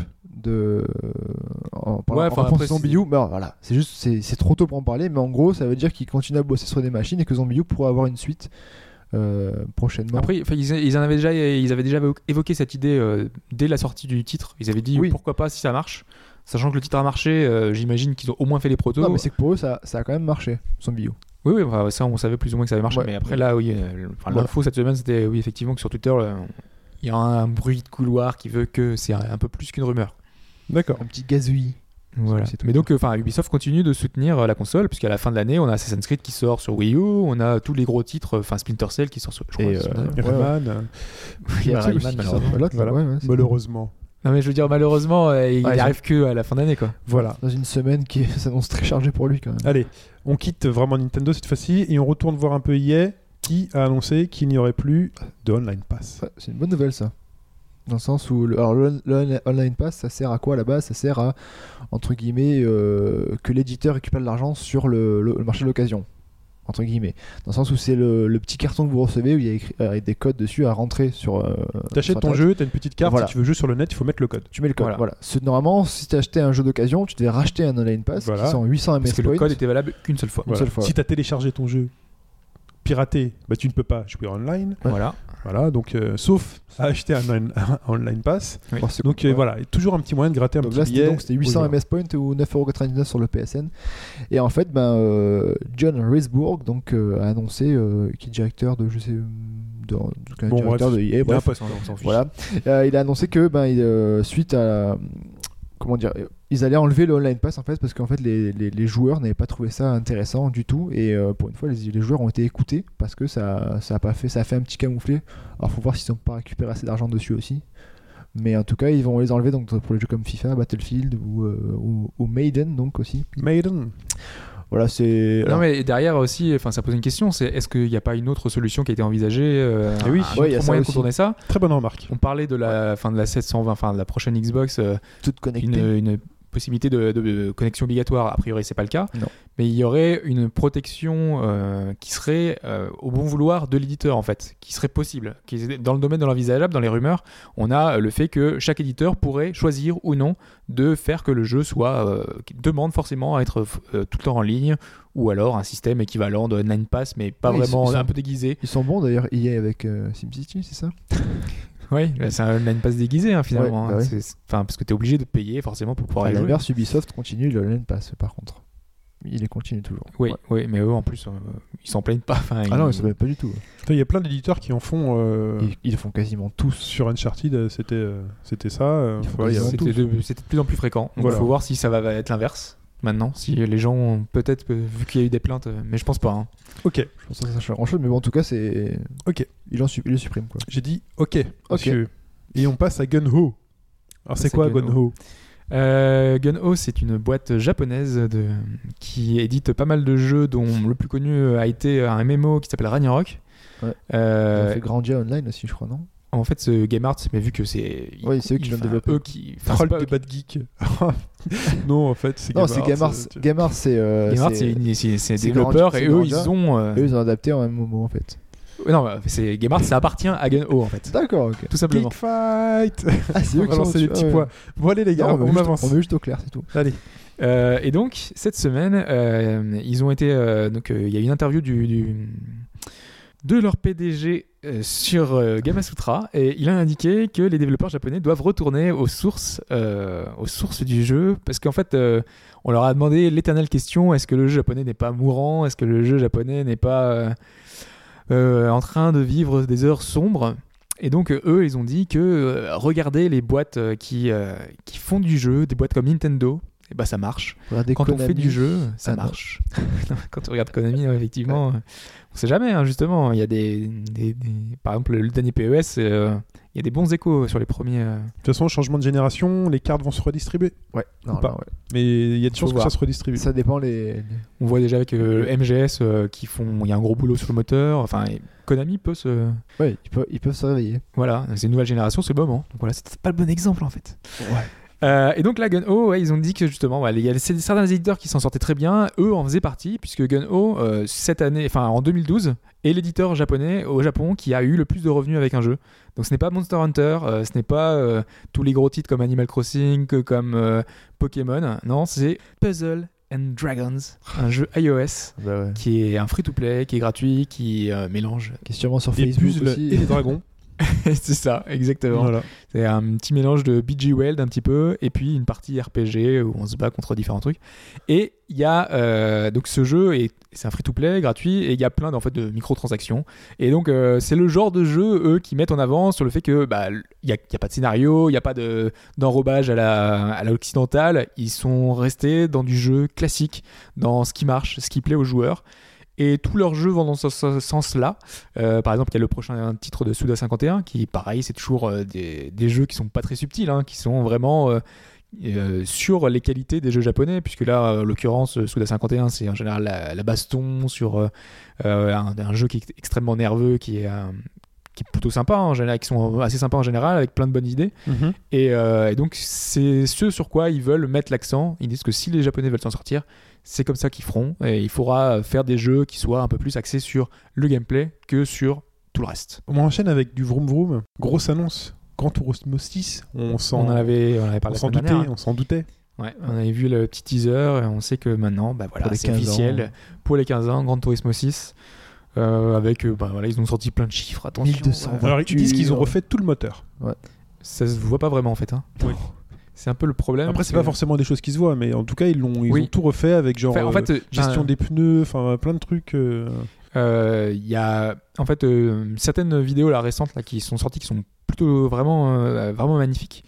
en enfin, réponse après, à Zombie U. Bah, voilà, c'est trop tôt pour en parler, mais en gros, ça veut dire qu'il continue à bosser sur des machines et que Zombie U pourrait avoir une suite prochainement. Après, ils avaient déjà évoqué cette idée dès la sortie du titre. Ils avaient dit Oui. pourquoi pas si ça marche. Sachant que le titre a marché, j'imagine qu'ils ont au moins fait les protos. non, mais c'est que pour eux, ça a quand même marché, Zombie U. Oui, enfin, ça on savait plus ou moins que ça avait marché. Ouais. Mais après là, oui, Voilà. l'info cette semaine c'était oui effectivement que sur Twitter il y a un bruit de couloir qui veut que c'est un peu plus qu'une rumeur. D'accord. Un petit gazouillis. Voilà. C'est tout. Mais donc, Ubisoft continue de soutenir la console, puisqu'à la fin de l'année, on a Assassin's Creed qui sort sur Wii U, on a tous les gros titres, Splinter Cell qui sort sur. Je crois Et, que c'est sur- Rayman, Il y a Rayman, Rayman, malheureusement. voilà. c'est- malheureusement. Non, mais je veux dire, malheureusement, il Ouais, arrive que à la fin d'année, quoi. Voilà. Dans une semaine qui s'annonce très chargée pour lui quand même. Allez, on quitte vraiment Nintendo cette fois-ci et on retourne voir un peu EA qui a annoncé qu'il n'y aurait plus de Online Pass. Ouais, c'est une bonne nouvelle ça. Dans le sens où le Online Pass, ça sert à quoi à la base? Ça sert à, entre guillemets, que l'éditeur récupère de l'argent sur le marché de l'occasion. Entre guillemets. Dans le sens où c'est le petit carton que vous recevez où il y a écrit, avec des codes dessus à rentrer sur. T'achètes sur ton Internet. jeu, t'as une petite carte, Voilà. si tu veux jouer sur le net, il faut mettre le code. Tu mets le code. Voilà. Voilà. Normalement, si tu acheté un jeu d'occasion, tu devais racheter un Online Pass Voilà. qui sont 800 MS Parce que points. le code était valable qu'une seule fois. Une seule fois. Si t'as téléchargé ton jeu piraté, bah tu ne peux pas jouer online. Voilà. Voilà, donc sauf à acheter un Online Pass. Oui. Bon, c'est Donc cool, ouais. voilà, et toujours un petit moyen de gratter un Donc petit là, billet. c'était 800 aux joueurs. MS points ou 9,99€ sur le PSN. Et en fait, John Risburg donc, a annoncé, qui est directeur de, je sais, Bon, directeur bref, de EA, il a un bref, poste. On s'en fiche. voilà. Il a annoncé que suite à comment dire, ils allaient enlever le Online Pass en fait parce qu'en fait les joueurs n'avaient pas trouvé ça intéressant du tout et pour une fois les joueurs ont été écoutés parce que ça a fait un petit camouflet. Alors faut voir s'ils n'ont pas récupéré assez d'argent dessus aussi. Mais en tout cas, ils vont les enlever donc pour les jeux comme FIFA, Battlefield ou Maiden donc aussi. Maiden. Voilà, c'est Non, mais derrière aussi, ça pose une question, c'est est-ce qu'il n'y a pas une autre solution qui a été envisagée, Eh oui. un Ouais, il y a autre ça moyen de aussi. contourner ça? Très bonne remarque. On parlait de la fin de la 720, enfin de la prochaine Xbox, tout connecté. une possibilité de connexion obligatoire. A priori, c'est pas le cas. Non. Mais il y aurait une protection qui serait au bon vouloir de l'éditeur, en fait, qui serait possible. Dans le domaine de l'envisageable, dans les rumeurs, on a le fait que chaque éditeur pourrait choisir ou non de faire que le jeu soit qui demande forcément à être tout le temps en ligne, ou alors un système équivalent de Online Pass, mais pas Oui, vraiment, ils sont- un peu déguisé. Ils sont bons d'ailleurs, EA avec SimCity, c'est ça? Oui, c'est un Online Pass déguisé, finalement. Ouais, bah ouais. Parce que tu es obligé de payer forcément pour pouvoir À y jouer. l'inverse, Ubisoft continue le Online Pass par contre. Il continue toujours. Oui, Ouais. oui, mais eux en plus, ils s'en plaignent pas. Ah non, ils s'en mettent pas du tout. Il y a plein d'éditeurs qui en font Ils font quasiment tous. sur Uncharted, c'était ça. Ils font Voilà, il y a- quasiment C'était de plus en plus fréquent. Donc Voilà. il faut voir si ça va être l'inverse maintenant. Si les gens ont peut-être vu qu'il y a eu des plaintes, mais je pense pas. Hein. Ok, Je pense pas que ça change grand chose, mais bon, en tout cas, c'est. Ok. Il le supprime quoi. j'ai dit ok, monsieur. Et on passe à Gun-Ho. Alors c'est quoi Gun-Ho. Gun-Ho? Gun-Ho, c'est une boîte japonaise qui édite pas mal de jeux, dont le plus connu a été un MMO qui s'appelle Ragnarok. Ouais. Ils ont fait Grandia Online aussi, je crois, non? En fait, ce Game Arts, mais vu que c'est Oui, c'est eux qui l'ont développé. eux qui Troll c'est pas de eux qui- Bad Geek. Non, en fait, c'est Non, c'est Game Arts. tu- Game Arts, c'est. Game Arts, c'est c'est développeurs et eux, Grandia. ils ont. Eux, ils ont adapté en même moment en fait. Non, c'est Game Arts, ça appartient à Gun-Ho en fait, D'accord, ok. tout simplement. Geek Fight. Ah, c'est On eux va qui lancer sont des dessus, petits ouais. points. Bon allez les gars, Non, on avance. On met juste au clair, c'est tout. Allez. Et donc cette semaine, ils ont été il y a une interview de leur PDG sur Gamasutra et il a indiqué que les développeurs japonais doivent retourner aux sources du jeu parce qu'en fait on leur a demandé l'éternelle question, est-ce que le jeu japonais n'est pas mourant, est-ce que le jeu japonais n'est pas en train de vivre des heures sombres. Et donc eux ils ont dit que regardez les boîtes qui font du jeu, des boîtes comme Nintendo, et bah ça marche. Regardez Quand on fait Konami. du jeu, ça Ah non. marche. Quand on regarde Konami, effectivement, on sait jamais, hein, justement. Il y a des par exemple, le dernier PES, il y a des bons échos sur les premiers. De toute façon, changement de génération, les cartes vont se redistribuer. Ouais, Ou non, pas. non, ouais. Mais il y a des Faut chances que voir. ça se redistribue. Ça dépend les. On voit déjà avec MGS qui font. Il y a un gros boulot sur le moteur. Enfin, et Konami peut se. Ouais, ils peuvent se réveiller. Voilà, c'est une nouvelle génération, c'est le moment. Donc voilà, c'est pas le bon exemple en fait. Ouais. Et donc là, Gun-Ho, ils ont dit que justement, il y a certains éditeurs qui s'en sortaient très bien. Eux en faisaient partie, puisque Gun-Ho, cette année, enfin en 2012, est l'éditeur japonais au Japon qui a eu le plus de revenus avec un jeu. Donc ce n'est pas Monster Hunter, ce n'est pas tous les gros titres comme Animal Crossing, comme Pokémon. Non, c'est Puzzle and Dragons, un jeu iOS Bah ouais. qui est un free-to-play, qui est gratuit, qui mélange. Qui est sûrement sur Des Facebook puzzles aussi. et des dragons. C'est ça, exactement. Voilà. C'est un petit mélange de BG Weld un petit peu, et puis une partie RPG où on se bat contre différents trucs. Et il y a donc ce jeu, c'est un free-to-play gratuit, et il y a plein de microtransactions. Et donc c'est le genre de jeu, eux, qui mettent en avant sur le fait que il y a pas de scénario, il n'y a pas d'enrobage à l'occidentale. Ils sont restés dans du jeu classique, dans ce qui marche, ce qui plaît aux joueurs. Et tous leurs jeux vont dans ce sens-là. Par exemple, il y a le prochain titre de Suda 51 qui, pareil, c'est toujours des jeux qui sont pas très subtils, qui sont vraiment sur les qualités des jeux japonais, puisque là, en l'occurrence, Suda 51, c'est en général la baston sur un jeu qui est extrêmement nerveux, qui est plutôt sympa en général, qui sont assez sympas en général, avec plein de bonnes idées. Et donc, c'est ce sur quoi ils veulent mettre l'accent. Ils disent que si les Japonais veulent s'en sortir, c'est comme ça qu'ils feront, et il faudra faire des jeux qui soient un peu plus axés sur le gameplay que sur tout le reste. On enchaîne avec du vroom vroom. Grosse annonce. Gran Turismo 6. On en avait parlé la semaine dernière. On s'en doutait. Ouais, on avait vu le petit teaser et on sait que maintenant, c'est officiel. Pour les 15 ans, Gran Turismo 6. Avec, ils ont sorti plein de chiffres. Attention. 1200. Alors ils disent qu'ils ont refait tout le moteur. Ouais. Ça se voit pas vraiment en fait. Oui. C'est un peu le problème. Après, c'est pas forcément des choses qui se voient, mais en tout cas, ils ont tout refait avec genre gestion des pneus, enfin plein de trucs. Il y a en fait certaines vidéos là récentes là qui sont sorties qui sont plutôt vraiment magnifiques,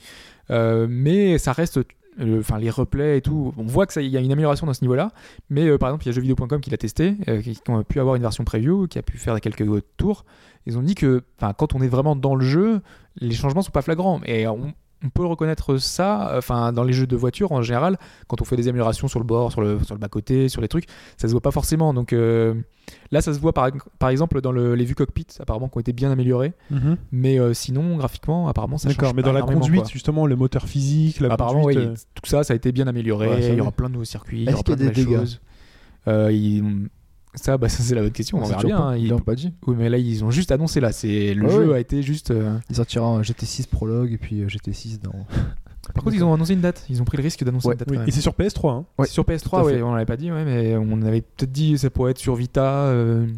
mais ça reste les replays et tout, on voit que il y a une amélioration dans ce niveau-là, mais par exemple il y a jeuxvideo.com qui l'a testé, qui a pu avoir une version preview, qui a pu faire quelques tours. Ils ont dit que quand on est vraiment dans le jeu, les changements sont pas flagrants, et on peut reconnaître ça, dans les jeux de voiture en général, quand on fait des améliorations sur le bord, sur le bas-côté, sur les trucs, ça se voit pas forcément. Donc là, ça se voit par exemple dans les vues cockpit, apparemment, qui ont été bien améliorées. Mais sinon, graphiquement, apparemment, ça change pas. D'accord, mais dans la conduite, quoi. Justement, le moteur physique, la apparemment, conduite... oui, tout ça a été bien amélioré. Ouais, il y aura plein de nouveaux circuits, il y Est-ce aura plein qu'il y de a des nouvelles dégâts choses. Ça, c'est la bonne question, on verra bien. Ils l'ont pas dit. Oui, mais là, ils ont juste annoncé, là. Le jeu a été juste... Ils sortiront un GT6 prologue et puis GT6 dans... Par contre, ils ont annoncé une date. Ils ont pris le risque d'annoncer une date. Oui. quand même. Et c'est sur PS3. Hein. Ouais, sur PS3, oui, on l'avait pas dit, mais on avait peut-être dit que ça pourrait être sur Vita,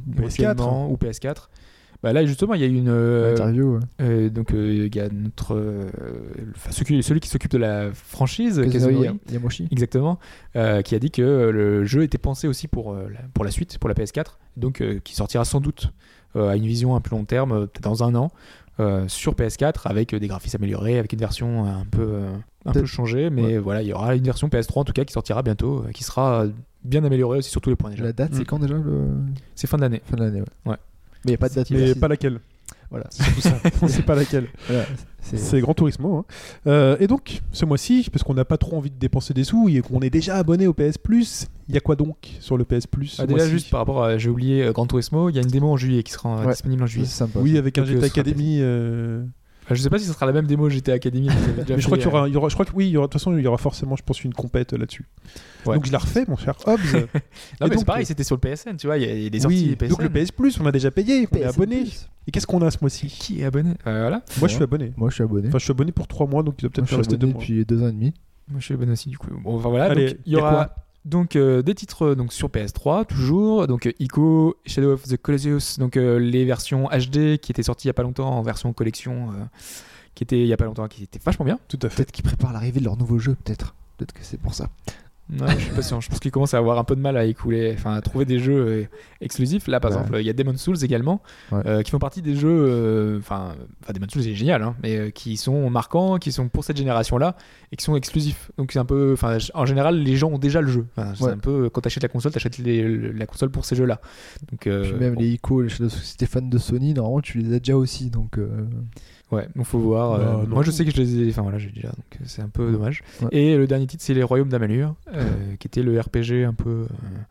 PS4 ou PS4. Là, justement, il y a eu une interview. donc il y a notre celui qui s'occupe de la franchise, Kazunori Yamoshi. exactement, qui a dit que le jeu était pensé aussi pour la suite, pour la PS4, donc qui sortira sans doute à une vision un peu long terme, peut-être dans un an. Sur PS4 avec des graphismes améliorés, avec une version un peu changée, mais voilà, il y aura une version PS3 en tout cas qui sortira bientôt, qui sera bien améliorée aussi sur tous les points déjà. La date, c'est quand déjà C'est fin d'année. Fin de l'année, ouais. Mais il n'y a pas de date. Mais pas laquelle. Voilà. C'est tout ça. On sait pas laquelle. Voilà, c'est Gran Turismo. Hein. Et donc, ce mois-ci, parce qu'on n'a pas trop envie de dépenser des sous et qu'on est déjà abonné au PS Plus, il y a quoi donc sur le PS Plus déjà, juste par rapport à... J'ai oublié Gran Turismo, il y a une démo en juillet qui sera disponible en juillet. C'est sympa. Oui, avec un Donc, GTA Academy... Je sais pas si ce sera la même démo GTA Academy. Mais je crois qu'il y aura, je crois que oui, de toute façon, il y aura forcément, je pense, une compète là-dessus. Ouais. Donc je la refais, mon cher Hobbs. Non, mais donc, c'est pareil, c'était sur le PSN, tu vois, il y a des sorties PSN. Donc le PS Plus, on a déjà payé, on est PSN abonné. Plus. Et qu'est-ce qu'on a ce mois-ci? Qui est abonné Voilà. Moi, je suis abonné. Moi, je suis abonné. Enfin, je suis abonné pour 3 mois, donc il doit peut-être me rester 2 mois. depuis 2 ans et demi. Moi, je suis abonné aussi, du coup. Bon, voilà. Allez, donc, il y aura donc des titres donc sur PS3 toujours, donc Ico, Shadow of the Colossus, donc les versions HD qui étaient sorties il y a pas longtemps en version collection, qui était il y a pas longtemps, qui était vachement bien. Tout à fait. Peut-être qu'ils préparent l'arrivée de leur nouveau jeu, peut-être. Peut-être que c'est pour ça. Ouais, je suis pas sûr. Je pense qu'ils commencent à avoir un peu de mal à à trouver des jeux exclusifs. Là, par exemple, il y a Demon's Souls également, qui font partie des jeux. Demon's Souls c'est génial, hein, mais qui sont marquants, qui sont pour cette génération-là et qui sont exclusifs. Donc c'est un peu. En général, les gens ont déjà le jeu. C'est un peu quand t'achètes la console, t'achètes la console pour ces jeux-là. Donc puis même les Ico, les Shadow, si t'es fan de Sony, normalement tu les as déjà aussi. Donc ouais, donc faut voir. Moi je sais que je les ai. J'ai déjà, donc c'est un peu dommage. Ouais. Et le dernier titre, c'est Les Royaumes d'Amalur, qui était le RPG un peu.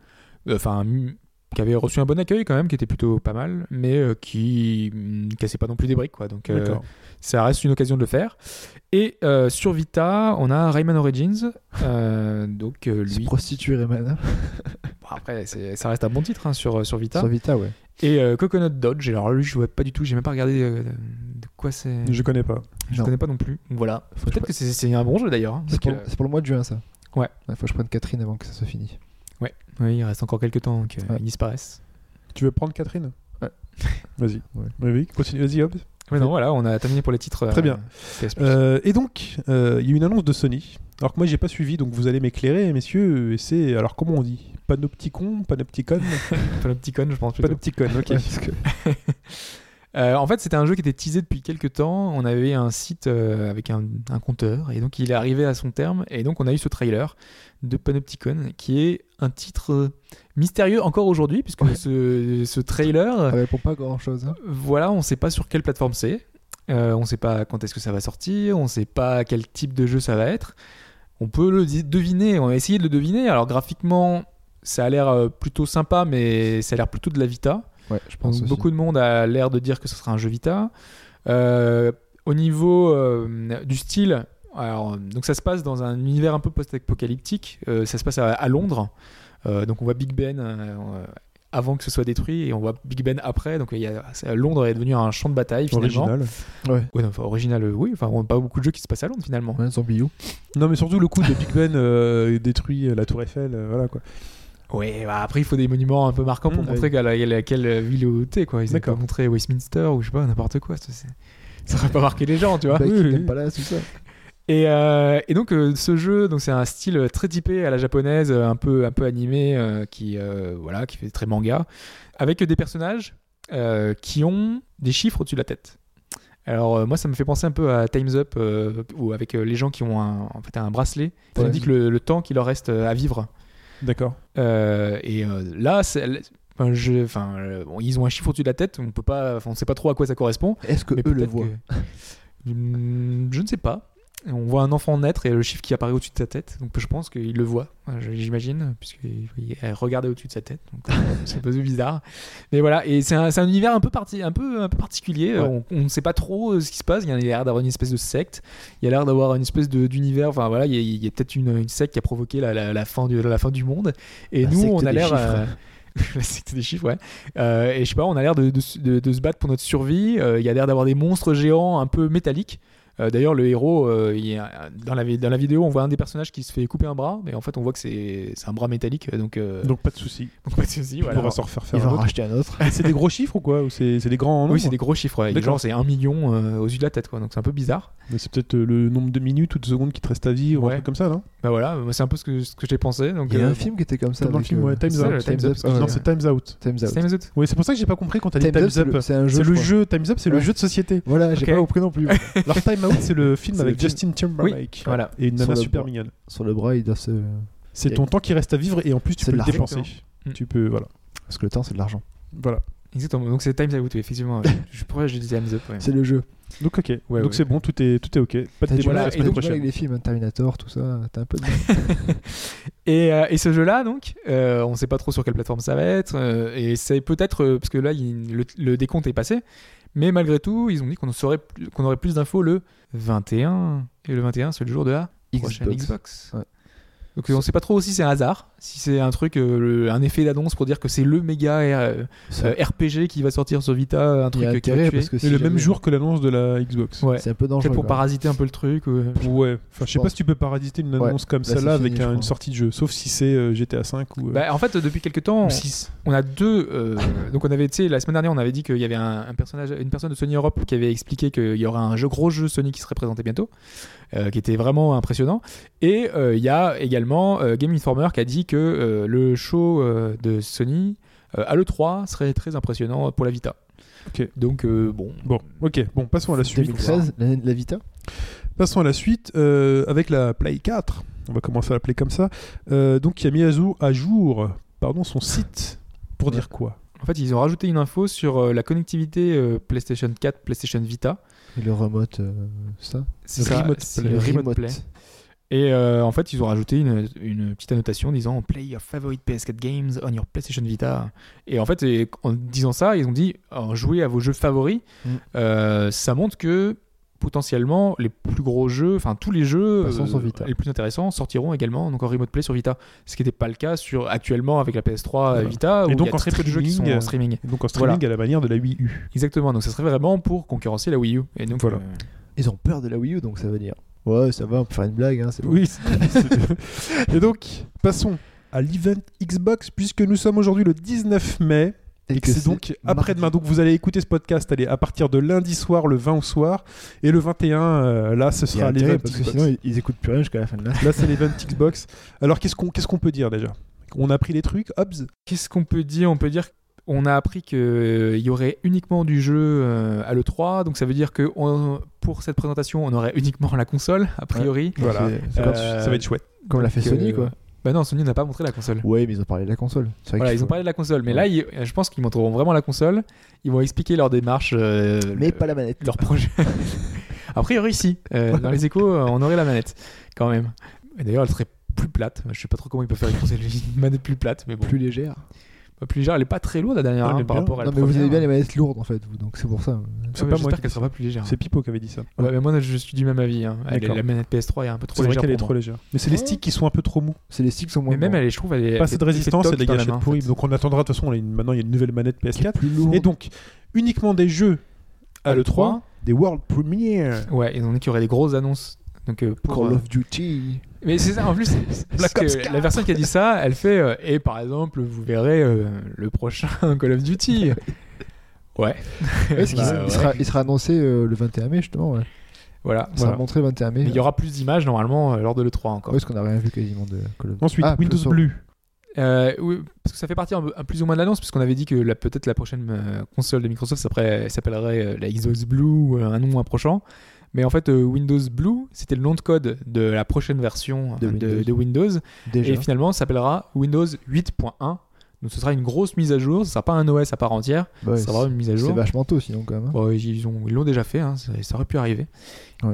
Qui avait reçu un bon accueil quand même, qui était plutôt pas mal, mais qui cassait pas non plus des briques, quoi. Donc ça reste une occasion de le faire. Et sur Vita, on a Rayman Origins. Donc lui. se prostituer Rayman. Bon, après, ça reste un bon titre, hein, sur Vita. Sur Vita, ouais. Et Coconut Dodge. Alors lui, je vois pas du tout. J'ai même pas regardé de quoi c'est. Je connais pas. Je connais pas non plus. Donc voilà. Peut-être que c'est un bon jeu d'ailleurs. Hein, c'est pour le mois de juin, ça. Ouais. Il faut que je prenne Catherine avant que ça soit fini. Ouais. Oui, il reste encore quelques temps qu'ils disparaissent. Tu veux prendre Catherine? Ouais. Vas-y. Ouais. Oui, continue. Vas-y, Hobbs. Mais non, voilà, on a terminé pour les titres. Très bien. PS+. Et donc, il y a eu une annonce de Sony. Alors que moi, j'ai pas suivi, donc vous allez m'éclairer, messieurs. Et c'est, alors comment on dit, Panopticon, Panopticon, Panopticon, je pense plutôt. Panopticon. Ok. Ouais, parce que- En fait, c'était un jeu qui était teasé depuis quelques temps. On avait un site avec un compteur, et donc il est arrivé à son terme. Et donc, on a eu ce trailer de Panopticon, qui est un titre mystérieux encore aujourd'hui, puisque ce trailer, Ça répond pas grand chose. Hein. voilà, on ne sait pas sur quelle plateforme c'est. On ne sait pas quand est-ce que ça va sortir. On ne sait pas quel type de jeu ça va être. On peut le deviner. On va essayer de le deviner. Alors, graphiquement, ça a l'air plutôt sympa, mais ça a l'air plutôt de la Vita. Ouais, je pense Donc, aussi. beaucoup de monde a l'air de dire que ce sera un jeu Vita. Au niveau du style, alors, donc ça se passe dans un univers un peu post-apocalyptique. Ça se passe à Londres. Donc on voit Big Ben avant que ce soit détruit et on voit Big Ben après. Donc Londres est devenu un champ de bataille finalement. Original. Ouais. Ouais, non, enfin, original, oui. Enfin, on n'a pas beaucoup de jeux qui se passent à Londres finalement. Ouais, Zombie U. Non, mais surtout le coup de Big Ben détruit la Tour Eiffel, voilà quoi. Ouais, bah après il faut des monuments un peu marquants pour montrer à quelle ville où t'es quoi. Ils n'ont pas D'accord. montré Westminster ou je sais pas n'importe quoi. Ça aurait pas marqué les gens, tu vois. Buckingham Palace, tout ça. Et donc ce jeu, donc c'est un style très typé à la japonaise, un peu animé, qui fait très manga, avec des personnages qui ont des chiffres au-dessus de la tête. Alors moi ça me fait penser un peu à Time's Up, ou avec les gens qui ont un bracelet qui Ouais. indique le temps qu'il leur reste à vivre. D'accord. Là, ils ont un chiffre au-dessus de la tête, on ne sait pas trop à quoi ça correspond. Est-ce que Mais eux le peut-être voient que- Je ne sais pas. On voit un enfant naître et le chiffre qui apparaît au-dessus de sa tête. Donc je pense qu'il le voit, j'imagine, puisqu'il regardait au-dessus de sa tête. Donc c'est un peu bizarre. Mais voilà, et c'est un univers un peu particulier. Ouais. On ne sait pas trop ce qui se passe. Il y a l'air d'avoir une espèce de secte. Il y a l'air d'avoir une espèce d'univers. Enfin voilà, il y a peut-être une secte qui a provoqué la fin du monde. Et La nous, secte on a des l'air... chiffres. La secte des chiffres, ouais. Et je sais pas, on a l'air de se battre pour notre survie. Il y a l'air d'avoir des monstres géants un peu métalliques. D'ailleurs, le héros, dans la vidéo, on voit un des personnages qui se fait couper un bras, mais en fait, on voit que c'est un bras métallique, donc Donc pas de souci. pas de souci. On Voilà. va s'en refaire Il faire va un en autre. racheter un autre. Et c'est des gros chiffres ou quoi? Ou c'est des grands nombres? Oui, c'est des gros chiffres. Ouais. D'accord. Genre, c'est 1 million au-dessus de la tête, quoi. Donc c'est un peu bizarre. Mais c'est peut-être le nombre de minutes ou de secondes qui te restent à vivre, Ouais. un truc comme ça, non? Bah voilà, moi, c'est un peu ce que j'ai pensé. Donc, Il y a un film qui était comme ça. Comme dans le avec, film, ouais, Time's c'est Up. le Time's Up, Non, ouais. c'est Time's Out. Time's Out. Time's Out. Oui, c'est pour ça que j'ai pas compris quand t'as dit Time's Time's Up, Up. c'est un jeu. C'est je le crois. jeu, Time's Up, c'est le Ouais. jeu de société. Voilà, j'ai Ok. pas compris non plus. Alors Time Out, c'est le film C'est avec le Justin Timberlake. Voilà. Et une Sur nana le super bras. mignonne. Sur le bras, il doit se. C'est ton temps qui reste à vivre et en plus tu C'est peux de le l'argent. dépenser. Mm. Tu peux, voilà. Parce que le temps, c'est de l'argent. Voilà. Exactement. Donc c'est Time's Out, oui, effectivement. Pourquoi j'ai dit Time's Up, ouais. C'est le jeu. Donc ok. Ouais, Donc ouais. c'est bon, tout est ok. Pas de T'as du débat mal la et semaine t'as du mal prochaine. avec les films, hein, Terminator, tout ça. T'as un peu de mal. Et ce jeu-là, donc, on ne sait pas trop sur quelle plateforme ça va être. Et c'est peut-être, parce que là, le décompte est passé. Mais malgré tout, ils ont dit qu'on aurait plus d'infos le 21. Et le 21, c'est le jour de la prochaine Xbox. Ouais. Donc on ne sait pas trop si c'est un hasard, si c'est un truc, un effet d'annonce pour dire que c'est le méga RPG qui va sortir sur Vita, un truc Il y a qui va intérêt tuer. parce que C'est si le même jamais- jour que l'annonce de la Xbox. Ouais. C'est un peu dangereux. Peut-être pour quoi. parasiter un peu le truc. Ouais. Enfin, je sais pas pense. si tu peux parasiter une Ouais. annonce comme Là, c'est celle-là fini, avec je une crois. sortie de jeu. Sauf si c'est GTA 5 ou Bah, en fait, depuis quelques temps, 6. on a deux. Donc, on avait, tu sais, la semaine dernière, on avait dit qu'il y avait une personne de Sony Europe qui avait expliqué qu'il y aurait un gros jeu Sony qui serait présenté bientôt, qui était vraiment impressionnant. Et il y a également Game Informer qui a dit que le show de Sony à l'E3 serait très impressionnant pour la Vita. Ok. Donc, bon. Bon, ok. Bon, passons à la suite. 2013, l'année de la Vita. Passons à la suite avec la Play 4. On va commencer à l'appeler comme ça. Donc, qui a mis à jour son site pour dire quoi? En fait, ils ont rajouté une info sur la connectivité PlayStation 4, PlayStation Vita. Et le remote, ça. C'est Le ça, Remote c'est Play. le Remote Remote. Play. Et en fait, ils ont rajouté une petite annotation disant Play your favorite PS4 games on your PlayStation Vita. Et en fait, en disant ça, ils ont dit jouez à vos jeux favoris. Ça montre que potentiellement les plus gros jeux, enfin tous les jeux Passons sur Vita. les plus intéressants sortiront également donc en Remote Play sur Vita. Ce qui n'était pas le cas actuellement avec la PS3 Voilà. Vita, où Et donc il y a en très peu de jeux qui sont en streaming. Et donc en streaming Voilà. à la manière de la Wii U. Exactement, donc ça serait vraiment pour concurrencer la Wii U. Et donc, Voilà. Ils ont peur de la Wii U, donc ça veut dire. Ouais, ça va, on peut faire une blague, hein, c'est bon. Oui. Et donc, passons à l'event Xbox, puisque nous sommes aujourd'hui le 19 mai. Et que c'est donc après-demain. Donc vous allez écouter ce podcast à partir de lundi soir, le 20 au soir. Et le 21, là, ce sera l'event parce que Xbox. sinon, ils écoutent plus rien jusqu'à la fin de la Là, c'est l'event Xbox. Alors, qu'est-ce qu'on peut dire déjà ? On a appris les trucs, Hobbs ? Qu'est-ce qu'on peut dire ? On peut dire qu'on a appris qu'il y aurait uniquement du jeu à l'E3. Donc ça veut dire que pour cette présentation, on aurait uniquement la console, a priori. Voilà. C'est Ça va être chouette. comme l'a fait Sony, quoi. Bah non, Sony n'a pas montré la console. Ouais, mais ils ont parlé de la console. C'est vrai Voilà, qu'il ils ont faut- parlé de la console. Mais Ouais. là, je pense qu'ils montreront vraiment la console. Ils vont expliquer leur démarche. Mais pas la manette. Leur projet. A priori, si. Dans les échos, on aurait la manette, quand même. Et d'ailleurs, elle serait plus plate. Je sais pas trop comment ils peuvent faire une manette plus plate, mais bon. Plus légère. Pas plus légère. Elle est pas très lourde la dernière Ouais, elle hein, est par bien. rapport à la Non, mais vous première. avez bien les manettes lourdes, en fait, vous, donc c'est pour ça. C'est Ouais, pas moi j'espère qui qu'elle dis sera pas plus légère. C'est Pipo qui avait dit ça. Ouais, mais moi, je suis du même avis. Hein. D'accord. La manette PS3 est un peu trop C'est vrai légère. qu'elle est pour trop moi. légère. Mais c'est les Ouais. sticks qui sont un peu trop mous. C'est les sticks sont moins Mais même, grands. je trouve, elle est. Pas assez de résistance et les les gâchettes pourries. Donc on attendra. De toute façon, maintenant il y a une nouvelle manette PS4. Plus lourd. Et donc, uniquement des jeux à l'E3, des World Premiere. Ouais, et on dit qu'il y aurait des grosses annonces. Donc, pour, Call of Duty. Mais c'est ça, en plus, c'est Black parce Ops que 4. la personne qui a dit ça, elle fait et par exemple, vous verrez le prochain Call of Duty. Ouais. Ouais, ce qui- Bah, il sera annoncé le 21 mai, justement. Ouais. Voilà. Il sera montré le 21 mai. Mais il y aura plus d'images normalement lors de l'E3 encore. Ouais, parce qu'on n'a rien vu quasiment de Call of Duty. Ensuite, Ah, Windows plus- Blue. Oui, parce que ça fait partie un plus ou moins de l'annonce, puisqu'on avait dit que peut-être la prochaine console de Microsoft s'appellerait la Xbox Blue ou un nom approchant. Mais en fait, Windows Blue, c'était le nom de code de la prochaine version de Windows. Déjà. Et finalement, ça s'appellera Windows 8.1. Donc ce sera une grosse mise à jour. Ce sera pas un OS à part entière. Ouais, Ça sera une mise à c'est jour. vachement tôt, sinon, quand même. hein. Bon, ils l'ont déjà fait, hein, ça aurait pu arriver. Ouais.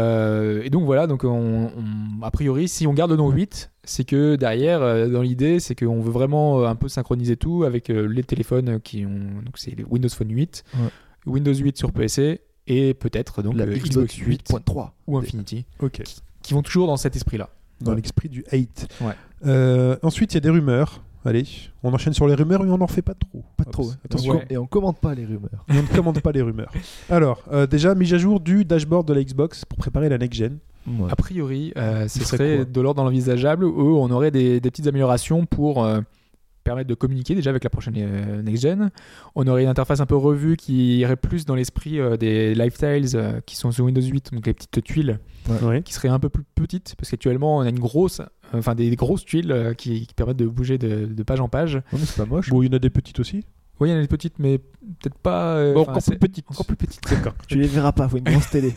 Et donc voilà, donc a priori, si on garde le nom 8, c'est que derrière, dans l'idée, c'est qu'on veut vraiment un peu synchroniser tout avec les téléphones qui ont. Donc c'est les Windows Phone 8, Ouais. Windows 8 sur PC et peut-être donc La Xbox 8 8.3. ou Infinity, Ok. qui vont toujours dans cet esprit-là. Dans l'esprit du hate. Ouais. Ensuite, il y a des rumeurs. Allez, on enchaîne sur les rumeurs, mais on n'en fait pas trop. Pas trop. ouais. Attention. Ouais. Et on commente pas les rumeurs. Et on ne commande pas les rumeurs. Alors, déjà, mise à jour du dashboard de la Xbox pour préparer la next-gen. A priori, ce Il serait serait quoi de l'ordre dans l'envisageable où on aurait des petites améliorations pour permettre de communiquer déjà avec la prochaine next-gen. On aurait une interface un peu revue qui irait plus dans l'esprit des Lifetiles qui sont sur Windows 8, donc les petites tuiles Ouais. qui seraient un peu plus petites, parce qu'actuellement on a des grosses tuiles qui permettent de bouger de page en page. Non, mais c'est pas moche. Bon, il y en a des petites aussi. Oui, il y en a des petites, mais peut-être pas... Bon, enfin, encore c'est- plus petites. Encore plus petites. D'accord. Tu les verras pas, faut une grosse télé.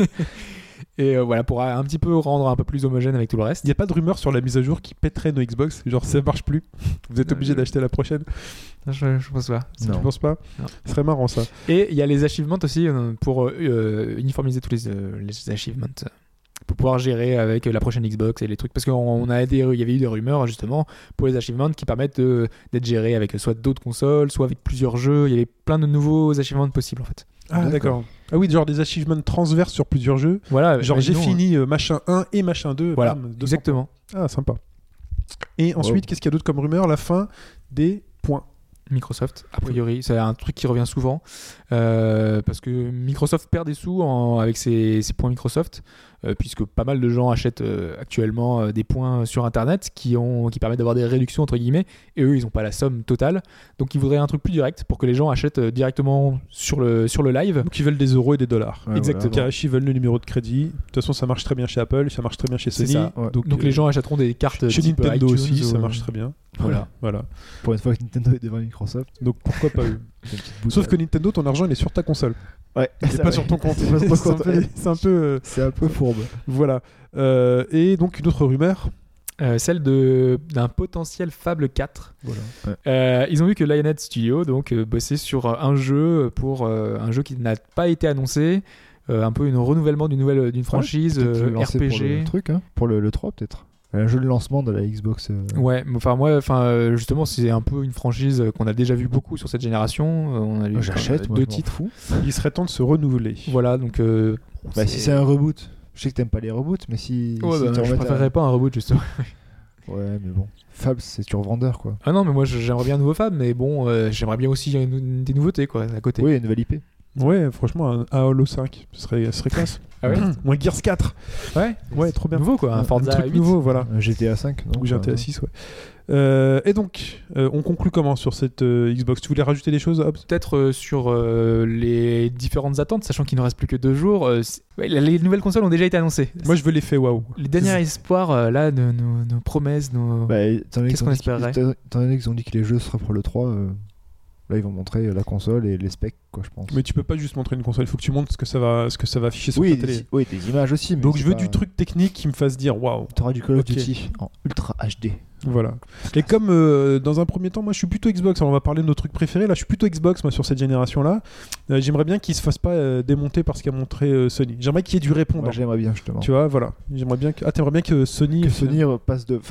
Et voilà, pour un petit peu rendre un peu plus homogène avec tout le reste. Il n'y a pas de rumeur sur la mise à jour qui pèterait nos Xbox. Genre, ça marche plus. Vous êtes obligé d'acheter la prochaine. Je pense pas. Tu Non. penses pas Non. Ce serait marrant ça. Et il y a les achievements aussi pour uniformiser tous les achievements pour pouvoir gérer avec la prochaine Xbox et les trucs, parce qu'il y avait eu des rumeurs justement pour les achievements qui permettent d'être gérés avec soit d'autres consoles, soit avec plusieurs jeux. Il y avait plein de nouveaux achievements possibles en fait. Ah, d'accord. Ah oui, genre des achievements transverses sur plusieurs jeux. Voilà, Genre, j'ai imaginons, fini machin 1 et machin 2. Voilà, bam, 200. exactement. Ah, sympa. Et ensuite, qu'est-ce qu'il y a d'autre comme rumeur ? La fin des points. Microsoft, a priori, c'est un truc qui revient souvent parce que Microsoft perd des sous avec ses points Microsoft, puisque pas mal de gens achètent actuellement des points sur Internet qui permettent d'avoir des réductions entre guillemets, et eux ils n'ont pas la somme totale, donc ils voudraient un truc plus direct pour que les gens achètent directement sur le live. Donc, ils veulent des euros et des dollars. Ouais, Exactement. Cash, ils veulent le numéro de crédit. De toute façon, ça marche très bien chez Apple, ça marche très bien chez C'est Sony. ça. Ouais. Donc les gens achèteront des cartes chez type Nintendo iTunes aussi, ça ou- marche très bien. Voilà. Voilà. Pour une fois que Nintendo est devant Microsoft. Donc pourquoi pas eux c'est une petite boutade. Sauf que Nintendo, ton argent, il est sur ta console. Ouais, Il est pas sur ton compte. C'est un peu. C'est un peu fourbe. Voilà. Et donc, une autre rumeur. Celle d'un potentiel Fable 4. Voilà. Ils ont vu que Lionhead Studio bossait sur un jeu qui n'a pas été annoncé, un peu un renouvellement d'une franchise Peut-être le lancer RPG. Pour le truc, hein. Pour le 3 peut-être. Un jeu de lancement de la Xbox. Ouais, mais justement c'est un peu une franchise qu'on a déjà vu beaucoup sur cette génération. On a eu J'achète, moi, deux je m'en titres. fous. Il serait temps de se renouveler. Voilà, donc Bah, si c'est un reboot. Je sais que t'aimes pas les reboots, mais si. Ouais, si bah, te je remettent préférerais pas un reboot justement. Ouais, mais bon. Fable, c'est sur vendeur quoi. Ah non, mais moi j'aimerais bien un nouveau Fable, mais bon, j'aimerais bien aussi des nouveautés quoi à côté. Oui, une nouvelle IP. Ouais, franchement, un Halo 5, ce serait classe. Ah ouais Ou un Gears 4. Ouais. Ouais, trop bien. Nouveau quoi, un Un Forza truc 8. nouveau, voilà. GTA 5. Ou GTA 6, ouais. Et donc, on conclut comment sur cette Xbox? Tu voulais rajouter des choses, Hobbs? Peut-être sur les différentes attentes, sachant qu'il ne reste plus que 2 jours. Les nouvelles consoles ont déjà été annoncées. Moi, je veux l'effet waouh. Les derniers espoirs, là, de nos promesses, nos... Qu'est-ce qu'on espérerait? Étant donné qu'ils ont dit que les jeux seraient pour le 3, là ils vont montrer la console et les specs, quoi, je pense. Mais tu peux pas juste montrer une console, il faut que tu montres ce que ça va afficher sur Oui, ta télé. oui, des images aussi. Mais Donc je veux pas- du truc technique qui me fasse dire waouh. T'auras du Call of Ok. Duty en Ultra HD. Voilà. Et comme dans un premier temps, moi je suis plutôt Xbox, alors on va parler de nos trucs préférés, là je suis plutôt Xbox moi sur cette génération-là, j'aimerais bien qu'ils se fassent pas démonter par ce qu'a montré Sony. J'aimerais qu'il y ait du répondant. Moi j'aimerais bien justement. Tu vois, voilà. J'aimerais bien que... Ah, t'aimerais bien que Sony... Que Sony passe de,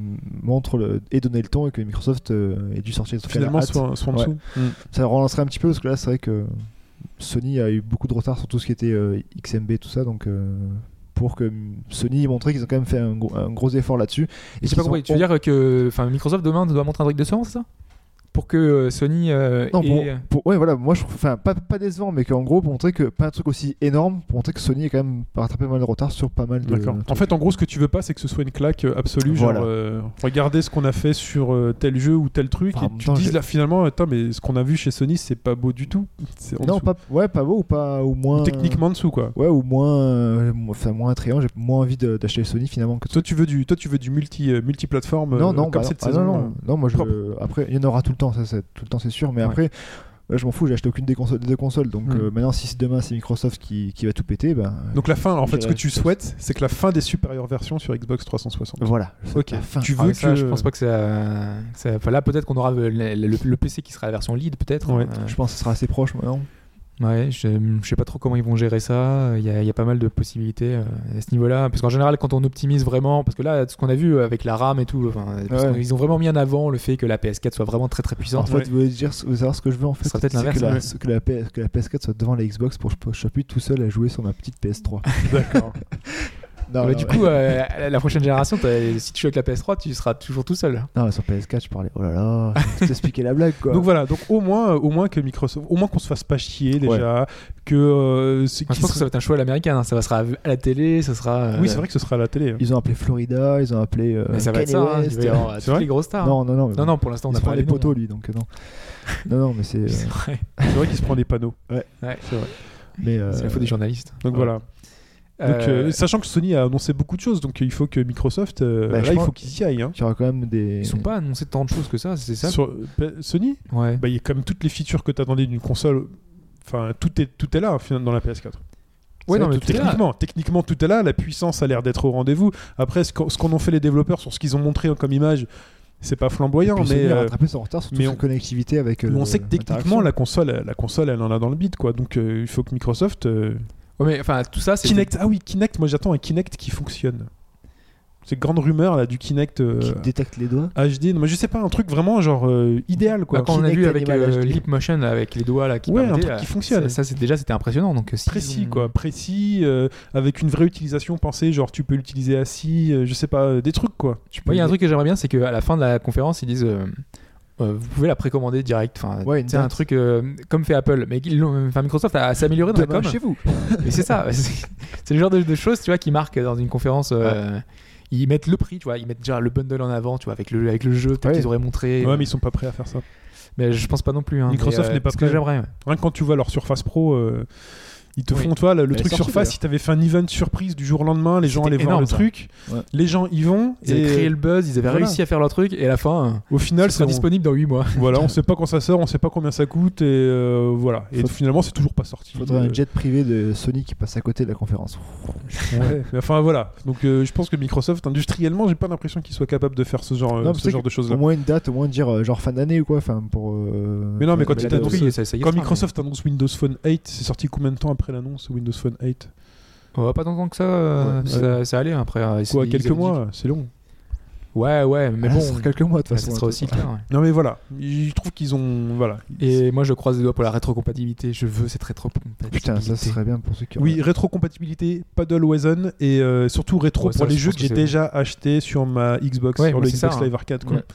montre et donner le ton et que Microsoft ait dû sortir ce finalement soit en dessous. Ça relancerait un petit peu parce que là c'est vrai que Sony a eu beaucoup de retard sur tout ce qui était XMB tout ça, donc pour que Sony montrait qu'ils ont quand même fait un gros effort là-dessus. Et j'ai pas compris, tu veux dire que Microsoft demain doit montrer un truc décevant, c'est ça? Pour que Sony non, ouais, voilà, moi je trouve, pas décevant, mais qu'en gros, pour montrer que pas un truc aussi énorme, pour montrer que Sony est quand même rattrapé pas mal de retard sur pas mal de. D'accord. En fait, en gros, ce que tu veux pas, c'est que ce soit une claque absolue. Voilà. Genre, regardez ce qu'on a fait sur tel jeu ou tel truc, Enfin, et en même tu temps, te dises j'ai- là finalement, attends, mais ce qu'on a vu chez Sony, c'est pas beau du tout. C'est en Non, dessous. pas beau ou moins. Techniquement en dessous, quoi. Ouais, ou moins, moins attrayant. J'ai moins envie d'acheter Sony finalement que Toi, tu veux du multiplateforme non, comme bah cette non, saison. non, moi je propre. après il y en aura tout le temps, tout le temps c'est sûr, mais Ouais. après là, je m'en fous, j'ai acheté aucune des deux consoles, donc maintenant si demain c'est Microsoft qui va tout péter, ben Donc la fin, en fait, ce que j'irai tu Xbox. souhaites, c'est que la fin des supérieures versions sur Xbox 360. voilà. Ok. La fin. Tu Ah, veux mais ça, que je pense pas que enfin, là, peut-être qu'on aura le PC qui sera la version lead, peut-être. Ouais. Je pense que ce sera assez proche maintenant. Ouais, je sais pas trop comment ils vont gérer ça. Il y a pas mal de possibilités à ce niveau-là. Parce qu'en général, quand on optimise vraiment, parce que là, ce qu'on a vu avec la RAM et tout, ils ont vraiment mis en avant le fait que la PS4 soit vraiment très très En puissante. fait, vous voulez savoir ce que je veux en fait, Ça sera peut-être c'est l'inverse, que la PS4 soit devant la Xbox pour que je sois plus tout seul à jouer sur ma petite PS3. D'accord. Non, Du coup, la prochaine génération, si tu joues avec la PS3, tu seras toujours tout seul. non, sur PS4, je parlais. Oh là là, tout expliquer la blague quoi. Donc voilà, donc au moins que Microsoft, au moins qu'on se fasse pas chier déjà, que Moi, je pense que ça va être un choix à l'américaine. Ça sera à la télé, ça sera. oui, c'est vrai que ce sera à la télé. Ils ont appelé Florida, ils ont appelé Mais ça va être Kanye ça. Il West. va y avoir C'est toutes vrai les grosses stars. Non, Non, pour l'instant, on il a se pas prend les les noms. poteaux lui, donc non. Non, mais c'est. C'est vrai. C'est vrai qu'il se prend des panneaux. Ouais. C'est vrai. Mais C'est la faute des journalistes. Donc voilà. Donc, sachant que Sony a annoncé beaucoup de choses, donc il faut que Microsoft, je là, il pense- faut qu'ils y aillent. Hein. il y aura quand même des. Ils sont pas annoncé tant de choses que ça, c'est ça? Sur Sony, Ouais. bah, il y a quand même toutes les features que tu attendais d'une console. Enfin, tout est là dans la PS4. Ouais, non, mais tout techniquement, tout est là. La puissance a l'air d'être au rendez-vous. Après, ce qu'en ont fait les développeurs sur ce qu'ils ont montré comme image, c'est pas flamboyant, Puis Sony mais a rattrapé son retard sur toute mais sa connectivité avec. mais on sait que techniquement, l'interaction. la console, elle en a dans le bide, quoi. Donc, il faut que Microsoft. Ouais, mais enfin, tout ça, c'est. Kinect, ah oui, Kinect, moi j'attends un Kinect qui fonctionne. C'est grande rumeur là du Kinect Qui détecte les doigts. HD. Non, mais je sais pas, un truc vraiment genre idéal quoi. Bah, quand on a vu Kinect avec Animal HD. Leap Motion là, avec les doigts là qui Ouais, un permettaient, truc qui fonctionne. Ça, c'était impressionnant. Donc si Précis ils ont- quoi, précis, avec une vraie utilisation pensée, genre tu peux l'utiliser assis, je sais pas, des trucs quoi. Moi, il y a un truc que j'aimerais bien, c'est qu'à la fin de la conférence, ils disent. Vous pouvez la précommander direct. Enfin, Ouais, une c'est un date. truc comme fait Apple, mais Microsoft a s'est amélioré dans la Demain com. chez vous. Et c'est ça. C'est le genre de choses, tu vois, qui marquent dans une conférence. Ils mettent le prix, tu vois, ils mettent déjà le bundle en avant, tu vois, avec le jeu peut-être Ouais. qu'ils auraient montré. Ouais, mais ils sont pas prêts à faire ça. Mais je pense pas non plus. Hein, Microsoft mais, n'est pas ce que prêt. j'aimerais. Ouais. Rien que quand tu vois leur Surface Pro, ils te Oui. font, toi, le Elle est truc sortie, Surface, d'ailleurs. si t'avais fait un event surprise du jour au lendemain, les gens C'était allaient voir énorme, le ça. truc, Ouais. les gens y vont, Ils avaient et créé le buzz, ils avaient voilà. réussi à faire leur truc, et à la fin, au final, ça sera disponible dans 8 mois. Voilà, on sait pas quand ça sort, on sait pas combien ça coûte, et voilà. Et Faut- finalement, c'est toujours pas sorti. Il faudrait un jet privé de Sony qui passe à côté de la conférence. Ouais, mais enfin voilà. Donc je pense que Microsoft, industriellement, j'ai pas l'impression qu'ils soient capables de faire ce genre, Non, mais ce c'est genre que de choses-là. Au moins une date, au moins dire genre fin d'année ou quoi. Enfin pour. Mais non, mais quand Mais ils la t'annoncent- oui, ça y est, Quand sera, Microsoft annonce Windows Phone 8, c'est sorti combien de temps après l'annonce Windows Phone 8? mais- pas tant que ça, ça allait après. Quoi, Ils quelques avaient dit- mois, c'est long. Ouais, mais Ah, bon, ça sera quelques mois de toute ça façon. sera aussi clair. ouais. Non mais voilà, je trouve qu'ils ont voilà. Et moi, je croise les doigts pour la rétrocompatibilité. Je veux cette rétrocompatibilité. Putain, ça serait bien pour ceux qui. Oui, rétrocompatibilité, paddle Wazen et surtout rétro Ouais, pour ça, les je jeux pense que que j'ai c'est- déjà achetés sur ma Xbox, Ouais, sur moi, le c'est Xbox ça, hein. Live Arcade quoi. Ouais.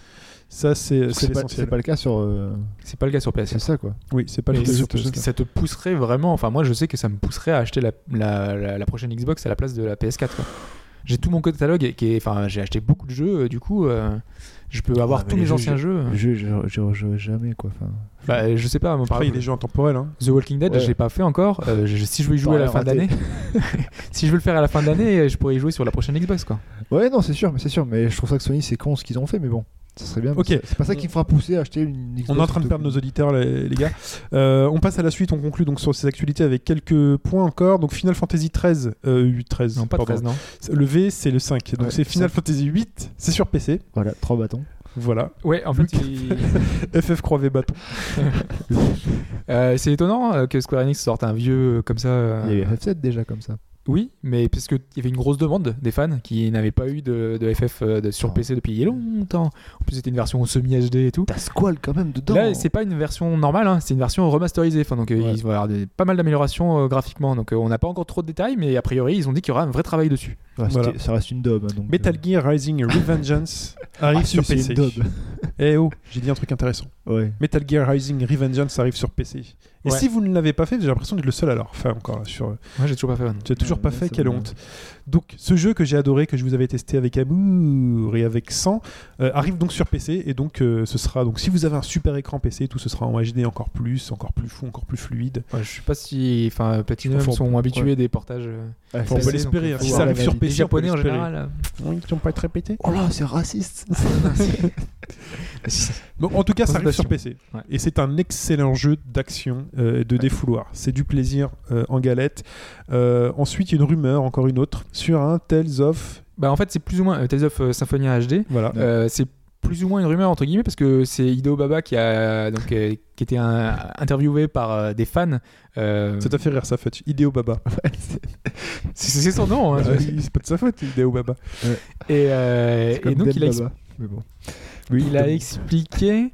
Ça, c'est C'est l'essentiel. pas le cas sur. C'est pas le cas sur PS4. C'est ça quoi. Oui, c'est pas le Mais cas sur surtout, PS4. ça te pousserait vraiment. Enfin, moi, je sais que ça me pousserait à acheter la prochaine Xbox à la place de la PS4. Quoi. J'ai tout mon catalogue j'ai acheté beaucoup de jeux. Du coup, je peux avoir tous mes anciens jeux. Je jamais quoi. Enfin, Bah, je sais pas. Moi, par Après, il y a exemple, des jeux intemporels. Hein. The Walking Dead, Ouais. je l'ai pas fait encore. Si je veux y jouer à la T'as fin rien d'année, si je veux le faire à la fin d'année, je pourrais y jouer sur la prochaine Xbox, quoi. ouais, non, c'est sûr. Mais je trouve ça que Sony, c'est con ce qu'ils ont fait. Mais bon, ça serait bien. Ok. C'est pas ça qui me fera pousser à acheter une Xbox. On est en train de perdre nos auditeurs, les gars. On passe à la suite, on conclut donc sur ces actualités avec quelques points encore. Donc Final Fantasy 13, 13, Non, pas pardon. 13, non. Le V, c'est le 5. Donc Ouais, c'est Final 5. Fantasy 8, c'est sur PC. Voilà, 3 bâtons. Voilà. Ouais, en fait, FF Croix-V bâton. c'est étonnant que Square Enix sorte un vieux comme ça. Il y avait FF7 déjà comme ça. Oui, mais parce qu'il y avait une grosse demande des fans qui n'avaient pas eu de FF sur le Oh. PC depuis longtemps. En plus, c'était une version semi-HD et tout. T'as Squall quand même dedans. Là, c'est pas une version normale, hein, c'est une version remasterisée. Enfin, donc, Ouais. il va y avoir pas mal d'améliorations graphiquement. Donc, on n'a pas encore trop de détails, mais a priori, ils ont dit qu'il y aura un vrai travail dessus. Ouais, Voilà. ça reste une daube. Donc, Metal Gear Rising Revengeance arrive sur c'est PC. une daube. Eh oh, j'ai dit un truc intéressant. Ouais. Metal Gear Rising Revengeance arrive sur PC. Et Ouais. si vous ne l'avez pas fait, j'ai l'impression d'être le seul à l'avoir fait encore là, sur. Moi, j'ai toujours pas fait. Tu l'as toujours Ouais, pas ouais, fait, c'est quelle bon. honte. Donc ce jeu que j'ai adoré, que je vous avais testé avec amour et avec sang, arrive donc sur PC et donc ce sera donc si vous avez un super écran PC, tout ce sera en HD encore plus fou, encore plus fluide. Ouais, je sais pas si Platinum Enfin, sont habitués ouais. des portages. Ouais, Enfin, on c'est- va l'espérer. donc, Si faut ça voir arrive sur les PC, on peut Japonais en l'espérer. général. Oui, qui n'ont pas être répétés. Oh là, c'est raciste. Donc en tout cas, ça arrive sur Présentation. PC. Ouais. Et c'est un excellent jeu d'action, de défouloir. C'est du plaisir en galette. Ensuite, il y a une rumeur, encore une autre, sur un Tales of. Bah, en fait, c'est plus ou moins Tales of Symphonia HD. Voilà. C'est plus ou moins une rumeur entre guillemets parce que c'est Hideo Baba qui était interviewé par des fans. Ça t'a fait rire, ça fait. Hideo Baba. C'est son nom. Hein, C'est pas de sa faute, Hideo Baba. et Comme donc Ben il a, Baba. Mais bon. il a expliqué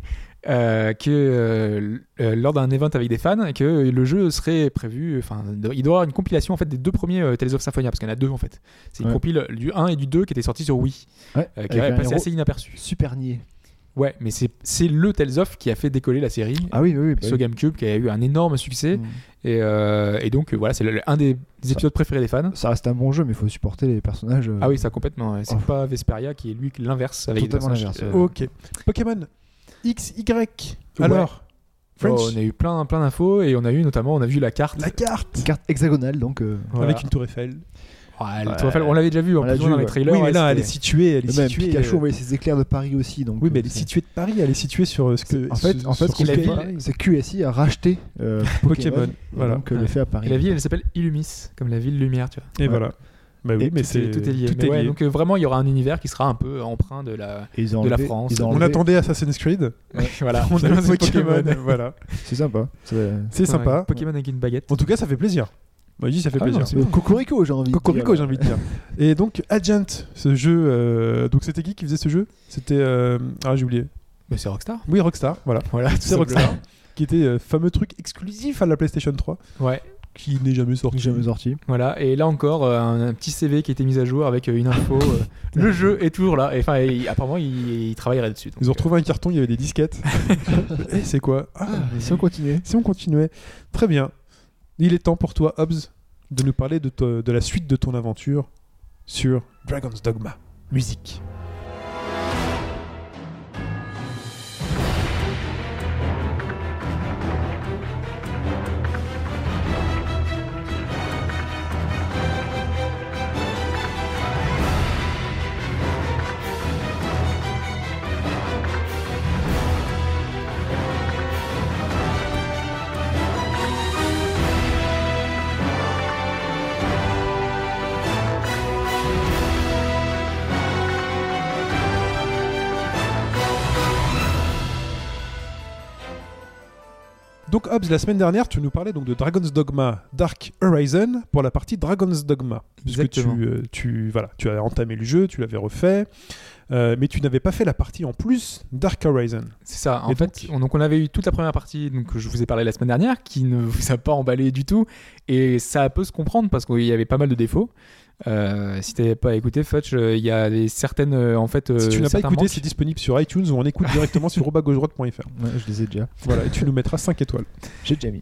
que lors d'un event avec des fans que le jeu serait prévu, il doit y avoir une compilation en fait des deux premiers Tales of Symphonia parce qu'il y en a deux en fait. C'est une Ouais. compile du 1 et du 2 qui était sorti sur Wii, Ouais. qui Avec est un passé héros assez inaperçu. super niais. Ouais, mais c'est le Tales of qui a fait décoller la série Ah oui, oui, oui. sur GameCube, qui a eu un énorme succès. Mm. Et donc voilà, c'est un des épisodes préférés des fans. Ça reste un bon jeu, mais il faut supporter les personnages. Ah oui, ça complètement. Ouais. C'est Oh. pas Vesperia qui est lui l'inverse avec des Totalement personnages. l'inverse, ouais. Ok. Pokémon XY. Alors, French. Oh, on a eu plein d'infos et on a vu la carte. La carte Une carte hexagonale, donc. Voilà. avec une tour Eiffel. Ouais, le Tour Eiffel, on l'avait déjà vu en On l'a plus vu, dans les ouais. trailers. Oui, mais ouais, là, elle est c'était- située. Elle est Même située. Pikachu, on voyait ses éclairs de Paris aussi. Donc, Oui, mais elle est c'est- située de Paris. Elle est située sur ce que. En fait, sur ce qu'il la fait ville- Paris. c'est QSI a racheté Pokémon, et voilà. donc le Ouais. fait à Paris. Et la ville, elle s'appelle Illumis, comme la ville lumière, tu vois. Et Ouais. voilà. Bah oui, Et mais tout est lié. Mais ouais, donc vraiment, il y aura un univers qui sera un peu empreint de la. Et ils ont de la enlevé- France. ils ont On enlevé- attendait Assassin's Creed. Voilà. On a C'est eu Pokémon. Voilà. C'est sympa. C'est sympa. Pokémon avec une baguette. En tout cas, ça fait plaisir. Moi, je dis, ça fait Ah plaisir. non, c'est bien. Cocorico, j'ai envie de Cocorico, dire. j'ai envie de dire. Et donc, Agent, ce jeu. Donc, c'était qui faisait ce jeu C'était. Ah, j'ai oublié. Mais c'est Rockstar. Oui, Rockstar. Voilà. Voilà, tout C'est Rockstar. simplement. Qui était fameux truc exclusif à la PlayStation 3. Ouais. Qui n'est jamais sorti. Jamais sorti. Voilà, et là encore, un petit CV qui a été mis à jour avec une info. Le jeu est toujours là. Et enfin, apparemment, il travaillerait dessus. donc, Ils ont retrouvé un carton, il y avait des disquettes. Eh, c'est quoi Ah, Si on continuait. si on continuait. Très bien. Il est temps pour toi, Hobbs, de nous parler de la suite de ton aventure sur Dragon's Dogma. Musique. Donc Hobbs, la semaine dernière, tu nous parlais donc de Dragon's Dogma Dark Horizon pour la partie Dragon's Dogma. Puisque Exactement. tu as entamé le jeu, tu l'avais refait, mais tu n'avais pas fait la partie en plus Dark Horizon. C'est ça. En Et fait, on avait eu toute la première partie donc, que je vous ai parlé la semaine dernière qui ne vous a pas emballé du tout. Et ça peut se comprendre parce qu'il y avait pas mal de défauts. Si t'avais pas écouté Fudge, il y a certaines en fait. Si tu n'as pas certains écouté, manques. c'est disponible sur iTunes ou on écoute directement sur robagaugedroite.fr. Ouais, je les ai déjà. Voilà, et tu nous mettras 5 étoiles. J'ai déjà mis.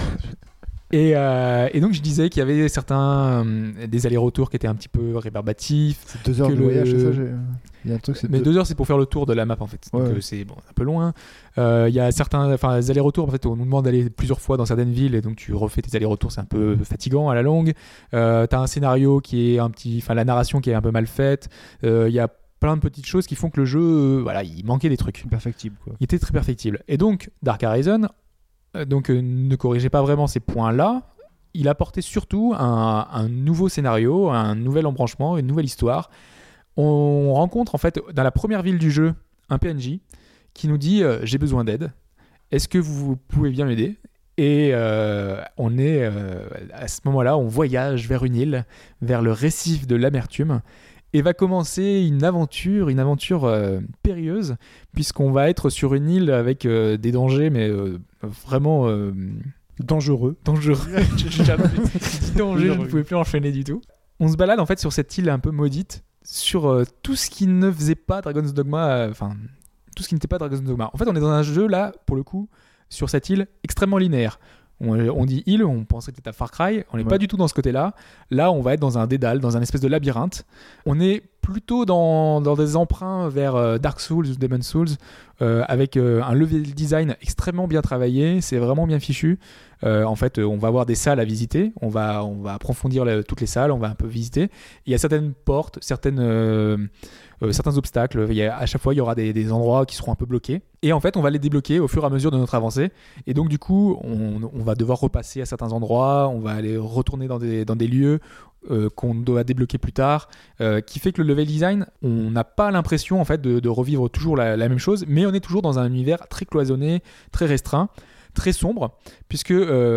Et donc je disais qu'il y avait certains des allers-retours qui étaient un petit peu rébarbatifs. C'est 2 heures Que de le- voyage, c'est ça il y a un truc, c'est Mais 2 heures, c'est pour faire le tour de la map en fait. Ouais, Donc ouais. c'est bon, un peu loin. Il y a certains, enfin, les allers-retours. En fait, on nous demande d'aller plusieurs fois dans certaines villes et donc tu refais tes allers-retours. C'est un peu fatigant à la longue. T'as un scénario qui est enfin la narration qui est un peu mal faite. Il y a plein de petites choses qui font que le jeu, voilà, il manquait des trucs. perfectible, quoi. Il était très perfectible. Et donc Dark Horizon, ne corrigeait pas vraiment ces points-là. Il apportait surtout un nouveau scénario, un nouvel embranchement, une nouvelle histoire. On rencontre en fait dans la première ville du jeu un PNJ qui nous dit j'ai besoin d'aide. Est-ce que vous pouvez bien m'aider ? Et on est à ce moment-là, on voyage vers une île, vers le récif de l'amertume, et va commencer une aventure périlleuse, puisqu'on va être sur une île avec des dangers, mais vraiment Dangereux. dangereux. J'ai jamais dit danger, je ne pouvais plus enchaîner du tout. On se balade en fait sur cette île un peu maudite, sur tout ce qui ne faisait pas Dragon's Dogma, tout ce qui n'était pas Dragon's Dogma. En fait, on est dans un jeu là, pour le coup, sur cette île extrêmement linéaire. On dit île, on pensait que c'était à Far Cry, on n'est pas du tout dans ce côté-là. Là, on va être dans un dédale, dans un espèce de labyrinthe. On est plutôt dans des emprunts vers Dark Souls ou Demon's Souls, avec un level design extrêmement bien travaillé, c'est vraiment bien fichu. En fait, on va avoir des salles à visiter, on va approfondir toutes les salles, on va un peu visiter. Il y a certaines portes, certains obstacles. À chaque fois, il y aura des endroits qui seront un peu bloqués. Et en fait, on va les débloquer au fur et à mesure de notre avancée. Et donc, du coup, on va devoir repasser à certains endroits, on va aller retourner dans des lieux qu'on doit débloquer plus tard, qui fait que le level design, on n'a pas l'impression en fait de revivre toujours la même chose, mais on est toujours dans un univers très cloisonné, très restreint, très sombre, puisque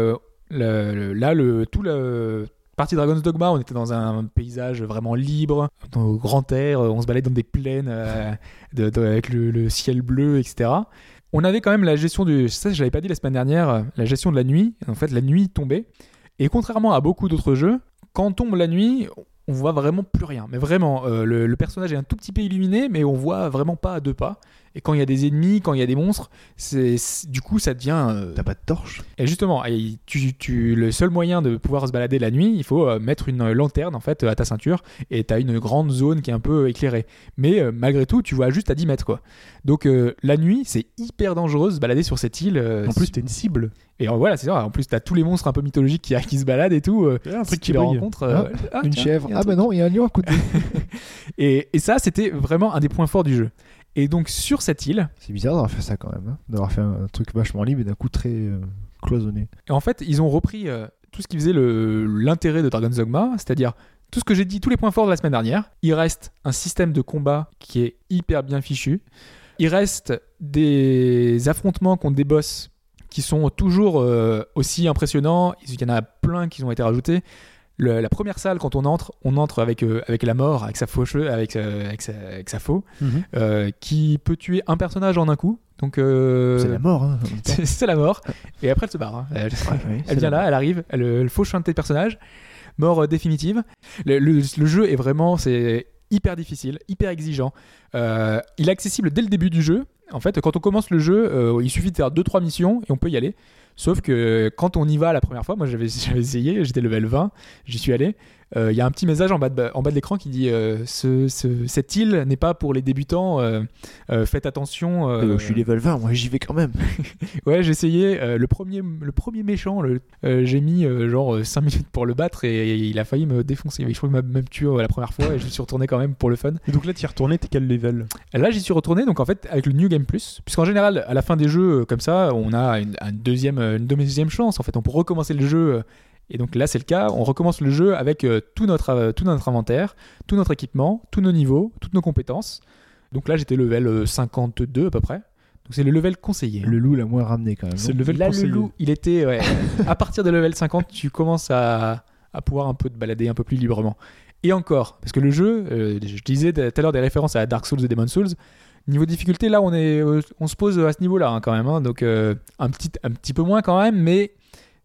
partie Dragon's Dogma, on était dans un paysage vraiment libre, au grand air, on se baladait dans des plaines avec le ciel bleu, etc. On avait quand même la gestion ça je l'avais pas dit la semaine dernière, la gestion de la nuit. En fait, la nuit tombait. Et contrairement à beaucoup d'autres jeux, quand tombe la nuit, on voit vraiment plus rien. Mais vraiment, le personnage est un tout petit peu illuminé, mais on voit vraiment pas à 2 pas. Et quand il y a des ennemis, quand il y a des monstres, du coup, ça devient... T'as pas de torche ? Et justement, le seul moyen de pouvoir se balader la nuit, il faut mettre une lanterne en fait à ta ceinture, et t'as une grande zone qui est un peu éclairée. Mais malgré tout, tu vois juste à 10 mètres, quoi. Donc la nuit, c'est hyper dangereux de se balader sur cette île. En plus, t'es une cible. Et voilà, c'est ça. En plus, t'as tous les monstres un peu mythologiques qui se baladent et tout. Il y a un si truc tu qui les brille. rencontres. Une tiens, chèvre. il y a un Ah truc. bah non, il y a un lion à côté. Et ça, c'était vraiment un des points forts du jeu. Et donc, sur cette île, C'est bizarre d'avoir fait ça quand même, hein. D'avoir fait un truc vachement libre et d'un coup très cloisonné. et en fait, ils ont repris tout ce qui faisait l'intérêt de Dragon's Dogma, c'est-à-dire tout ce que j'ai dit, tous les points forts de la semaine dernière. Il reste un système de combat qui est hyper bien fichu. Il reste des affrontements contre des boss qui sont toujours aussi impressionnants. Il y en a plein qui ont été rajoutés. La première salle, quand on entre avec la mort, avec sa faucheuse, avec sa faux, qui peut tuer un personnage en un coup. Donc C'est la mort, hein. en même temps. c'est la mort. Et après, elle se barre. Hein. Ouais, Elle c'est vient la là, elle arrive, elle fauche un de tes personnages. Mort définitive. Le jeu est vraiment, c'est hyper difficile, hyper exigeant. Il est accessible dès le début du jeu. En fait, quand on commence le jeu, il suffit de faire 2-3 missions et on peut y aller. Sauf que quand on y va la première fois, moi j'avais essayé, j'étais level 20, j'y suis allé. Il y a un petit message en bas de l'écran qui dit cette île n'est pas pour les débutants, faites attention. Je suis level 20, moi j'y vais quand même. Ouais, j'ai essayé le premier méchant, j'ai mis genre 5 minutes pour le battre et il a failli me défoncer. Je crois qu'il m'a même tué la première fois et je suis retourné quand même pour le fun. Et donc là, tu y es retourné, t'es quel level ? Là, j'y suis retourné donc en fait avec le New Game Plus, puisqu'en général à la fin des jeux comme ça, on a une deuxième chance. En fait, on peut recommencer le jeu. Et donc là, c'est le cas. On recommence le jeu avec tout notre inventaire, tout notre équipement, tous nos niveaux, toutes nos compétences. Donc là, j'étais level 52 à peu près. Donc c'est le level conseillé. Le loup l'a moins ramené quand même. C'est non le level Là, conseillé. le loup, il était... ouais, à partir de level 50, tu commences à pouvoir un peu te balader un peu plus librement. Et encore, parce que le jeu, je disais tout à l'heure des références à Dark Souls et Demon's Souls. Niveau difficulté, là, on se pose à ce niveau-là hein, quand même. Hein, donc un petit peu moins quand même, mais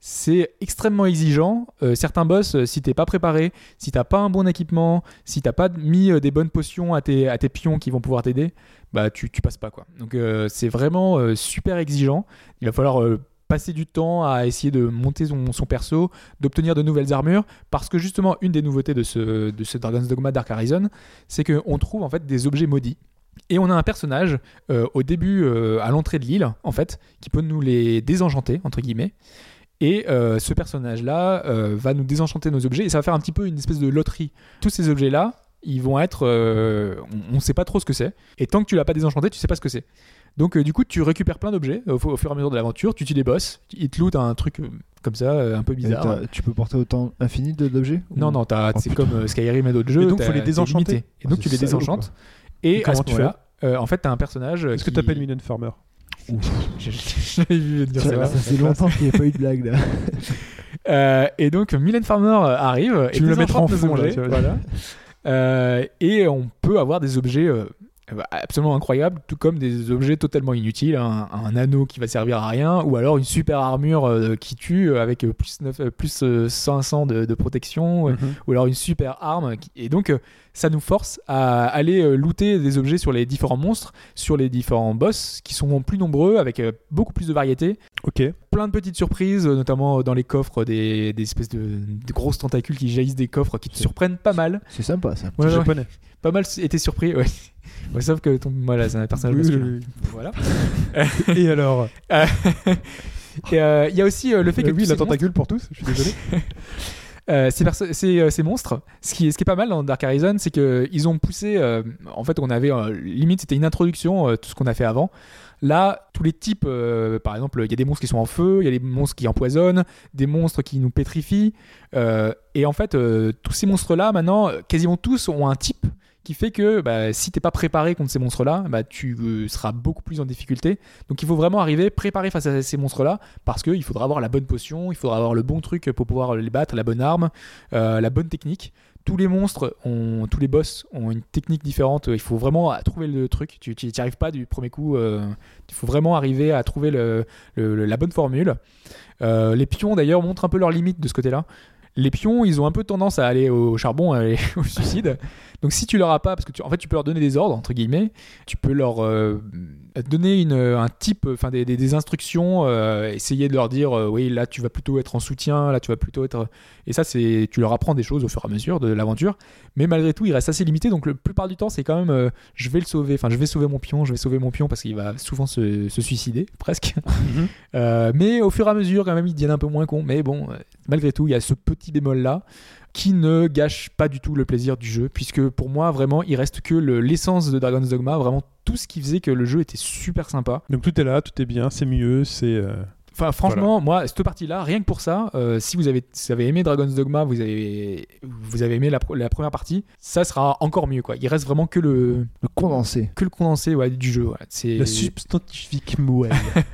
c'est extrêmement exigeant. Certains boss, si t'es pas préparé, si t'as pas un bon équipement, si t'as pas mis des bonnes potions à tes pions qui vont pouvoir t'aider, bah tu passes pas quoi. Donc c'est vraiment super exigeant. Il va falloir passer du temps à essayer de monter son perso, d'obtenir de nouvelles armures, parce que justement une des nouveautés de ce Dragon's Dogma Dark Arisen, c'est qu'on trouve en fait des objets maudits. Et on a un personnage au début, à l'entrée de l'île, en fait, qui peut nous les désenchanter, entre guillemets. Et ce personnage-là va nous désenchanter nos objets et ça va faire un petit peu une espèce de loterie. Tous ces objets-là, ils vont être... on ne sait pas trop ce que c'est. Et tant que tu l'as pas désenchanté, tu sais pas ce que c'est. Donc du coup, tu récupères plein d'objets au fur et à mesure de l'aventure. Tu tues des boss, ils te lootent un truc comme ça, un peu bizarre. Tu peux porter autant infini d'objets Non, c'est comme Skyrim et d'autres jeux. Et donc, il faut les désenchanter. Et donc, tu les désenchantes. Et à ce moment-là, en fait, tu as un personnage... Est-ce que tu appelles Million Farmer? J'avais vu dire ça. Ça fait longtemps qu'il n'y a pas eu de blague là. Et donc Million Farmer arrive et tu le mettre en fond objets, voilà. Et on peut avoir des objets absolument incroyables, tout comme des objets totalement inutiles, un anneau qui va servir à rien, ou alors une super armure qui tue avec plus 500 de protection, ou alors une super arme. Et donc ça nous force à aller looter des objets sur les différents monstres, sur les différents boss qui sont plus nombreux, avec beaucoup plus de variété. Ok. Plein de petites surprises, notamment dans les coffres, des espèces de grosses tentacules qui jaillissent des coffres qui te surprennent pas mal. C'est sympa ça. Ouais, japonais. Pas mal été surpris, ouais. Ouais, sauf que voilà, c'est un personnage masculin. Voilà. Et alors il y a aussi le fait que oui, la tentacule pour tous, je suis désolé. Ces monstres, ce qui est pas mal dans Dark Arisen, c'est qu'ils ont poussé. En fait, on avait limite, c'était une introduction, tout ce qu'on a fait avant. Là, tous les types, par exemple, il y a des monstres qui sont en feu, il y a des monstres qui empoisonnent, des monstres qui nous pétrifient. Et en fait, tous ces monstres-là, maintenant, quasiment tous ont un type qui fait que si t'es pas préparé contre ces monstres-là, tu seras beaucoup plus en difficulté. Donc il faut vraiment arriver préparé face à ces monstres-là, parce qu'il faudra avoir la bonne potion, il faudra avoir le bon truc pour pouvoir les battre, la bonne arme, la bonne technique. Tous les boss ont une technique différente. Il faut vraiment trouver le truc. Tu n'y arrives pas du premier coup. Il faut vraiment arriver à trouver la bonne formule. Les pions d'ailleurs montrent un peu leurs limites de ce côté-là. Les pions, ils ont un peu tendance à aller au charbon, à aller au suicide. Donc si tu leur as pas, parce que tu peux leur donner des ordres entre guillemets, tu peux leur donner un type, enfin des instructions, essayer de leur dire oui là tu vas plutôt être en soutien, là tu vas plutôt être, et ça tu leur apprends des choses au fur et à mesure de l'aventure. Mais malgré tout, il reste assez limité. Donc la plupart du temps, c'est quand même je vais sauver mon pion parce qu'il va souvent se suicider presque. Mais au fur et à mesure, quand même, il devient un peu moins con. Mais bon, malgré tout, il y a ce petit bémol là qui ne gâche pas du tout le plaisir du jeu, puisque pour moi vraiment il reste que l'essence de Dragon's Dogma, vraiment tout ce qui faisait que le jeu était super sympa. Donc tout est là, tout est bien, c'est mieux, c'est... Enfin, franchement, moi, cette partie-là, rien que pour ça, si vous avez aimé Dragon's Dogma, vous avez aimé la première partie, ça sera encore mieux, quoi. Il reste vraiment que le condensé. Que le condensé du jeu. Ouais. C'est la substantifique moelle.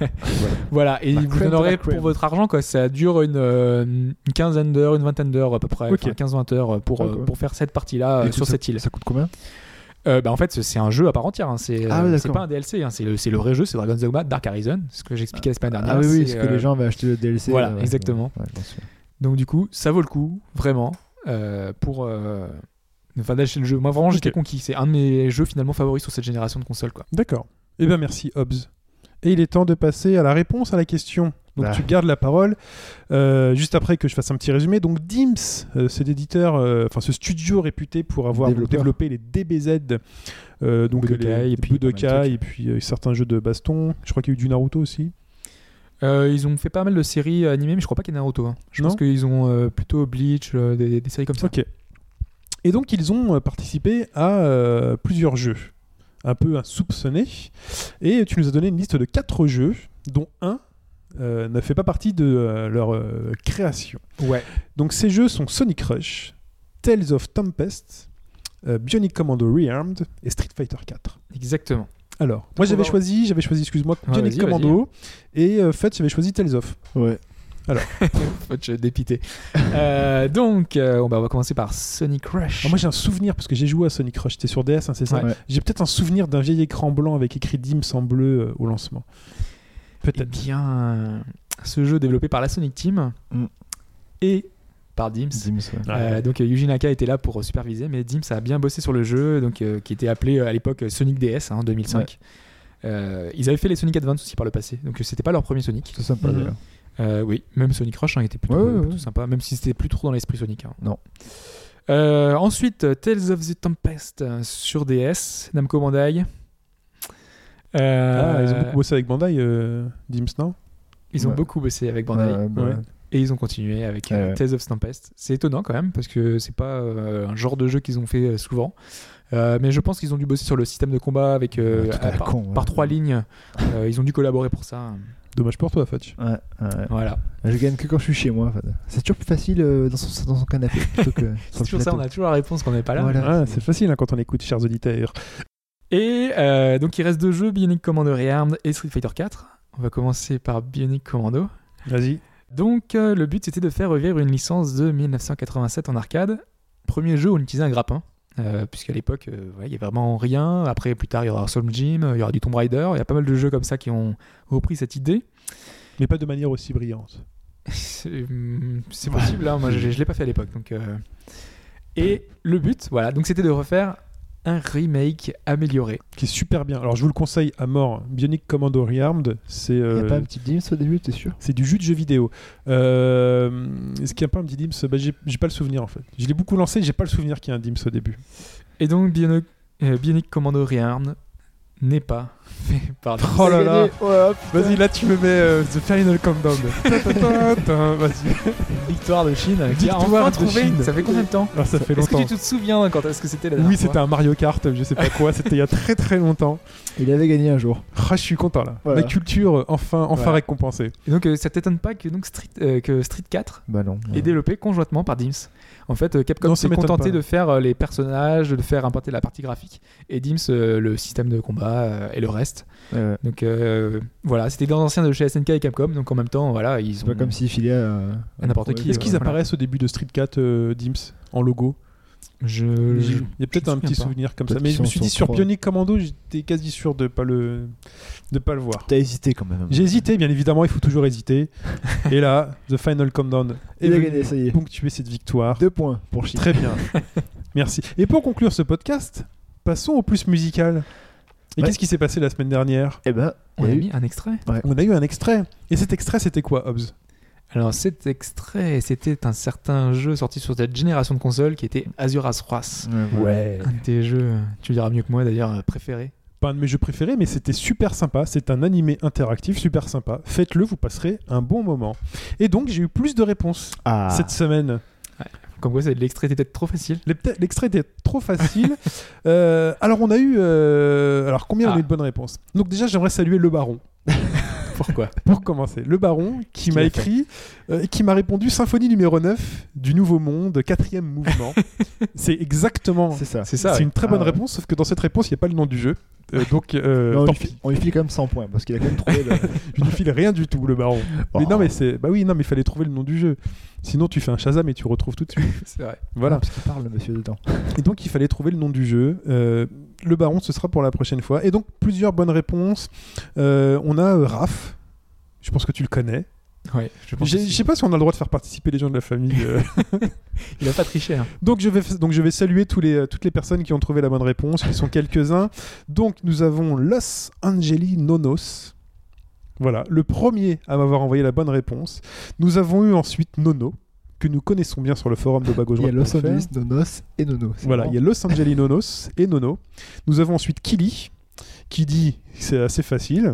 Voilà, et vous en aurez pour votre argent, quoi. Ça dure une quinzaine d'heures, une vingtaine d'heures à peu près, okay. 15-20 heures pour faire cette partie-là sur cette île. Ça coûte combien ? En fait, c'est un jeu à part entière. Hein. C'est pas un DLC. Hein. C'est le vrai jeu. C'est Dragon's Dogma Dark Arisen. Ce que j'expliquais la semaine dernière. Ah oui, parce que les gens avaient acheté le DLC. Voilà, exactement. Ouais, donc du coup, ça vaut le coup, vraiment, pour d'acheter le jeu. Moi, vraiment, j'étais conquis. C'est un de mes jeux finalement favoris sur cette génération de consoles, quoi. D'accord. Eh bien, merci, Hobbs. Et il est temps de passer à la réponse à la question. Donc tu gardes la parole juste après que je fasse un petit résumé. Donc Dimps, cet éditeur, ce studio réputé pour avoir développé les DBZ, donc Budokai, les Budokai et puis certains jeux de baston. Je crois qu'il y a eu du Naruto aussi. Ils ont fait pas mal de séries animées, mais je crois pas qu'il y ait Naruto. Hein. Je pense qu'ils ont plutôt Bleach, des séries comme ça. Ok. Et donc ils ont participé à plusieurs jeux, un peu insoupçonnés. Et tu nous as donné une liste de 4 jeux, dont un ne fait pas partie de leur création. Ouais. Donc ces jeux sont Sonic Rush, Tales of Tempest, Bionic Commando Rearmed et Street Fighter 4. Exactement. Alors, moi j'avais choisi, excuse-moi, Bionic Commando et Fudge j'avais choisi Tales of. Ouais. Alors, Fudge dépité. Donc, on va commencer par Sonic Rush. Alors moi j'ai un souvenir parce que j'ai joué à Sonic Rush, c'était sur DS, hein, c'est ça. Ouais. J'ai peut-être un souvenir d'un vieil écran blanc avec écrit Dimps en bleu au lancement. Peut-être. Eh bien, Ce jeu développé par la Sonic Team et par Dims. Donc Yuji Naka était là pour superviser, mais Dims a bien bossé sur le jeu, donc, qui était appelé à l'époque Sonic DS en 2005. Ils avaient fait les Sonic Advance aussi par le passé, donc c'était pas leur premier Sonic. C'est sympa d'ailleurs. Oui, même Sonic Rush était plutôt sympa, même si c'était plus trop dans l'esprit Sonic. Non. Ensuite, Tales of the Tempest sur DS, Namco Bandai. Ils ont beaucoup bossé avec Bandai, Dims, non? Ils ont beaucoup bossé avec Bandai. Et ils ont continué avec Tales of the Tempest. C'est étonnant quand même, parce que c'est pas un genre de jeu qu'ils ont fait souvent. Mais je pense qu'ils ont dû bosser sur le système de combat avec, par 3 lignes. Ils ont dû collaborer pour ça. Dommage pour toi, Fatch. Voilà. Je gagne que quand je suis chez moi. C'est toujours plus facile dans son canapé plutôt que c'est toujours ça, on a toujours la réponse quand on n'est pas là. Voilà, c'est facile quand on écoute, chers auditeurs. Et donc il reste 2 jeux, Bionic Commando Rearmed et Street Fighter 4. On va commencer par Bionic Commando. Vas-y. Donc le but c'était de faire revivre une licence de 1987 en arcade. Premier jeu où on utilisait un grappin, puisqu'à l'époque il n'y avait vraiment rien. Après plus tard il y aura Soul Gym, il y aura du Tomb Raider, il y a pas mal de jeux comme ça qui ont repris cette idée. Mais pas de manière aussi brillante. C'est possible, hein. Moi je l'ai pas fait à l'époque. Donc, et le but, voilà, donc c'était de refaire un remake amélioré. Qui est super bien. Alors je vous le conseille à mort. Bionic Commando Rearmed, c'est... Il n'y a pas un petit Dims au début, t'es sûr? C'est du jeu vidéo. Est-ce qu'il n'y a pas un petit Dims? J'ai pas le souvenir en fait. Je l'ai beaucoup lancé, j'ai pas le souvenir qu'il y a un Dims au début. Et donc Bionic Commando Rearmed n'est pas fait par... Oh là là, vas-y, là tu me mets The Final Countdown. Vas-y. Victoire de Chine. Victoire de Chine. Ça fait combien de temps? Alors, ça fait longtemps. Est-ce que tu te souviens quand est-ce que c'était la dernière Oui, fois? c'était un Mario Kart, je sais pas quoi, c'était il y a très très longtemps. Il avait gagné un jour. Je suis content là. Voilà. Ma culture enfin récompensée. Et donc ça t'étonne pas que donc Street 4 est développé conjointement par Dims. En fait, Capcom s'est contenté de faire les personnages, de faire importer la partie graphique, et Dims le système de combat et le reste. Donc voilà, c'était des anciens de chez SNK et Capcom, donc en même temps, voilà, ils ont... pas comme s'ils filaient à n'importe qui. Est-ce qu'ils apparaissent au début de Street 4 Dims en logo? Il y a peut-être un petit souvenir comme ça, mais je me suis dit sur Bionic Commando, j'étais quasi sûr de pas le voir. T'as hésité quand même. J'ai hésité, bien évidemment, il faut toujours hésiter. Et là, The Final Countdown il a gagné, ça y est. Ponctuer cette victoire. 2 points pour Chine. Très bien. Merci. Et pour conclure ce podcast, passons au plus musical. Et qu'est-ce qui s'est passé la semaine dernière? Eh ben, on a mis un extrait. On a eu un extrait. Et cet extrait, c'était quoi, Hobbs? Alors cet extrait, c'était un certain jeu sorti sur cette génération de consoles qui était Azura's Wrath. Ouais. Un de tes jeux, tu le diras mieux que moi d'ailleurs, préférés. Pas un de mes jeux préférés, mais c'était super sympa. C'est un animé interactif super sympa. Faites-le, vous passerez un bon moment. Et donc, j'ai eu plus de réponses cette semaine. Ouais. Comme quoi, l'extrait était peut-être trop facile. L'extrait était trop facile. Alors, on a eu... Alors, combien on a eu de bonnes réponses? Donc déjà, j'aimerais saluer le Baron. Pourquoi? Pour commencer, le Baron qui m'a écrit et qui m'a répondu Symphonie numéro 9 du Nouveau Monde, 4e mouvement. C'est exactement ça. C'est une très bonne réponse, sauf que dans cette réponse, il n'y a pas le nom du jeu. Donc, on lui file quand même 100 points parce qu'il a quand même trouvé le... Je lui file rien du tout, le Baron. Mais non, mais il fallait trouver le nom du jeu. Sinon, tu fais un Shazam et tu retrouves tout de suite. C'est vrai. Voilà. Parce qu'il parle, le monsieur, dedans. Et donc, il fallait trouver le nom du jeu. Le Baron, ce sera pour la prochaine fois. Et donc, plusieurs bonnes réponses. On a Raph. Je pense que tu le connais. Ouais, je sais pas si on a le droit de faire participer les gens de la famille. Il a pas triché. Hein. Donc je vais saluer toutes les personnes qui ont trouvé la bonne réponse, qui sont quelques-uns. Donc nous avons Los Angeli Nonos. Voilà, le premier à m'avoir envoyé la bonne réponse. Nous avons eu ensuite Nono, que nous connaissons bien sur le forum de Bagaujoie. Il y a Los Angeles Nonos et Nono. Voilà, il y a Los Angeli Nonos et Nono. Nous avons ensuite Kili, qui dit, c'est assez facile,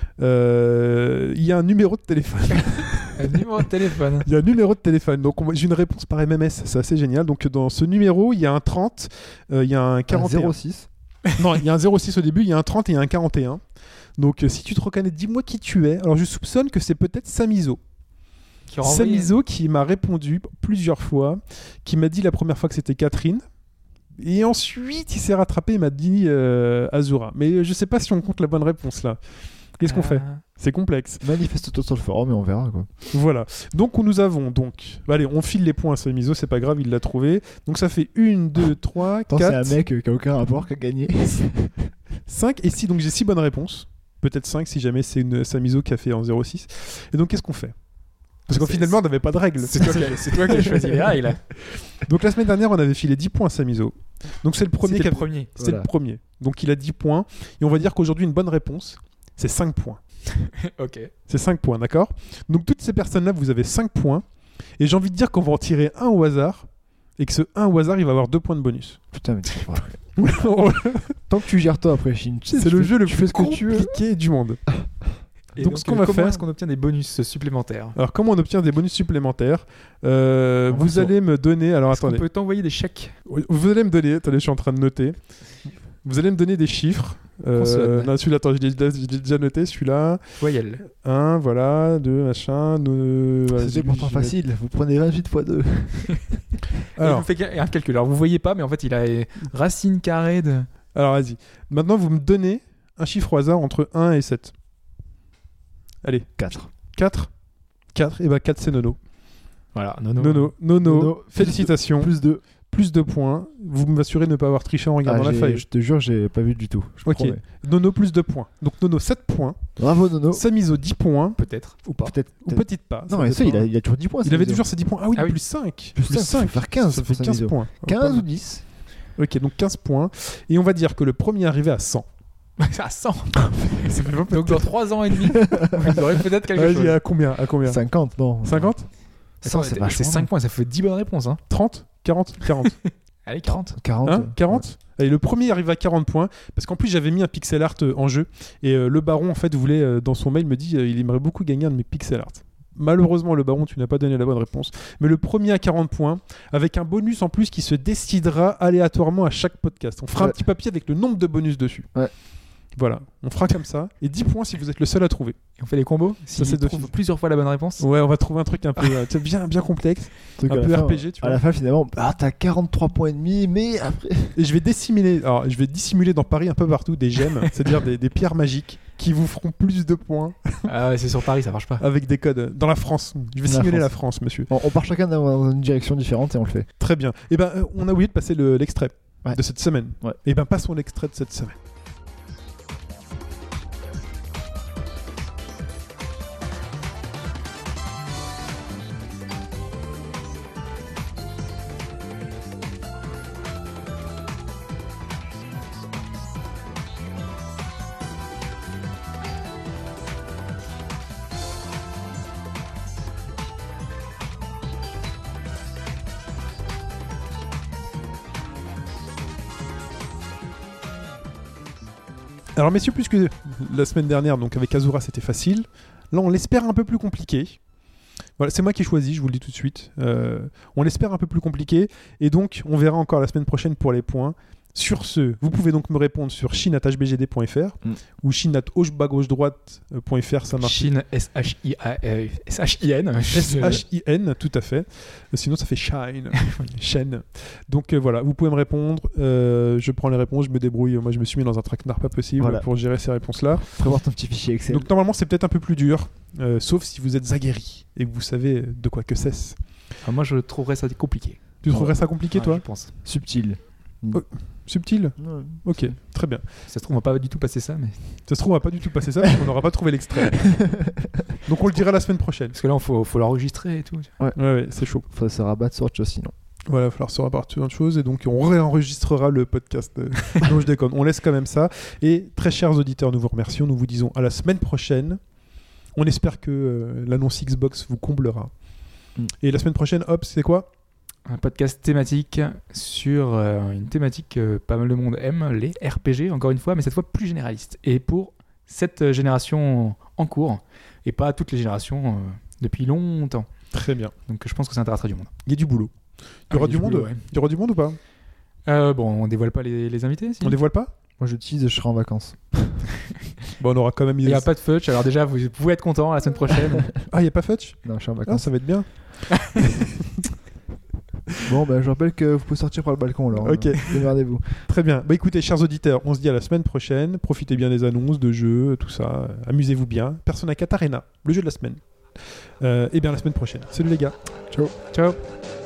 il y a un numéro de téléphone. Un numéro de téléphone. Il y a un numéro de téléphone. Donc j'ai une réponse par MMS, c'est assez génial. Donc dans ce numéro, il y a un 30, il y a un 41. Un 06. Non, il y a un 06 au début, il y a un 30 et il y a un 41. Donc si tu te reconnais, dis-moi qui tu es. Alors je soupçonne que c'est peut-être Samizo. Samizo qui m'a répondu plusieurs fois, qui m'a dit la première fois que c'était Catherine. Et ensuite, il s'est rattrapé et m'a dit Azura. Mais je sais pas si on compte la bonne réponse là. Qu'est-ce qu'on fait? C'est complexe. Manifeste-toi sur le forum et on verra quoi. Voilà. Donc nous avons donc... Allez, on file les points à Samizo, c'est pas grave, il l'a trouvé. Donc ça fait 1, 2, 3, 4... C'est un mec qui a aucun rapport, qui a gagné. 5 et 6, donc j'ai 6 bonnes réponses. peut-être 5 si jamais c'est une Samizo qui a fait en 0,6. Et donc qu'est-ce qu'on fait? Parce qu'en finalement, on n'avait pas de règles. C'est toi qui as choisi les règles. Donc la semaine dernière, on avait filé 10 points à Samizo. Donc c'est le premier C'était qui a... le premier. C'était le premier. Donc il a 10 points. Et on va dire qu'aujourd'hui, une bonne réponse, c'est 5 points. Ok. C'est 5 points, d'accord? Donc toutes ces personnes-là, vous avez 5 points. Et j'ai envie de dire qu'on va en tirer un au hasard. Et que ce 1 au hasard, il va avoir 2 points de bonus. Putain, mais c'est pas vrai. Tant que tu gères toi après, Chine. C'est le jeu le tu plus fais ce que tu veux. compliqué du monde. Et Donc, ce qu'on va comment faire- est-ce qu'on obtient des bonus supplémentaires? Alors comment on obtient des bonus supplémentaires? Vous va allez me donner... Alors Est-ce qu'on attendez. peut t'envoyer des chèques? Vous allez me donner... Attendez, je suis en train de noter. Vous allez me donner des chiffres. Consonne. Non, celui-là, attends, je l'ai déjà noté, celui-là. Voyelles. 1, voilà, 2, machin. C'est pourtant facile. Vous prenez 28 x 2. Et il Alors, me fait un calcul. Alors vous voyez pas, mais en fait il a racine carrée de. alors vas-y. Maintenant, vous me donnez un chiffre au hasard entre 1 et 7. Allez, 4. 4. 4, et bah 4 c'est Nono. Voilà, Nono, félicitations. Plus 2. Plus de points. Vous m'assurez de ne pas avoir triché en regardant la feuille. Je te jure, j'ai pas vu du tout. Je Ok. promets. Nono plus 2 points. Donc Nono 7 points. Bravo, Nono. Samizo 10 points. Peut-être ou pas. Peut-être. Ou peut-être pas. Non, mais ça, dépend. il a toujours 10 points. Il avait Samizo. toujours ses 10 points. Ah oui, Ah oui. plus 5. Plus 5, ça peut faire 15 Ça fait pour 15 Samizo. points. 15 ou 10. Ok, donc 15 points. Et on va dire que le premier arrivé à 100. À 100. Donc dans 3 ans et demi, vous aurez peut-être quelque Vas-y, chose. à combien? 50, non. 50? 100, c'est vachement. C'est 5 points, ça fait 10 bonnes réponses. Hein. 30? 40? 40? Allez, 40. 40. Hein 40? Allez, le premier arrive à 40 points. Parce qu'en plus, j'avais mis un pixel art en jeu. Et le baron, en fait, voulait, dans son mail, me dit il aimerait beaucoup gagner un de mes pixel art. Malheureusement, le baron, tu n'as pas donné la bonne réponse. Mais le premier à 40 points, avec un bonus en plus qui se décidera aléatoirement à chaque podcast. On fera un Ouais. petit papier avec le nombre de bonus dessus. Ouais. Voilà, on fera comme ça. Et 10 points si vous êtes le seul à trouver. Et on fait les combos. Si c'est on trouve d'office. plusieurs fois la bonne réponse. Ouais, on va trouver un truc un peu tu sais, bien complexe. Truc Un à la peu fin, RPG, tu À vois. la fin, finalement, t'as 43 points et demi, mais après. Et je vais dissimuler dans Paris un peu partout des gemmes, c'est-à-dire des pierres magiques qui vous feront plus de points Ah ouais, c'est sur Paris, ça marche pas. avec des codes. Dans la France. Je vais Dans la simuler France. la France, monsieur. On part chacun dans une direction différente et on le fait. Très bien. Et ben, on a oublié de passer l'extrait Ouais. de cette semaine. Ouais. Et ben, passons l'extrait de cette semaine. Alors messieurs, puisque la semaine dernière, donc avec Azura, c'était facile, là on l'espère un peu plus compliqué. Voilà, c'est moi qui ai choisi, je vous le dis tout de suite. On l'espère un peu plus compliqué, et donc on verra encore la semaine prochaine pour les points. Sur ce, vous pouvez donc me répondre sur chine@bgd.fr ou chine@gauche-droite.fr, ça marche. Chine, S-H-I-N. S-H-I-N, tout à fait. Sinon, ça fait shine. Chaîne. Donc voilà, vous pouvez me répondre. Je prends les réponses, je me débrouille. Moi, je me suis mis dans un traquenard pas possible Voilà. pour gérer ces réponses-là. Prévoir ton petit fichier Excel. Donc normalement, c'est peut-être un peu plus dur, sauf si vous êtes aguerri et que vous savez de quoi que c'est. Ah, moi, je trouverais ça compliqué. Tu trouverais ça compliqué, Ouais, toi je pense. Subtil. Subtil. Ouais. Ok, très bien. Ça se trouve, on va pas du tout passer ça, mais. Ça se trouve, on va pas du tout passer ça parce qu'on n'aura pas trouvé l'extrait. Donc on le dira la semaine prochaine. Parce que là, il faut l'enregistrer et tout. Ouais, c'est chaud. Faudrait se rabattre sur autre chose sinon. Voilà, il va falloir se repartir sur autre chose et donc on réenregistrera le podcast. Non, je déconne. On laisse quand même ça. Et très chers auditeurs, nous vous remercions. Nous vous disons à la semaine prochaine. On espère que l'annonce Xbox vous comblera. Et la semaine prochaine, hop, c'est quoi ? Un podcast thématique sur une thématique que pas mal de monde aime, les RPG, encore une fois, mais cette fois plus généraliste. Et pour cette génération en cours, et pas toutes les générations depuis longtemps. Très bien. Donc je pense que ça intéressera du monde. Il y a du boulot. Il y aura du monde. Ouais. Il y aura du monde ou pas ? Bon, on dévoile pas les invités, si. On dévoile pas ? Moi je tease, je serai en vacances. Bon, on aura quand même. Il n'y a pas de fudge, alors déjà, vous pouvez être content la semaine prochaine. Ah, il n'y a pas Fudge ? Non, je suis en Ah, vacances. ça va être bien. Bon, bah je rappelle que vous pouvez sortir par le balcon alors. Ok. Démerdez-vous. Très bien. Bah écoutez, chers auditeurs, on se dit à la semaine prochaine. Profitez bien des annonces, de jeux, tout ça. Amusez-vous bien. Persona 4 Arena, le jeu de la semaine. Et bien la semaine prochaine. Salut les gars. Ciao. Ciao.